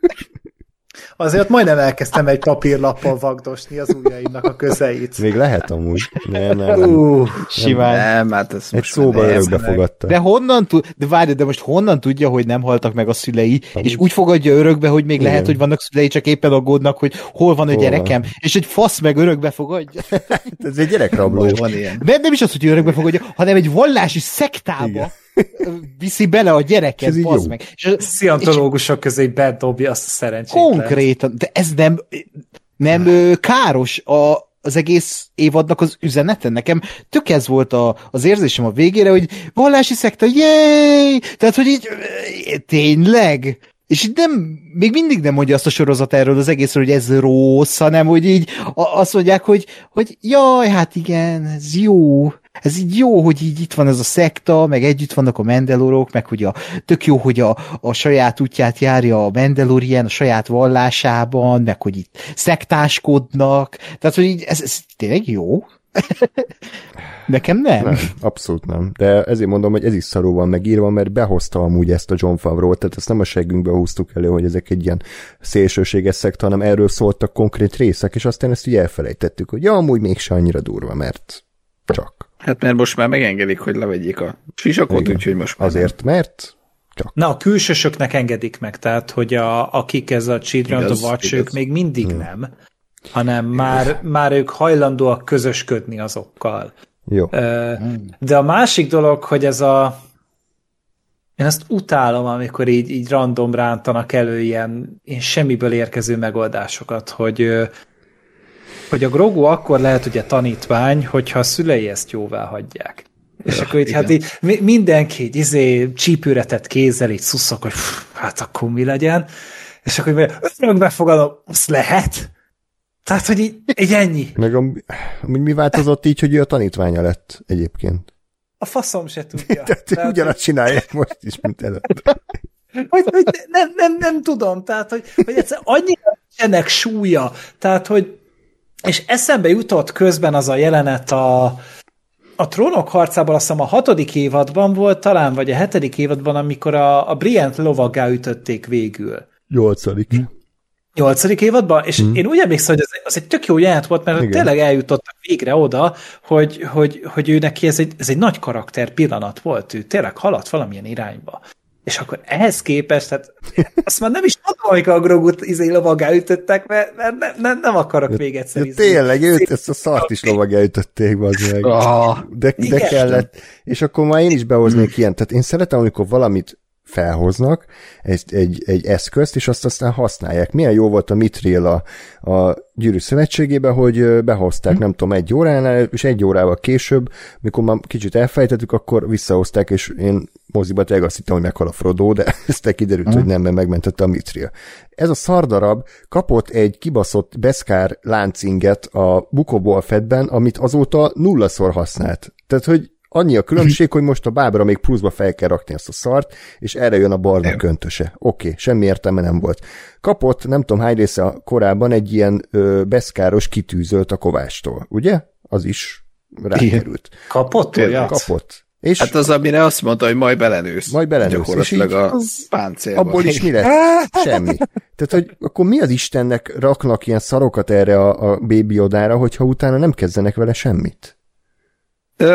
Azért majdnem elkezdtem egy papírlappal vagdosni az ujjaimnak a közeit. Még lehet amúgy. Nem, nem. Uh, simán. Nem, hát ez egy szóba örökbe fogadta. De honnan tud, de várj, de most honnan tudja, hogy nem haltak meg a szülei, amúgy. És úgy fogadja örökbe, hogy még igen. Lehet, hogy vannak szülei, csak éppen aggódnak, hogy hol van a hol gyerekem, van. És egy fasz meg örökbe fogadja. Ez egy gyerekrabló. Van ilyen. De nem is az, hogy örökbe fogadja, hanem egy vallási szektába. Igen. Viszi bele a gyereket, bazd meg. És a szientológusok közé bedobja azt a szerencsét. Konkrétan, de ez nem, nem káros a, az egész évadnak az üzenete. Nekem tök ez volt a, az érzésem a végére, hogy vallási szekta, jéj! Tehát, hogy így tényleg? És így nem, még mindig nem mondja azt a sorozat erről az egészről, hogy ez rossz, hanem hogy így azt mondják, hogy, hogy jaj, hát igen, ez jó. Ez így jó, hogy így itt van ez a szekta, meg együtt vannak a Mandalorok, meg hogy a, tök jó, hogy a, a saját útját járja a Mandalorian, a saját vallásában, meg hogy itt szektáskodnak. Tehát, hogy így ez, ez tényleg jó? Nekem nem. Nem, abszolút nem. De ezért mondom, hogy ez is szarul van megírva, mert behozta amúgy ezt a Jon Favreau-t, tehát ezt nem a seggünkbe húztuk elő, hogy ezek egy ilyen szélsőséges szekta, hanem erről szóltak konkrét részek, és aztán ezt így elfelejtettük, hogy ja, amúgy mégse annyira durva, mert csak. Hát mert most már megengedik, hogy levegyék a sisakot, úgyhogy most már azért, nem. Mert csak. Na, a külsősöknek engedik meg, tehát, hogy a, akik ez a Children of the Watch, ők még mindig hmm. nem, hanem már, már ők hajlandóak közösködni azokkal. Jó. De a másik dolog, hogy ez a én azt utálom, amikor így, így random rántanak elő ilyen, ilyen semmiből érkező megoldásokat, hogy hogy a Grogu akkor lehet ugye tanítvány, hogyha a szülei ezt jóvá hagyják. Ja, és akkor így, hát így mindenki így izé, csípőre tett kézzel így szuszok, hogy pff, hát akkor mi legyen. És akkor így örök befogadom, azt lehet? Tehát, hogy így, így ennyi. Meg a, mi változott így, hogy ő a tanítványa lett egyébként? A faszom se tudja. Tehát, tehát ugyanazt csinálják most is, mint előtt. hogy, hogy nem, nem, nem tudom, tehát, hogy, hogy egyszer annyira ennek súlya, tehát, hogy és eszembe jutott közben az a jelenet a, a Trónok harcában, azt hiszem a hatodik évadban volt talán, vagy a hetedik évadban, amikor a, a Brienne-t lovaggá ütötték végül. Nyolcadik. Nyolcadik évadban? És mm. én úgy emlékszem, hogy az, az egy tök jó jelenet volt, mert igen. Tényleg eljutottak végre oda, hogy, hogy, hogy ő neki ez egy, ez egy nagy karakter pillanat volt, ő tényleg haladt valamilyen irányba. És akkor ehhez képest, hát azt már nem is tudom, amikor a Grogut izé lovaggá ütöttek, mert, mert ne, ne, nem akarok még egyszer izé. Tényleg, őt ezt a szart is lovaggá ütötték, bazd meg. Oh, de, de kellett. És akkor már én is behoznék ilyen. Tehát én szeretem, amikor valamit felhoznak, egy, egy, egy eszközt, és azt aztán használják. Milyen jó volt a Mithril a, a Gyűrű Szövetségében, hogy behozták, hm. nem tudom, egy óránál, és egy órával később, mikor már kicsit elfejtettük, akkor visszahozták, és én moziba tényleg azt hittem, hogy meghal a Frodo, de ezt kiderült, hm. hogy nem, mert megmentette a Mithril. Ez a szardarab kapott egy kibaszott Beskar láncinget a Book Fettben, amit azóta nullaszor használt. Tehát, hogy annyi a különbség, hogy most a bábra még pluszba fel kell rakni ezt a szart, és erre jön a barna köntöse. Oké, okay, semmi értelme nem volt. Kapott, nem tudom hány része korábban egy ilyen ö, beszkáros kitűzölt a Kovástól, ugye? Az is rákerült. Kapott olyat? Kapott. És hát az, amire azt mondta, hogy majd belenősz. Majd belenősz. És így a páncélba. Abból is mi lett? Semmi. Tehát, hogy akkor mi az Istennek raknak ilyen szarokat erre a, a Baby Yodára, hogyha utána nem kezdenek vele semmit? Ö,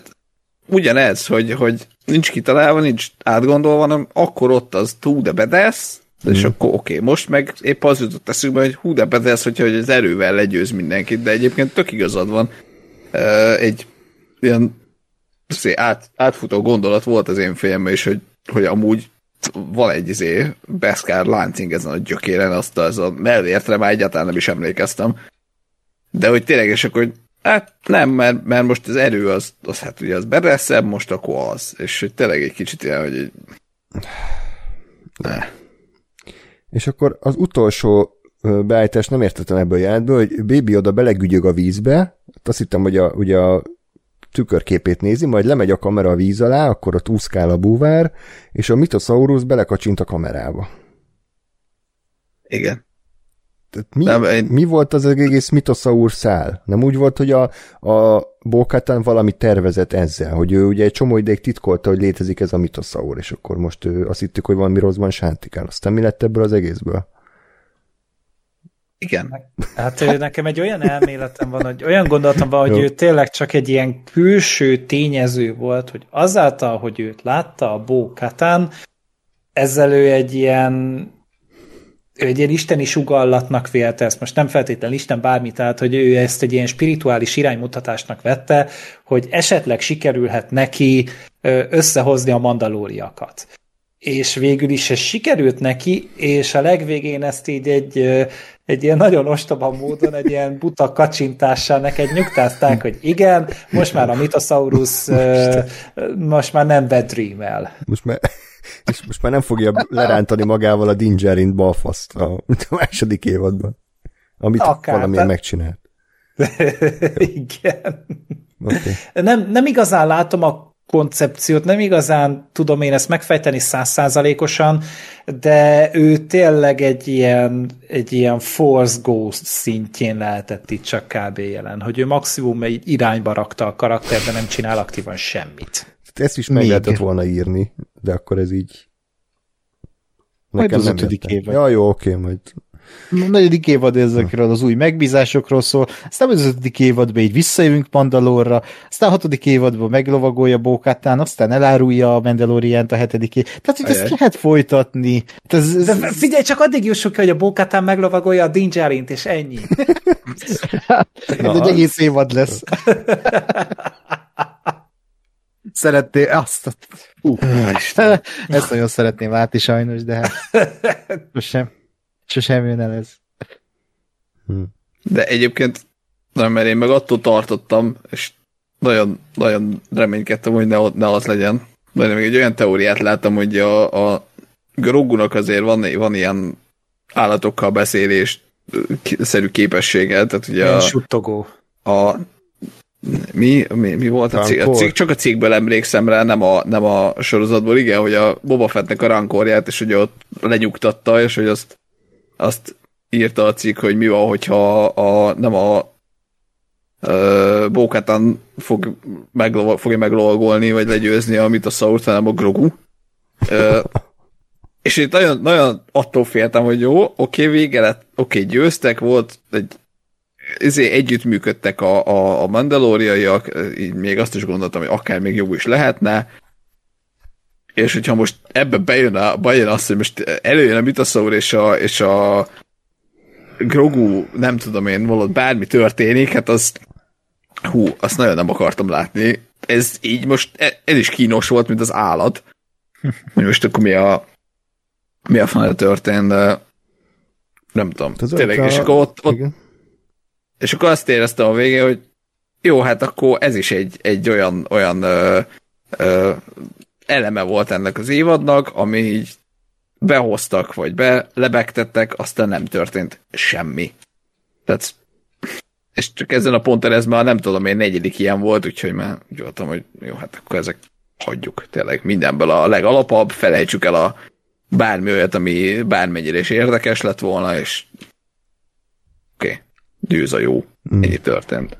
ugyanez, hogy, hogy nincs kitalálva, nincs átgondolva, hanem akkor ott az hú de bedesz, mm. és akkor oké, okay, most meg épp az jutott eszünkbe, hogy hú de bedesz, hogyha hogy az erővel legyőz mindenkit, de egyébként tök igazad van. Egy ilyen át, átfutó gondolat volt az én fejemben is, hogy, hogy amúgy van egy izé Beskar láncing ezen a gyökéren, azt az a mellértre már egyáltalán nem is emlékeztem. De hogy tényleg, és akkor, hogy hát nem, mert, mert most az erő az, az hát ugye az bereszebb, most akkor az. És hogy tényleg egy kicsit ilyen, hogy így... Ne. És akkor az utolsó beállítást nem értettem ebből a jelentből, hogy Baby oda belegügyög a vízbe, azt hittem, hogy a, ugye a tükörképét nézi, majd lemegy a kamera a víz alá, akkor ott úszkál a búvár, és a Mythosaurus belekacsint a kamerába. Igen. Tehát mi, nem, én... mi volt az egész Mythosaurus szál? Nem úgy volt, hogy a, a Bo-Katan valami tervezett ezzel, hogy ő ugye egy csomó ideig titkolta, hogy létezik ez a Mythosaurus, és akkor most ő azt hittük, hogy valami rosszban sántikál. Aztán mi lett ebből az egészből? Igen. Hát nekem egy olyan elméletem van, hogy olyan gondolatom van, hogy Jó. ő tényleg csak egy ilyen külső tényező volt, hogy azáltal, hogy őt látta a Bo-Katan, ezzel ő egy ilyen ő egy ilyen isteni sugallatnak vélte ezt, most nem feltétlenül Isten bármi, tehát hogy ő ezt egy ilyen spirituális iránymutatásnak vette, hogy esetleg sikerülhet neki összehozni a mandalóriakat. És végül is ez sikerült neki, és a legvégén ezt így egy, egy ilyen nagyon ostoba módon, egy ilyen buta kacsintással neked nyugtázták, hogy igen, most már a Mythosaurus most már nem bad dream-el. Most már, és most már nem fogja lerántani magával a Din Djarin balfaszt a, a második évadban, amit Akár, valamiért te... megcsinált. Igen. Okay. Nem, nem igazán látom a koncepciót, nem igazán tudom én ezt megfejteni száz százalékosan, de ő tényleg egy ilyen, egy ilyen Force Ghost szintjén lehetett itt csak kb. Jelen, hogy ő maximum egy irányba rakta a karakter, de nem csinál aktívan semmit. Ezt is meg Még. lehetett volna írni, de akkor ez így majd az ötödik évad. Ja, jó, oké, majd a negyedik évad ezekről az új megbízásokról szól, aztán az ötödik évadban így visszajövünk Mandalorra, aztán a hatodik évadban meglovagolja Bo-Katan, aztán elárulja a Mandaloriant a hetedik év. Tehát, hogy ezt lehet folytatni. Ez, ez, De figyelj, csak addig jussuk ki, hogy a Bo-Katan meglovagolja a Din Djarint, és ennyi. Ez egy egész évad lesz. Szeretné, azt uh, ezt nagyon szeretném látni sajnos, de hát sosem. Sosem jön el ez. De egyébként, nem, mert én meg attól tartottam, és nagyon, nagyon reménykedtem, hogy ne, ne az legyen. De még egy olyan teóriát láttam, hogy a, a Grogunak azért van, van ilyen állatokkal beszélés szerű képessége, tehát ugye a, suttogó. A mi, mi, mi volt a cég? a cég? Csak a cégből emlékszem rá, nem a, nem a sorozatból, igen, hogy a Boba Fettnek a rankorját, és hogy ott lenyugtatta, és hogy azt azt írta a cikk, hogy mi van, hogyha a, nem a uh, Bo-Katan fog meglova, fogja meglovagolni, vagy legyőzni a Mythosaurust, hanem a Grogu. Uh, és én nagyon, nagyon attól féltem, hogy jó, oké, vége lett, oké, győztek, volt egy ezért együttműködtek a, a, a mandalóriaiak, így még azt is gondoltam, hogy akár még jobb is lehetne, és hogyha most ebbe bejön, a, bejön az, hogy most előjön a Mythosaurus és a, és a Grogu, nem tudom én, valahogy bármi történik, hát azt hú, azt nagyon nem akartam látni. Ez így most, ez is kínos volt, mint az állat. Hogy most akkor mi a mi a fana történt, de nem tudom. Tényleg, és akkor ott, ott és akkor azt éreztem a végén, hogy jó, hát akkor ez is egy, egy olyan, olyan ö, ö, eleme volt ennek az évadnak, ami így behoztak, vagy be lebegtettek, aztán nem történt semmi. Tehát, és csak ezen a ponton ez már nem tudom, én negyedik ilyen volt, úgyhogy már úgy voltam, hogy jó, hát akkor ezek hagyjuk. Tényleg mindenből a legalapabb, felejtsük el a bármi olyat, ami bármennyire is érdekes lett volna, és oké, okay, győz a jó. Mm. Ennyi történt.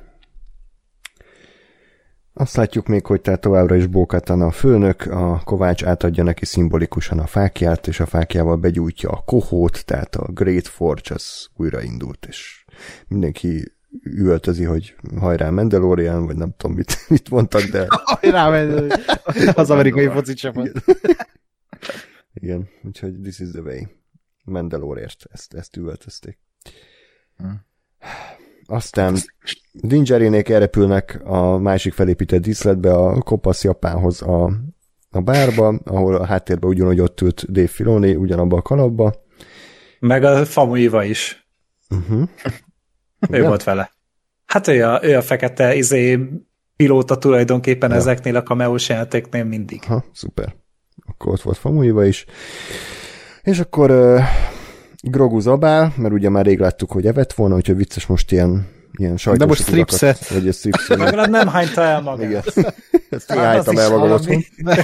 Azt látjuk még, hogy tehát továbbra is Bo-Katan a főnök, a Kovács átadja neki szimbolikusan a fákját, és a fákjával begyújtja a kohót, tehát a Great Forge az újraindult, és mindenki üvöltözi, hogy hajrá Mandalorian, vagy nem tudom, mit, mit mondtak, de... Hajrá Mandalorian! Az amerikai foci csapat. Igen, úgyhogy this is the way. Mandalorian-ért ezt, ezt üvöltözték. Hmm. aztán Din Djarinnék elrepülnek a másik felépített díszletbe, a kopasz japánhoz a, a bárba, ahol a háttérben ugyanúgy ott ült Dave Filoni, ugyanabba a kalapba. Meg a Famuyiwa is. Uh-huh. Ő ja. volt vele. Hát ő a, ő a fekete izé, pilóta tulajdonképpen ja. ezeknél a cameós játéknél mindig. Ha, szuper. Akkor ott volt Famuyiwa is. És akkor uh, Grogu zabál, mert ugye már rég láttuk, hogy evett volna, úgyhogy vicces most ilyen, ilyen sajtos. De most stripset. Vagy a stripset. Legalább nem hányta el magát. Igen. Ezt én hánytam el magam otthon.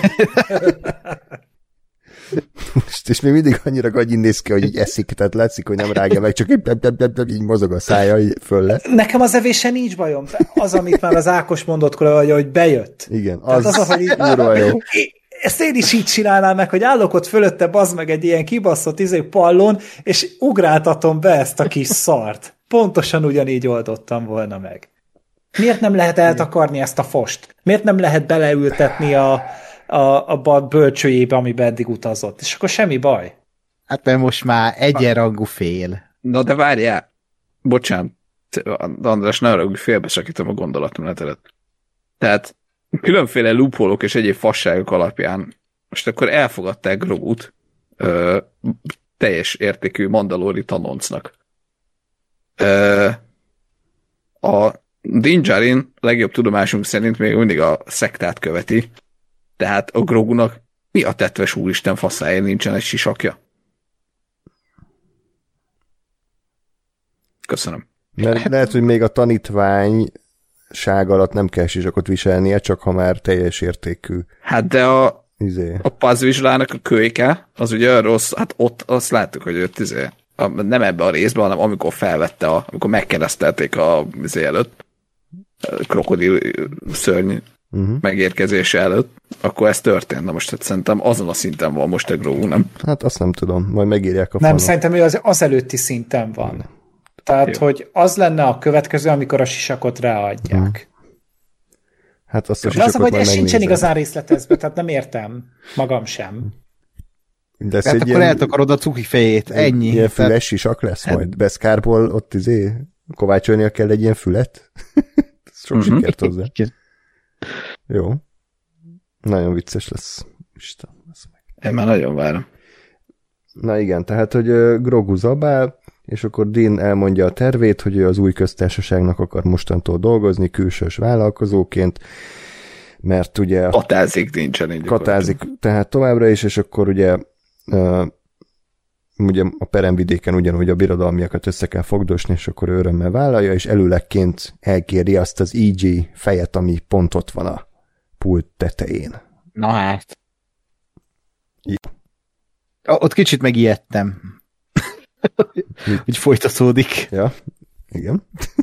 Most, és még mindig annyira gagyin néz ki, hogy így eszik, tehát látszik, hogy nem rágja meg, csak így, így mozog a szája, így föl le. Nekem az evéssel nincs bajom. Az, amit már az Ákos mondott, hogy, hogy bejött. Igen, az, az, ahogy így, jó. Ezt én is így csinálnám meg, hogy állok ott fölötte, bazd meg egy ilyen kibaszott izé pallon, és ugráltatom be ezt a kis szart. Pontosan ugyanígy oldottam volna meg. Miért nem lehet eltakarni ezt a fost? Miért nem lehet beleültetni a a, a bölcsőjébe, amiben eddig utazott. És akkor semmi baj. Hát mert most már egyenrangú fél. Na de várjál. Bocsánat. András, ne arra, hogy félbeszakítom a gondolatmenetedet. Tehát különféle loophole-ok és egyéb fasságok alapján most akkor elfogadták Grogut ö, teljes értékű mandalori tanoncnak. Ö, a Din Djarin legjobb tudomásunk szerint még mindig a szektát követi. Tehát a Grogunak mi a tetves úristen faszáért nincsen egy sisakja? Köszönöm. Mert lehet, hogy még a tanítványság alatt nem kell sisakot viselnie, csak ha már teljes értékű. Hát de a, izé. a pazvizslának a kölyke, az ugye rossz, hát ott azt láttuk, hogy őt izé, a, nem ebbe a részben, hanem amikor felvette, a, amikor megkeresztelték a izé előtt, a krokodil szörny uh-huh. megérkezése előtt, akkor ez történt. Na most hát szerintem azon a szinten van most a Grogu, nem? Hát azt nem tudom, majd megírják a Nem, falon. szerintem ő az, az előtti szinten van. Tehát, jó. hogy az lenne a következő, amikor a sisakot ráadják. Uh-huh. Hát azt a sisakot az, hogy ez sincsen igazán részletezve, tehát nem értem. Magam sem. De hát akkor ilyen, eltakarod a cuki fejét, ennyi. Ilyen füles tehát... sisak lesz majd. Beszkárból ott izé kovácsolnia kell egy ilyen fület? Sok uh-huh. sikert hozzá. Jó. Nagyon vicces lesz. Isten. Én már nagyon várom. Na igen, tehát, hogy uh, Grogu zabál, és akkor Din elmondja a tervét, hogy ő az új köztársaságnak akar mostantól dolgozni, külsős vállalkozóként, mert ugye... Katázik Din Djarin. Katázik, tehát továbbra is, és akkor ugye uh, ugye a peremvidéken ugyanúgy a birodalmiakat össze kell fogdosni, és akkor örömmel vállalja, és előlegként elkéri azt az í gé fejet, ami pont ott van a pult tetején. Na hát. Ja. Ott kicsit megijedtem. Úgy folytatódik. Ja, igen.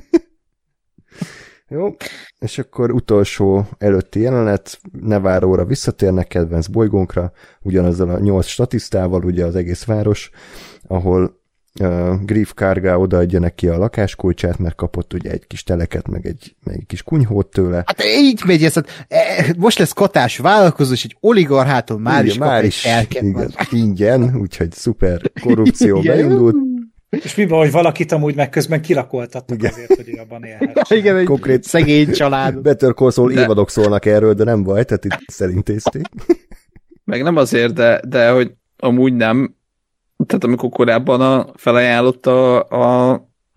Jó, és akkor utolsó előtti jelenet, Nevarróra visszatérnek, kedvenc bolygónkra, ugyanazzal a nyolc statisztával, ugye az egész város, ahol uh, Greef Karga odaadja neki a lakáskulcsát, mert kapott ugye egy kis teleket, meg egy, meg egy kis kunyhót tőle. Hát így megy ez, most lesz katás vállalkozó, és egy oligarchától már igen, is már is, igen, ingyen, úgyhogy szuper korrupció beindult. És mi van, hogy valakit amúgy meg közben kirakoltattak igen. azért, hogy abban élhet. Igen, egy konkrét szegény család. Better Call Saul de... évadok szólnak erről, de nem baj, tehát itt szerintézték. Meg nem azért, de, de hogy amúgy nem, tehát amikor korábban a felajánlotta a,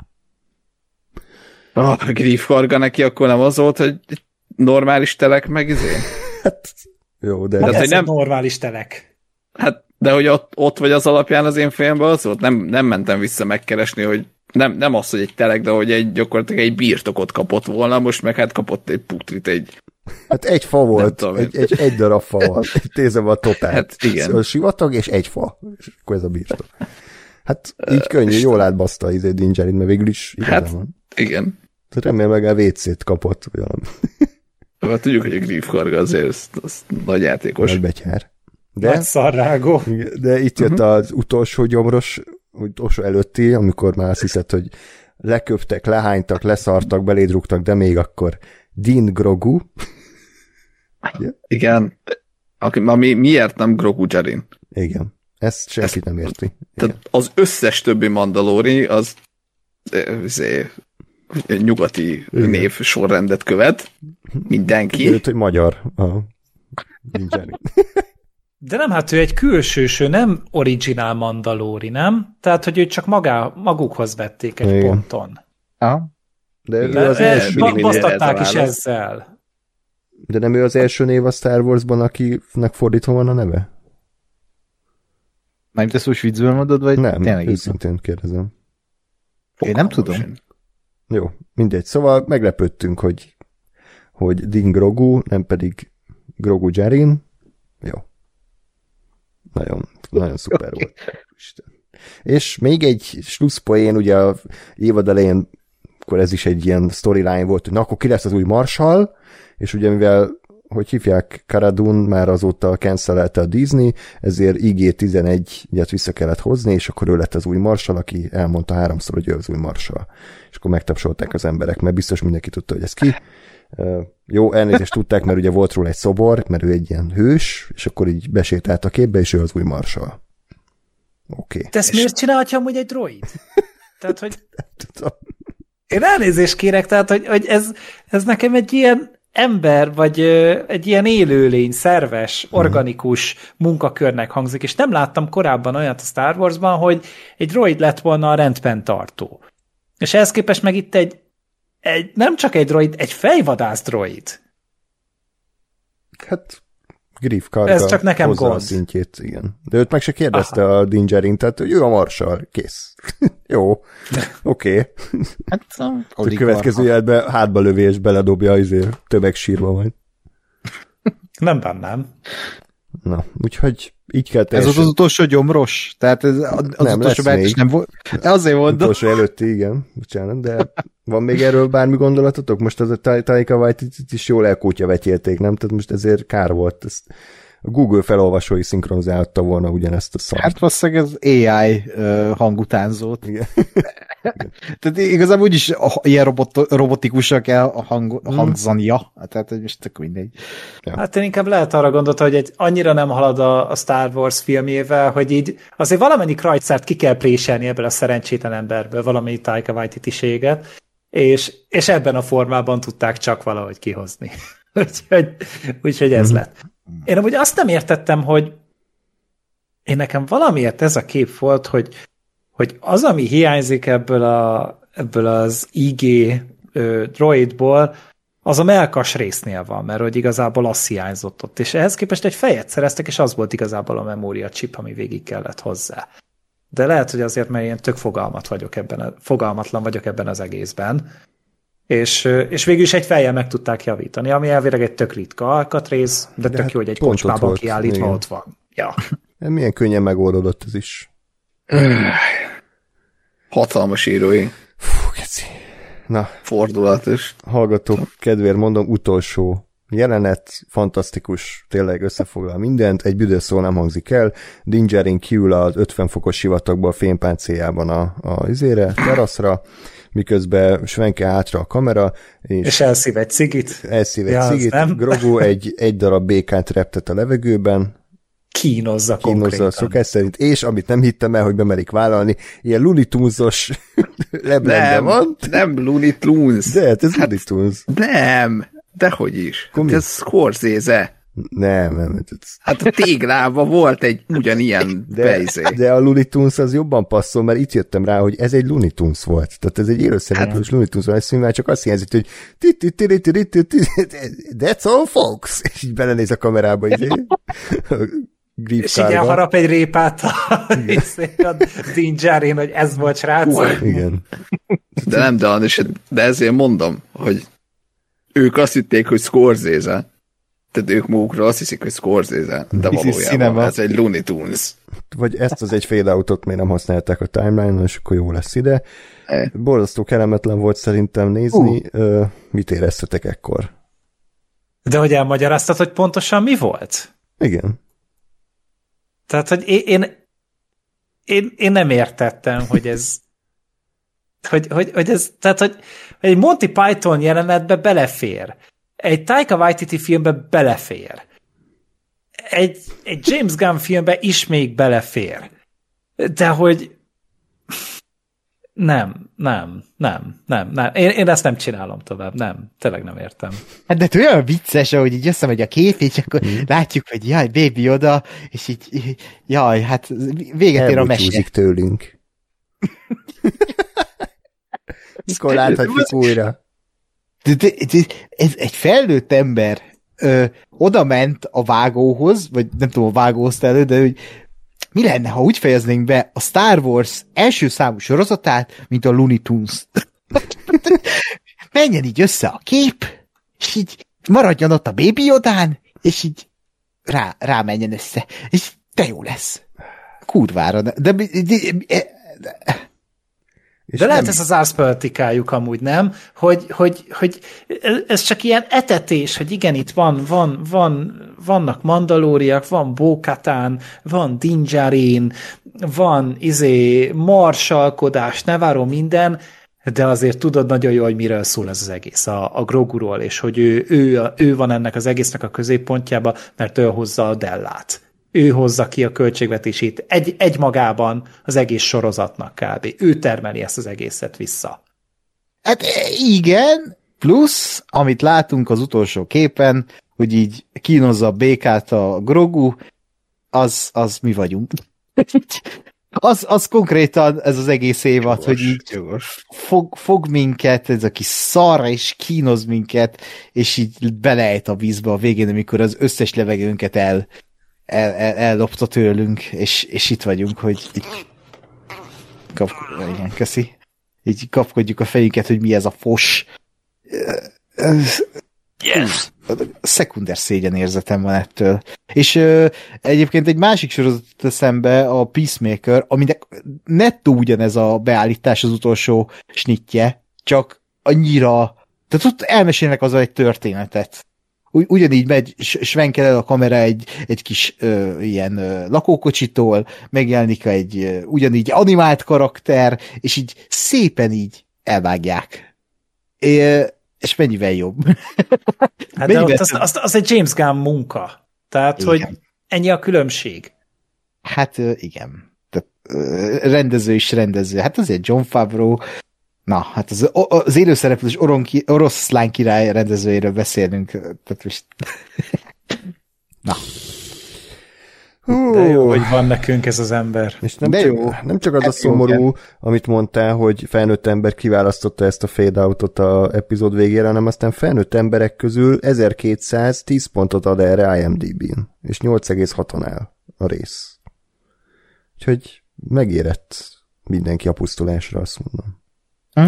a, a Greef Karga neki, akkor nem az volt, hogy normális telek meg izé? Hát jó, de... Hát ez egy nem... normális telek. Hát de hogy ott, ott vagy az alapján az én fejemben az volt, nem, nem mentem vissza megkeresni, hogy nem, nem az, hogy egy telek, de hogy egy, gyakorlatilag egy birtokot kapott volna, most meg hát kapott egy putrit, egy... Hát egy fa volt, egy, egy, egy darab fa volt, tézem a totál. Hát igen. A sivatag és egy fa, és akkor ez a birtok. Hát így könnyű, uh, jól átbaszta izé Din Djarin, mert végül is hát, van. Igen. Remélem meg a vé cét kapott, vagy valami. Hát tudjuk, hogy a Greef Karga azért az, az nagy játékos. Nagy betyár. De, nagy szarrágó. De itt jött uh-huh. az utolsó gyomros, utolsó előtti, amikor már azt hiszed, hogy leköptek, lehánytak, leszartak, beléd rúgtak, de még akkor Din Grogu. Igen. Ami miért nem Grogu Djarin? Igen. Ezt senki nem érti. Tehát az összes többi mandalóri az nyugati igen. név sorrendet követ. Mindenki. Őt, hogy magyar. A Dinjarin. De nem, hát ő egy külsős, ő nem originál Mandalori, nem? Tehát, hogy őt csak magá, magukhoz vették egy igen. ponton. Aha. De ő De az első ba- basztatták is ezzel. De nem ő az első név a Star Warsban, akinek fordítva van a neve? Nem te szó viccből mondod, vagy nem, tényleg őszintén kérdezem. Én nem tudom. Sem. Jó, mindegy. Szóval meglepődtünk, hogy, hogy Din Grogu, nem pedig Grogu Jarin. Jó. Nagyon, nagyon szuper okay. volt. Isten. És még egy slusszpoén, ugye a évad elején, akkor ez is egy ilyen storyline volt, hogy na, akkor ki lesz az új Marshall, és ugye mivel, hogy hívják, Cara Dune már azóta cancelte a Disney, ezért I G tizenegy-et vissza kellett hozni, és akkor ő lett az új Marshall, aki elmondta háromszor, hogy ő az új Marshall. És akkor megtapsolták az emberek, mert biztos mindenki tudta, hogy ez ki. Uh, jó, elnézést tudták, mert ugye volt róla egy szobor, mert ő egy ilyen hős, és akkor így besétált a képbe, és ő az új Marshall. Oké. Okay. De ezt és... miért csinálhatja amúgy egy droid? Tehát, hogy én elnézést kérek, tehát, hogy, hogy ez, ez nekem egy ilyen ember, vagy ö, egy ilyen élőlény, szerves, organikus munkakörnek hangzik, és nem láttam korábban olyat a Star Warsban, hogy egy droid lett volna a rendben tartó. És ehhez képest meg itt egy Egy, nem csak egy droid, egy fejvadász droid. Hát, Griff Karga ez csak nekem hozza gond. A szintjét, igen. De őt meg se kérdezte Aha. a Din Djarin, tehát ő a Marshall, kész. Jó, oké. Okay. Hát, a következő jelentben hátba lövi és beledobja azért tömegsírba majd. Nem bánnám. Na, úgyhogy így kell teljesen... Ez az utolsó gyomros? Tehát ez az nem, utolsó beállítás nem volt? Azért mondom. Utolsó előtti, igen. Bocsánat, de van még erről bármi gondolatotok? Most az a Taika Waititit is jól elkútja vetélték, nem? Tehát most ezért kár volt. Ezt a Google felolvasói szinkronizálta volna ugyanezt a szart. Hát valószínűleg az á i uh, hangutánzót. Igen. Tehát igazából úgyis ilyen robot, robotikusan kell a hang, hmm. hangzania. Tehát, hogy most tök mindegy. Ja. Hát én inkább lehet arra gondolta, hogy egy annyira nem halad a, a Star Wars filmjével, hogy így azért valamennyi krajcárt ki kell préselni ebből a szerencsétlen emberből, valamennyi Taika Waititi-séget, és, és ebben a formában tudták csak valahogy kihozni. úgyhogy, úgyhogy ez hmm. lett. Én amúgy azt nem értettem, hogy én nekem valamiért ez a kép volt, hogy, hogy az, ami hiányzik ebből, a, ebből az I G ö, droidból, az a melkas résznél van, mert hogy igazából az hiányzott ott. És ehhez képest egy fejet szereztek, és az volt igazából a memória chip, ami végig kellett hozzá. De lehet, hogy azért, mert én tök fogalmat vagyok ebben a, fogalmatlan vagyok ebben az egészben. És, és végül is egy fejjel meg tudták javítani, ami elvileg egy tök ritka alkatrész, de, de tök hát jó, hogy egy kocsmában kiállítva igen. ott van. Ja. Milyen könnyen megoldódott ez is. Hatalmas írói. Fú, keci. Na. Fordulatos. Hallgatók, kedvéért mondom, utolsó jelenet, fantasztikus, tényleg összefoglal mindent, egy büdös szó nem hangzik el, Din Djarin kiül az ötven fokos sivatagból a fénypáncéljában a, a izére, teraszra, miközben svenke hátra a kamera, és, és elszív egy cigit. Elszív egy ja, cigit, Grogu egy, egy darab békát reptet a levegőben, kínozza Kínozza a szokás szerint, és amit nem hittem el, hogy bemerik vállalni, ilyen Looney Tunes-os leblende van. Nem Looney Tunes. De, hát ez hát, Looney Tunes. Nem, dehogy is. Hát ez Scorsese. Nem, nem. Ez... Hát a téglában volt egy ugyanilyen bejzé. De a Looney Tunes az jobban passzol, mert itt jöttem rá, hogy ez egy Looney Tunes volt. Tehát ez egy élőszereplős hát... Looney Tunes van, ez már csak azt hiányzik, hogy that's all folks, és így belenéz a kamerába. Így, és így elharap egy répát a, a Din Djarin, hogy ez volt, srác. Igen. De nem, de, de ezért mondom, hogy ők azt hitték, hogy Scorsese. Tehát ők magukról azt hiszik, hogy Scorsese, de valójában ez egy Looney Tunes. Vagy ezt az egy fade-outot még nem használták a timeline-on, és akkor jó lesz ide. E. Borzasztó kellemetlen volt szerintem nézni. Uh. Mit éreztetek ekkor? De hogy elmagyaráztad, hogy pontosan mi volt? Igen. Tehát, hogy én, én, én, én nem értettem, hogy ez hogy, hogy, hogy ez, tehát, hogy egy Monty Python jelenetbe belefér. Egy Taika Waititi filmbe belefér. Egy, egy James Gunn filmbe is még belefér. De hogy Nem, nem, nem, nem, nem. Én, én ezt nem csinálom tovább, nem. Tényleg nem értem. Hát de olyan vicces, ahogy így összemegy a kép, és akkor mm. látjuk, hogy jaj, baby oda, és így, így jaj, hát véget ér a mese. Tőlünk. Mikor láthatjuk újra? De, de, de, ez egy felnőtt ember ö, oda ment a vágóhoz, vagy nem tudom, a vágóhoz elő, de hogy mi lenne, ha úgy fejeznénk be a Star Wars első számú sorozatát, mint a Looney Tunes. Menjen így össze a kép, és így maradjon ott a Baby Yodán, és így rá, rá menjen össze. És de jó lesz. Kurvára. De, de, de, de, de És de nem... lehet ez az árszpolitikájuk amúgy, nem? Hogy, hogy, hogy ez csak ilyen etetés, hogy igen, itt van, van, van, vannak mandalóriak, van Bo-Katan, van Din Djarin, van izé marsalkodás, Nevarro, minden, de azért tudod nagyon jól, hogy miről szól ez az egész, a, a Groguról, és hogy ő, ő, ő van ennek az egésznek a középpontjába, mert ő hozza a Dellát. Ő hozza ki a költségvetését egy, egymagában az egész sorozatnak kb. Ő termeli ezt az egészet vissza. Hát igen, plusz, amit látunk az utolsó képen, hogy így kínozza a békát a Grogu, az, az mi vagyunk. az, az konkrétan ez az egész évad, jogos, hogy így fog, fog minket, ez a kis szar, és kínoz minket, és így belejt a vízbe a végén, amikor az összes levegőnket el El, el, ellopta tőlünk, és, és itt vagyunk, hogy így kap, igen, köszi. Így kapkodjuk a fejünket, hogy mi ez a fos. Yes. Szekunder szégyen érzetem van ettől. És uh, egyébként egy másik sorozat eszembe, a Peacemaker, aminek nettó ugyanez a beállítás az utolsó snittje, csak annyira, tehát ott elmesélnek azzal egy történetet. Ugy, ugyanígy megy, svenkel el a kamera egy, egy kis ö, ilyen ö, lakókocsitól, megjelenik egy ö, ugyanígy animált karakter, és így szépen így elvágják. É, és mennyivel jobb. Hát mennyivel de ott az, az, az egy James Gunn munka. Tehát, igen. Hogy ennyi a különbség. Hát ö, igen. Tehát, ö, rendező is rendező. Hát azért Jon Favreau. Na, hát az, az élőszereplős oroszlán király rendezőjéről beszélünk. Tehát most... Na. De jó, hogy van nekünk ez az ember. És nem, csak, jó. nem csak az ez a szomorú, jó, amit mondtál, hogy felnőtt ember kiválasztotta ezt a fade-outot a epizód végére, hanem aztán felnőtt emberek közül ezerkétszáz tíz pontot ad erre IMDb-n, és nyolc egész haton áll a rész. Úgyhogy megérett mindenki a pusztulásra, azt mondom. Hm?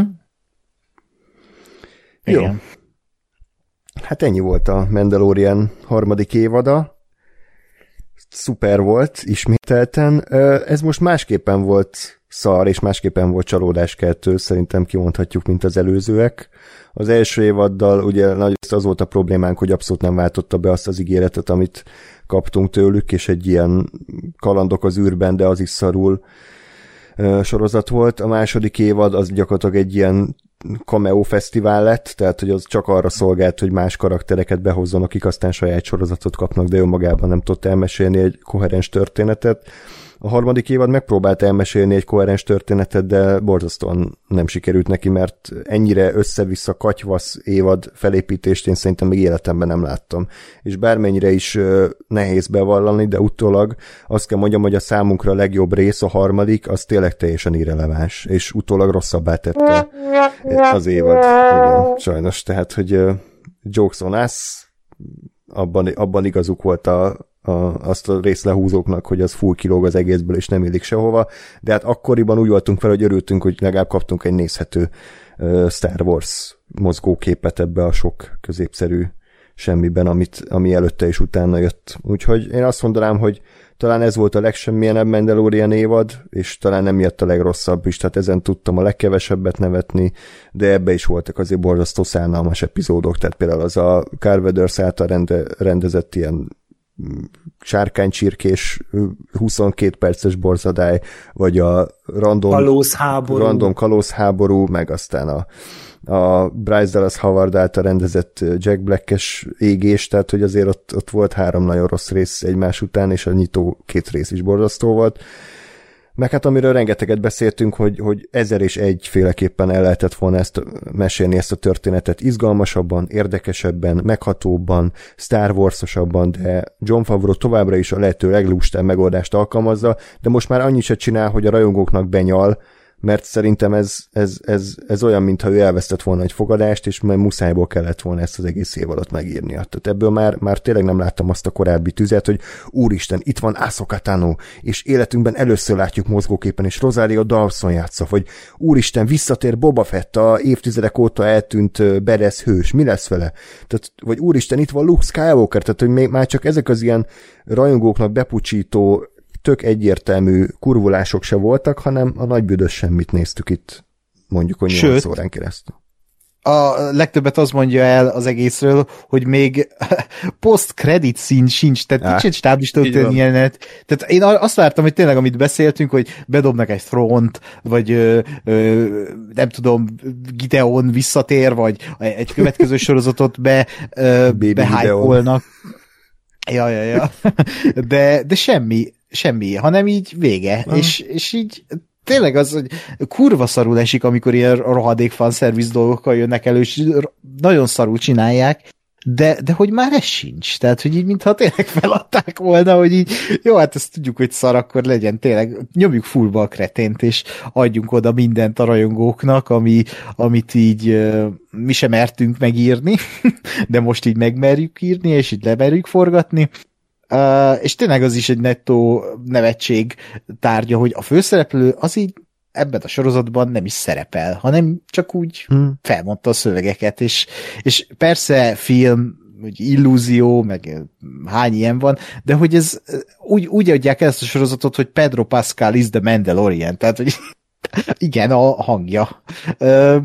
Jó. Igen. Hát ennyi volt a Mandalorian harmadik évada. Szuper volt, ismételten. Ez most másképpen volt szar, és másképpen volt csalódáskeltő, szerintem kimondhatjuk, mint az előzőek. Az első évaddal ugye nagy az volt a problémánk, hogy abszolút nem váltotta be azt az ígéretet, amit kaptunk tőlük, és egy ilyen kalandok az űrben, de az is szarul sorozat volt. A második évad az gyakorlatilag egy ilyen cameo fesztivál lett, tehát hogy az csak arra szolgált, hogy más karaktereket behozzon, akik aztán saját sorozatot kapnak, de önmagában nem tudott elmesélni egy koherens történetet. A harmadik évad megpróbált elmesélni egy koherens történetet, de borzasztóan nem sikerült neki, mert ennyire össze-vissza katyvasz évad felépítést én szerintem még életemben nem láttam. És bármennyire is nehéz bevallani, de utólag azt kell mondjam, hogy a számunkra a legjobb rész, a harmadik, az tényleg teljesen irreleváns, és utólag rosszabbá tette az évad. Igen, sajnos, tehát, hogy jokes on us, abban, abban igazuk volt a A, azt a részlehúzóknak, hogy az full kilóg az egészből, és nem illik sehova, de hát akkoriban úgy voltunk fel, hogy örültünk, hogy legalább kaptunk egy nézhető uh, Star Wars mozgóképet ebbe a sok középszerű semmiben, amit, ami előtte és utána jött. Úgyhogy én azt mondanám, hogy talán ez volt a legsemmilyenebb Mandalorian évad, és talán nem jött a legrosszabb is, tehát ezen tudtam a legkevesebbet nevetni, de ebbe is voltak azért borzasztó szánalmas epizódok, tehát például az a Carl Weathers által rende, rendezett ilyen sárkánycsirkés huszonkét perces borzadály, vagy a random kalózháború, random kalózháború, meg aztán a, a Bryce Dallas Howard által rendezett Jack Black-es égés, tehát hogy azért ott, ott volt három nagyon rossz rész egymás után, és a nyitó két rész is borzasztó volt. Meg hát amiről rengeteget beszéltünk, hogy, hogy ezer és egyféleképpen el lehetett volna ezt mesélni, ezt a történetet izgalmasabban, érdekesebben, meghatóbban, Star Wars-osabban, de Jon Favreau továbbra is a lehető leglustább megoldást alkalmazza, de most már annyit se csinál, hogy a rajongóknak benyal, mert szerintem ez, ez, ez, ez olyan, mintha ő elvesztett volna egy fogadást, és majd muszájból kellett volna ezt az egész év alatt megírnia. Tehát ebből már, már tényleg nem láttam azt a korábbi tüzet, hogy úristen, itt van Ahsoka Tano, és életünkben először látjuk mozgóképen, és Rosario Dawson játsza, vagy úristen, visszatér Boba Fett, a évtizedek óta eltűnt Badass hős, mi lesz vele? Tehát, vagy úristen, itt van Luke Skywalker, tehát hogy még már csak ezek az ilyen rajongóknak bepucsító tök egyértelmű kurvulások se voltak, hanem a nagybüdös semmit néztük itt, mondjuk, hogy nyolc órán keresztül. A legtöbbet az mondja el az egészről, hogy még post-credit szín sincs, tehát nincs egy stáblista jelenet. Tehát én azt vártam, hogy tényleg, amit beszéltünk, hogy bedobnak egy thront, vagy ö, ö, nem tudom, Gideon visszatér, vagy egy következő sorozatot be, behype-olnak. Ja, ja, ja. De, de semmi, semmi, hanem így vége. És, és így tényleg az, hogy kurva szarul esik, amikor ilyen rohadék fanszervisz dolgokkal jönnek elő, és nagyon szarul csinálják, de, de hogy már ez sincs. Tehát, hogy így mintha tényleg feladták volna, hogy így jó, hát ezt tudjuk, hogy szar, akkor legyen tényleg, nyomjuk fullba a kretént, és adjunk oda mindent a rajongóknak, ami, amit így uh, mi sem mertünk megírni, de most így megmerjük írni, és így lemerjük forgatni. Uh, és tényleg az is egy nettó nevetség tárgya, hogy a főszereplő az így ebben a sorozatban nem is szerepel, hanem csak úgy hmm. felmondta a szövegeket, és, és persze film, hogy illúzió, meg hány ilyen van, de hogy ez úgy, úgy adják el ezt a sorozatot, hogy Pedro Pascal is the Mandalorian, tehát hogy igen, a hangja. Uh,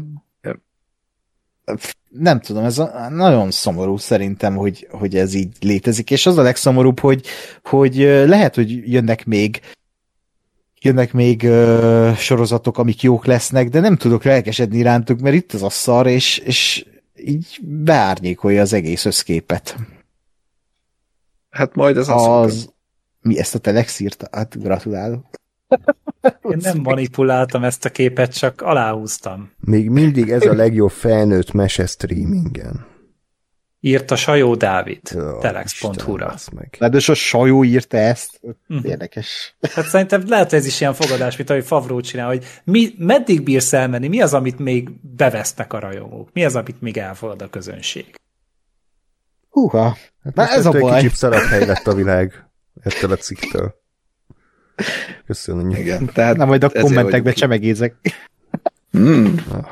nem tudom, ez a, nagyon szomorú szerintem, hogy, hogy ez így létezik, és az a legszomorúbb, hogy, hogy lehet, hogy jönnek még jönnek még uh, sorozatok, amik jók lesznek, de nem tudok lelkesedni irántuk, mert itt az a szar, és, és így beárnyékolja az egész összképet. Hát majd ez az... az mi ezt a Telex írta? Hát gratulálok. Én nem manipuláltam ezt a képet, csak aláhúztam. Még mindig ez a legjobb felnőtt mese streamingen. Írta Sajó Dávid, oh, telex pont hu-ra. De a Sajó írta ezt? Uh-huh. Érdekes. Hát szerintem lehet, ez is ilyen fogadás, mint ahogy Favreau csinál, hogy mi, meddig bírsz elmenni, mi az, amit még bevesznek a rajongók, mi az, amit még elfogad a közönség. Húha, hát na ez a baj. Egy kicsit szarabb hely lett a világ ettől a cikktől. Köszönöm. Igen, tehát na majd a kommentekbe csemegézek. Mm.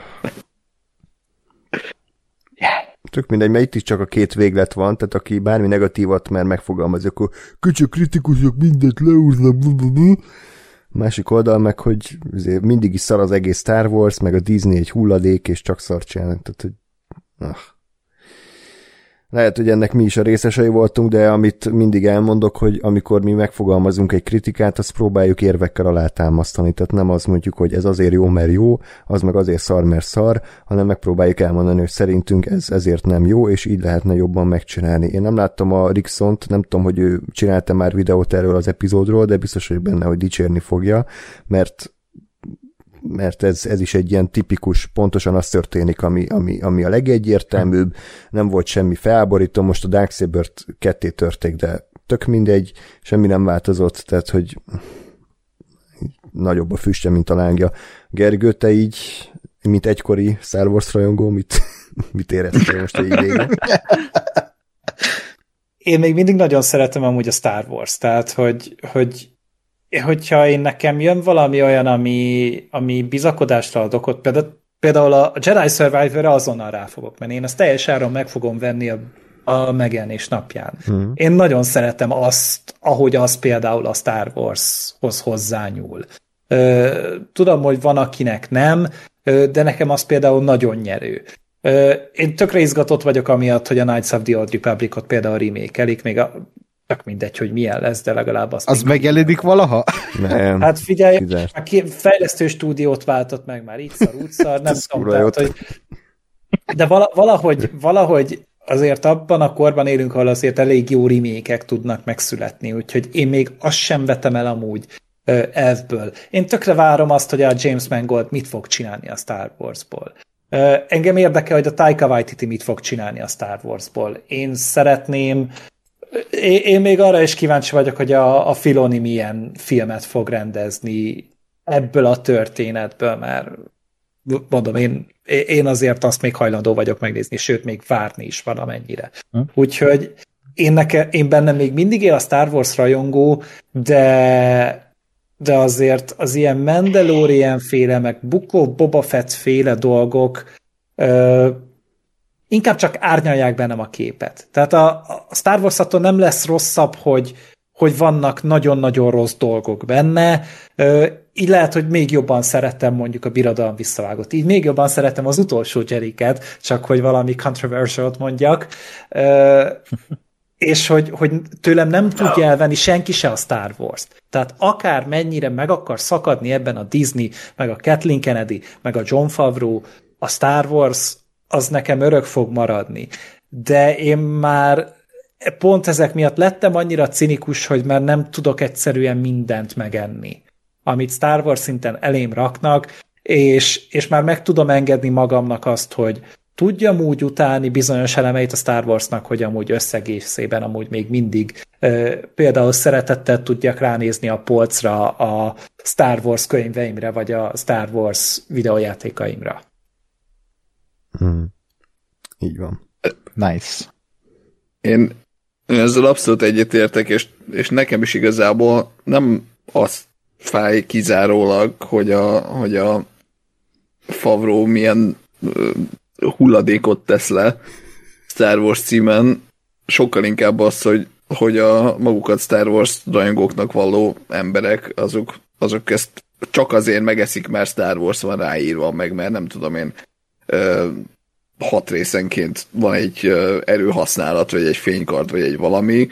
Yeah. Tök mindegy, mert itt is csak a két véglet van, tehát aki bármi negatívat már megfogalmaz, akkor kicsi kritikusok mindent leúznak. Másik oldal meg, hogy mindig is szar az egész Star Wars, meg a Disney egy hulladék, és csak szar csinálnak. Tehát, hogy... Ah. Lehet, hogy ennek mi is a részesei voltunk, de amit mindig elmondok, hogy amikor mi megfogalmazunk egy kritikát, azt próbáljuk érvekkel alátámasztani. Tehát nem azt mondjuk, hogy ez azért jó, mert jó, az meg azért szar, mert szar, hanem megpróbáljuk elmondani, hogy szerintünk ez ezért nem jó, és így lehetne jobban megcsinálni. Én nem láttam a Ricksont, nem tudom, hogy ő csinálta már videót erről az epizódról, de biztos vagyok benne, hogy dicsérni fogja, mert mert ez, ez is egy ilyen tipikus, pontosan az történik, ami, ami, ami a legegyértelműbb, nem volt semmi felborító, most a Darksaber-t ketté törték, de tök mindegy, semmi nem változott, tehát, hogy nagyobb a füstje, mint a lángja. Gergő, te így, mint egykori Star Wars rajongó, mit, mit éreztél most így végre? Én még mindig nagyon szeretem amúgy a Star Wars, tehát, hogy, hogy hogyha én nekem jön valami olyan, ami, ami bizakodásra ad okot, például, például a Jedi Survivor-re azonnal ráfogok, mert én azt teljes áron meg fogom venni a, a megjelenés napján. Mm. Én nagyon szeretem azt, ahogy az például a Star Wars-hoz hozzányúl. Tudom, hogy van, akinek nem, de nekem az például nagyon nyerő. Én tökre izgatott vagyok amiatt, hogy a Knights of the Old Republic-ot például remake-elik, még a csak mindegy, hogy milyen lesz, de legalább azt... Az megjelenik valaha? Nem. Hát figyelj, a fejlesztő stúdiót váltott meg már így szar, úgy szar, nem tudom, tehát, hogy... De valahogy, valahogy azért abban a korban élünk, ahol azért elég jó remékek tudnak megszületni, úgyhogy én még azt sem vetem el amúgy, elvből. Én tökre várom azt, hogy a James Mangold mit fog csinálni a Star Warsból. Engem érdekel, hogy a Taika Waititi mit fog csinálni a Star Warsból. Én szeretném, én még arra is kíváncsi vagyok, hogy a, a Filoni milyen filmet fog rendezni ebből a történetből, mert mondom, én, én azért azt még hajlandó vagyok megnézni, sőt, még várni is valamennyire. Hm. Úgyhogy én, neke, én bennem még mindig él a Star Wars rajongó, de de azért az ilyen Mandalorian féle, meg Book of Boba Fett féle dolgok ö, inkább csak árnyalják bennem a képet. Tehát a, a Star Wars attól nem lesz rosszabb, hogy, hogy vannak nagyon-nagyon rossz dolgok benne, ö, így lehet, hogy még jobban szeretem mondjuk a Birodalom visszavágott. Így még jobban szeretem az utolsó Jediket, csak hogy valami controversial-t mondjak. Ö, és hogy, hogy tőlem nem tudja elvenni senki se a Star Wars-t. Tehát akár mennyire meg akar szakadni ebben a Disney, meg a Kathleen Kennedy, meg a Jon Favreau, a Star Wars az nekem örök fog maradni. De én már pont ezek miatt lettem annyira cinikus, hogy már nem tudok egyszerűen mindent megenni, amit Star Wars szinten elém raknak, és, és már meg tudom engedni magamnak azt, hogy tudjam úgy utálni bizonyos elemeit a Star Warsnak, hogy amúgy összegészében amúgy még mindig e, például szeretettel tudjak ránézni a polcra a Star Wars könyveimre, vagy a Star Wars videójátékaimra. Hmm. Így van. Nice. Én, én ezzel abszolút egyetértek, és, és nekem is igazából nem az fáj kizárólag, hogy a, hogy a Favreau milyen hulladékot tesz le Star Wars címen, sokkal inkább az, hogy, hogy a magukat Star Wars rajongóknak valló emberek, azok, azok ezt csak azért megeszik, mert Star Wars van ráírva, meg mert nem tudom én, hat részenként van egy erőhasználat, vagy egy fénykard, vagy egy valami,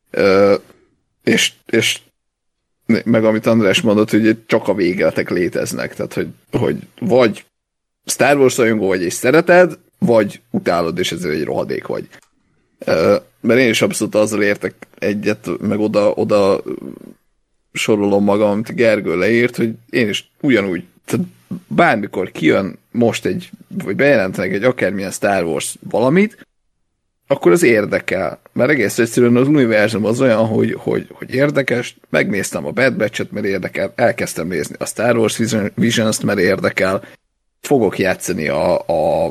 és, és meg amit András mondott, hogy csak a végletek léteznek, tehát hogy, hogy vagy Star Wars rajongó vagy és szereted, vagy utálod, és ezért egy rohadék vagy. Mert én is abszolút azzal értek egyet, meg oda, oda sorolom magam, amit Gergő leírt, hogy én is ugyanúgy, tehát bármikor kijön most egy, vagy bejelentenek egy akármilyen Star Wars valamit, akkor az érdekel. Mert egész egyszerűen az univerzum az olyan, hogy, hogy, hogy érdekes, megnéztem a Bad Batch-et, mert érdekel, elkezdtem nézni a Star Wars Visions-t, mert érdekel, fogok játszani a, a,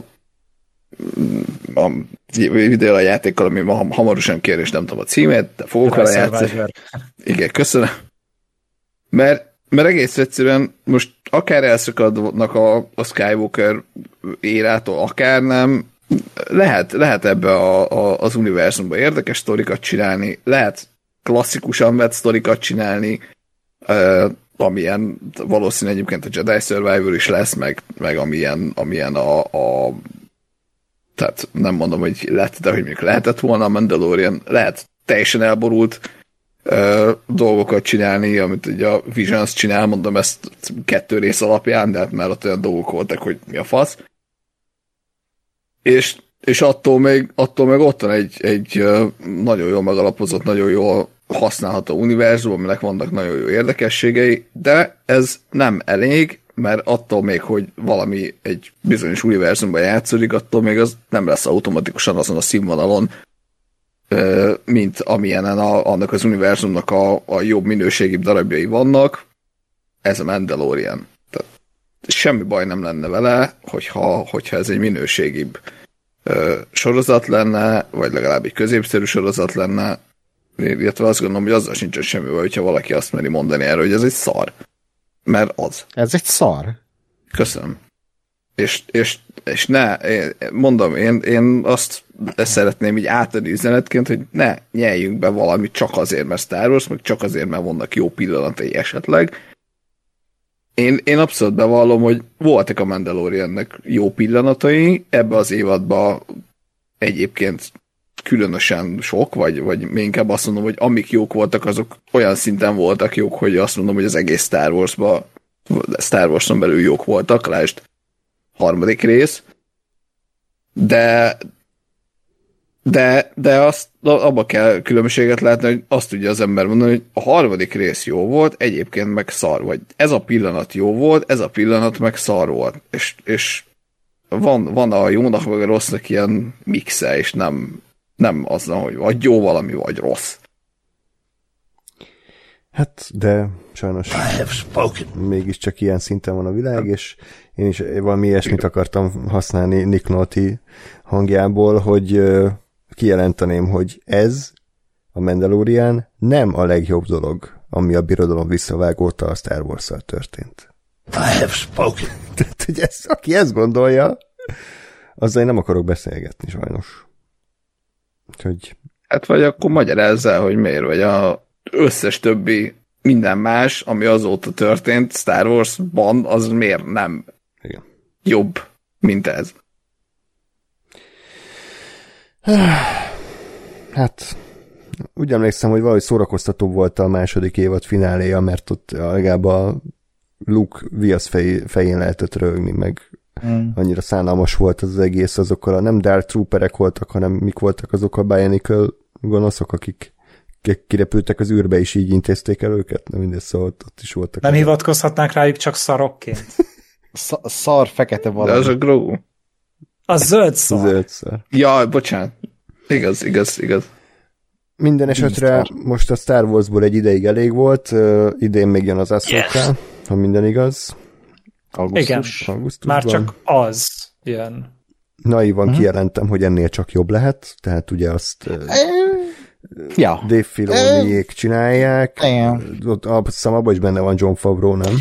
a videójátékkal, ami hamarosan kér, és nem tudom a címet, de fogok vele játszani. Igen, köszönöm. Mert, mert egész egyszerűen most akár elszakadnak a, a Skywalker érától, akár nem, lehet, lehet ebbe a, a, az univerzumban érdekes sztorikat csinálni, lehet klasszikusan vett sztorikat csinálni, uh, amilyen valószínűleg egyébként a Jedi Survivor is lesz, meg, meg amilyen, amilyen a, a tehát nem mondom, hogy lett, de hogy mondjuk lehetett volna a Mandalorian, lehet teljesen elborult uh, dolgokat csinálni, amit ugye a Visions csinál, mondom ezt kettő rész alapján, de hát már ott olyan dolgok voltak, hogy mi a fasz. És, és attól, még, attól még ott van egy, egy uh, nagyon jól megalapozott, nagyon jól használható univerzum, aminek vannak nagyon jó érdekességei, de ez nem elég, mert attól még, hogy valami egy bizonyos univerzumban játszódik, attól még az nem lesz automatikusan azon a színvonalon, mint amilyenen a, annak az univerzumnak a, a jobb minőségibb darabjai vannak. Ez a Mandalorian. Tehát semmi baj nem lenne vele, hogyha, hogyha ez egy minőségibb sorozat lenne, vagy legalább egy középszerű sorozat lenne, illetve azt gondolom, hogy azzal sincsen semmi baj, hogyha valaki azt meri mondani erről, hogy ez egy szar. Mert az. Ez egy szar. Köszönöm. És, és, és ne, mondom, én, én azt szeretném így átadni üzenetként, hogy ne nyeljünk be valamit csak azért, mert Star Wars, meg csak azért, mert vannak jó pillanatai esetleg. Én, én abszolút bevallom, hogy voltak a Mandaloriannek jó pillanatai, ebbe az évadban egyébként különösen sok, vagy, vagy még inkább azt mondom, hogy amik jók voltak, azok olyan szinten voltak jók, hogy azt mondom, hogy az egész Star Wars-ba, Star Wars-on belül jók voltak, lásd harmadik rész, de De, de azt, abba kell különbséget látni, hogy azt tudja az ember mondani, hogy a harmadik rész jó volt, egyébként meg szar, vagy ez a pillanat jó volt, ez a pillanat meg szar volt. És, és van, van a jónak meg a rossznak ilyen mixe, és nem, nem az, hogy vagy jó valami, vagy rossz. Hát, de sajnos mégiscsak ilyen szinten van a világ, és én is valami ilyesmit akartam használni Nick Nolte hangjából, hogy kijelenteném, hogy ez, a Mandalorian nem a legjobb dolog, ami a birodalom visszavágóta a Star Wars-szal történt. I have spoken. Tehát, hogy ez, aki ezt gondolja, azzal én nem akarok beszélgetni, sajnos. Úgyhogy... Hát vagy akkor magyarázzál, hogy miért, vagy a összes többi minden más, ami azóta történt Star Wars-ban, az miért nem Igen. jobb, mint ez. Hát, úgy emlékszem, hogy valahogy szórakoztatóbb volt a második évad fináléja, mert ott legalább a Luke viasz fej, fején lehetett rögni, meg mm. annyira szánalmas volt az egész, azokkal a nem Dark Trooperek voltak, hanem mik voltak azok a Bionicle gonoszok, akik kirepültek az űrbe, és így intézték el őket, nem mindegy, szóval ott is voltak. Nem hivatkozhatnánk rájuk csak szarokként? Sz- szar, fekete valami. De az a Grogu. A zöld szar. Zöld szar. Ja, bocsánat. Igaz, igaz, igaz. Minden esetre most a Star Warsból egy ideig elég volt, uh, idén még jön az Ahsoka, yes. ha minden igaz. Augusztus, igen, augusztusban. Már csak az jön. Naivan uh-huh. kijelentem, hogy ennél csak jobb lehet, tehát ugye azt uh, ja. Dave Filoniék csinálják. Igen. Ott abban abban is benne van Jon Favreau, nem?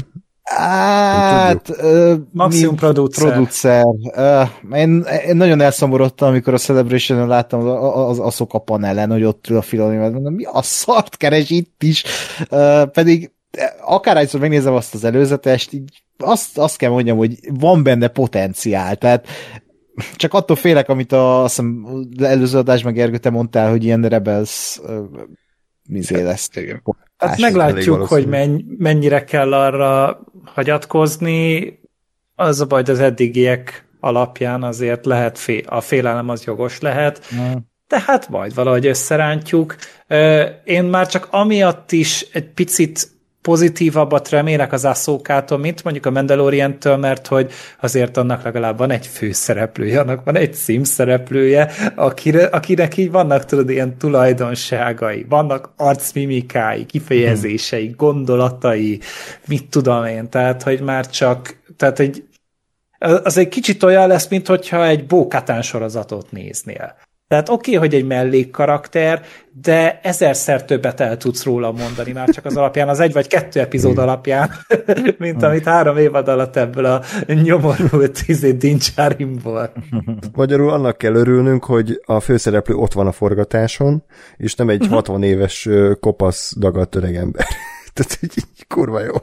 Hát, uh, maximum producer. producer. Uh, én, én nagyon elszomorodtam, amikor a Celebration-en láttam az Ahsoka panelen, hogy ott ül a Filoni, mert mondom, mi a szart keres itt is? Uh, pedig akárhányszor megnézem azt az előzetest, így azt, azt kell mondjam, hogy van benne potenciál, tehát csak attól félek, amit a, azt hiszem, előző adásban Gergő, te mondtál, hogy ilyen Rebels uh, mizé lesz. Hát meglátjuk, hogy menny, mennyire kell arra hagyatkozni. Az a baj, az eddigiek alapján azért lehet, fél, a félelem az jogos lehet, mm. de hát majd valahogy összerántjuk. Én már csak amiatt is egy picit pozitívabbat remélek az Ahsokától, mint mondjuk a Mandalorian-től, mert hogy azért annak legalább van egy főszereplője, annak van egy címszereplője, akire, akinek így vannak, tudod, ilyen tulajdonságai, vannak arcmimikái, kifejezései, gondolatai, mit tudom én, tehát, hogy már csak, tehát egy, az egy kicsit olyan lesz, mint hogyha egy Bo-Katan sorozatot néznél. Tehát oké, okay, hogy egy mellékkarakter, de ezerszer többet el tudsz róla mondani, már csak az alapján, az egy vagy kettő epizód alapján, mint amit három évad alatt ebből a nyomorult Din-Djarinból. Magyarul annak kell örülnünk, hogy a főszereplő ott van a forgatáson, és nem egy hatvan éves kopasz dagadt öregember. Tehát így kurva jó.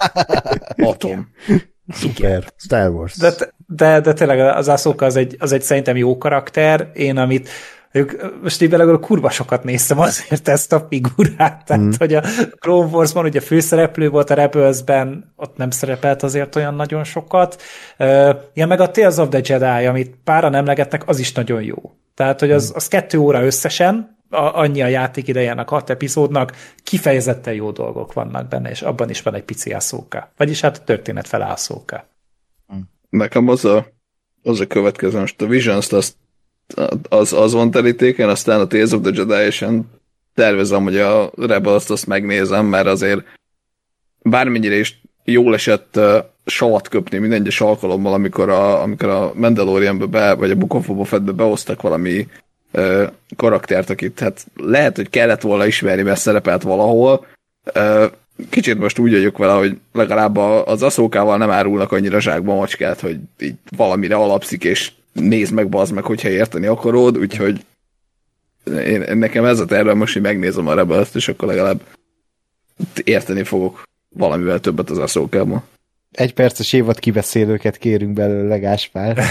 Atom. Szuper. Star Wars. De, de, de tényleg az Ahsoka az egy, az egy szerintem jó karakter. Én, amit most így belegondolok, kurva sokat néztem azért ezt a figurát. Tehát, mm. hogy a Clone Wars-ban ugye főszereplő volt, a Rebels-ben ott nem szerepelt azért olyan nagyon sokat. Uh, ja, meg a Tales of the Jedi, amit páran emlegetnek, az is nagyon jó. Tehát, hogy az, az kettő óra összesen, a, annyi a játékideje a hat epizódnak, kifejezetten jó dolgok vannak benne, és abban is van egy pici Ahsoka. Vagyis hát a történet fel Ahsoka. Nekem az a, az a következő, most a Visions-t azt, az, az van terítéken, aztán a Tales of the Jedi, és tervezem, hogy a Rebels-t azt megnézem, mert azért bármennyire is jól esett uh, savat köpni minden egyes alkalommal, amikor a, amikor a Mandalorianbe be, vagy a Book of Boba Fettbe behoztak valami uh, karaktert, akit hát lehet, hogy kellett volna ismerni, mert szerepelt valahol. Uh, kicsit most úgy vagyok vele, hogy legalább az Ahsokával nem árulnak annyira zsákba macskát, hogy így valamire alapszik, és nézd meg, bazd meg, hogyha érteni akarod, úgyhogy én, nekem ez a terve, most, hogy megnézem a Rebels-t, és akkor legalább érteni fogok valamivel többet az Ahsokában. Egy perces évad kibeszélőket kérünk belőle, Gáspár.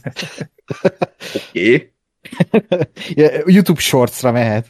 Oké. Okay. YouTube Shortsra mehet.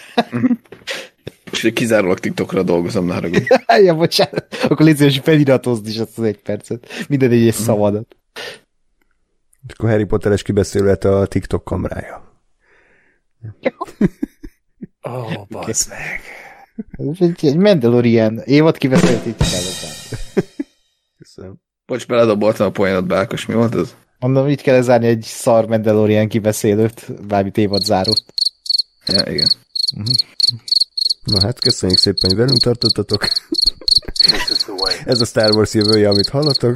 És kizárólag TikTokra dolgozom, ne haragudj. Ja, bocsánat. Akkor légy szíves, feliratozd is azt az egy percet. Minden egyes szavadat. És akkor Harry Potteres kibeszélőt a TikTok kamrája. Ó, oh, bazd meg. Egy, egy Mandalorian évad kiveszélt, így kell lezárni. Köszönöm. Bocs, beledoboltam a poénot, Bákos, mi volt ez? Mondom, így kell lezárni egy szar Mandalorian kibeszélőt, bármit évad zárót. Ja, igen. Uh-huh. Na hát, köszönjük szépen, hogy velünk tartottatok. Ez a Star Wars jövője, amit hallatok.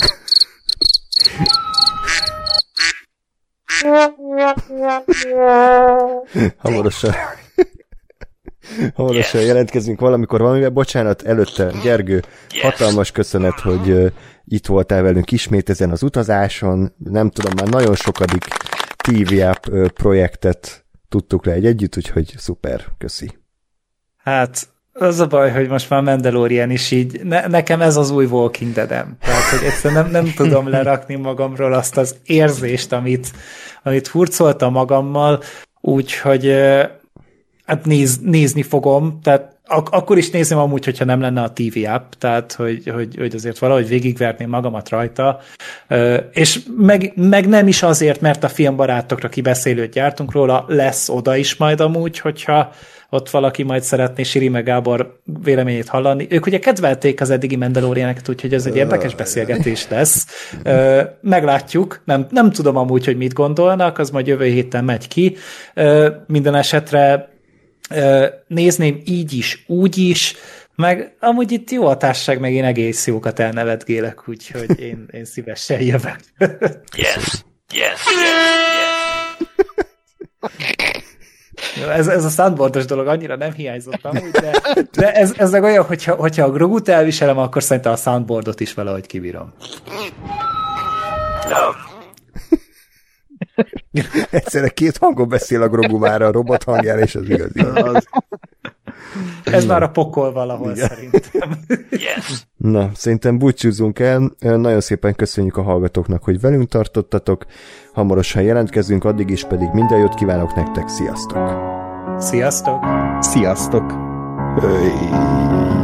Hamarosan hamarosan jelentkezünk valamikor valamivel. Bocsánat, előtte, Gergő, hatalmas köszönet, hogy uh, itt voltál velünk ismét ezen az utazáson. Nem tudom, már nagyon sokadik té vé App uh, projektet tudtuk le egy együtt, úgyhogy szuper, köszi. Hát, az a baj, hogy most már Mandalorian is így, ne, nekem ez az új Walking Dead-em. Tehát, hogy egyszerűen nem, nem tudom lerakni magamról azt az érzést, amit, amit hurcoltam magammal, úgyhogy hát néz, nézni fogom, tehát ak- akkor is nézem amúgy, hogyha nem lenne a té vé app, tehát hogy, hogy, hogy azért valahogy végigverném magamat rajta, és meg, meg nem is azért, mert a filmbarátokra kibeszélőt gyártunk róla, lesz oda is majd amúgy, hogyha ott valaki majd szeretné Siri meg Gábor véleményét hallani. Ők ugye kedvelték az eddigi Mandalorianeket, úgyhogy ez egy érdekes beszélgetés lesz. Meglátjuk, nem, nem tudom amúgy, hogy mit gondolnak, az majd jövő héten megy ki. Minden esetre nézném így is, úgy is, meg amúgy itt jó a társaság, meg én egész jókat elnevetgélek, úgyhogy én, én szívesen jövök. Yes, yes, yes, yes. Ez, ez a soundboardos dolog annyira nem hiányzott amúgy, de, de ez, ez meg olyan, hogyha, hogyha a Grogut elviselem, akkor szerintem a soundboardot is valahogy kibírom. Egyszerre két hangon beszél a Grogu már a robot hangjára, és az igazi. Az. Ez már a pokol valahol, igen, szerintem. Yes. Na, szerintem búcsúzzunk el. Nagyon szépen köszönjük a hallgatóknak, hogy velünk tartottatok. Hamarosan jelentkezünk, addig is pedig minden jót kívánok nektek. Sziasztok! Sziasztok! Sziasztok! Hey.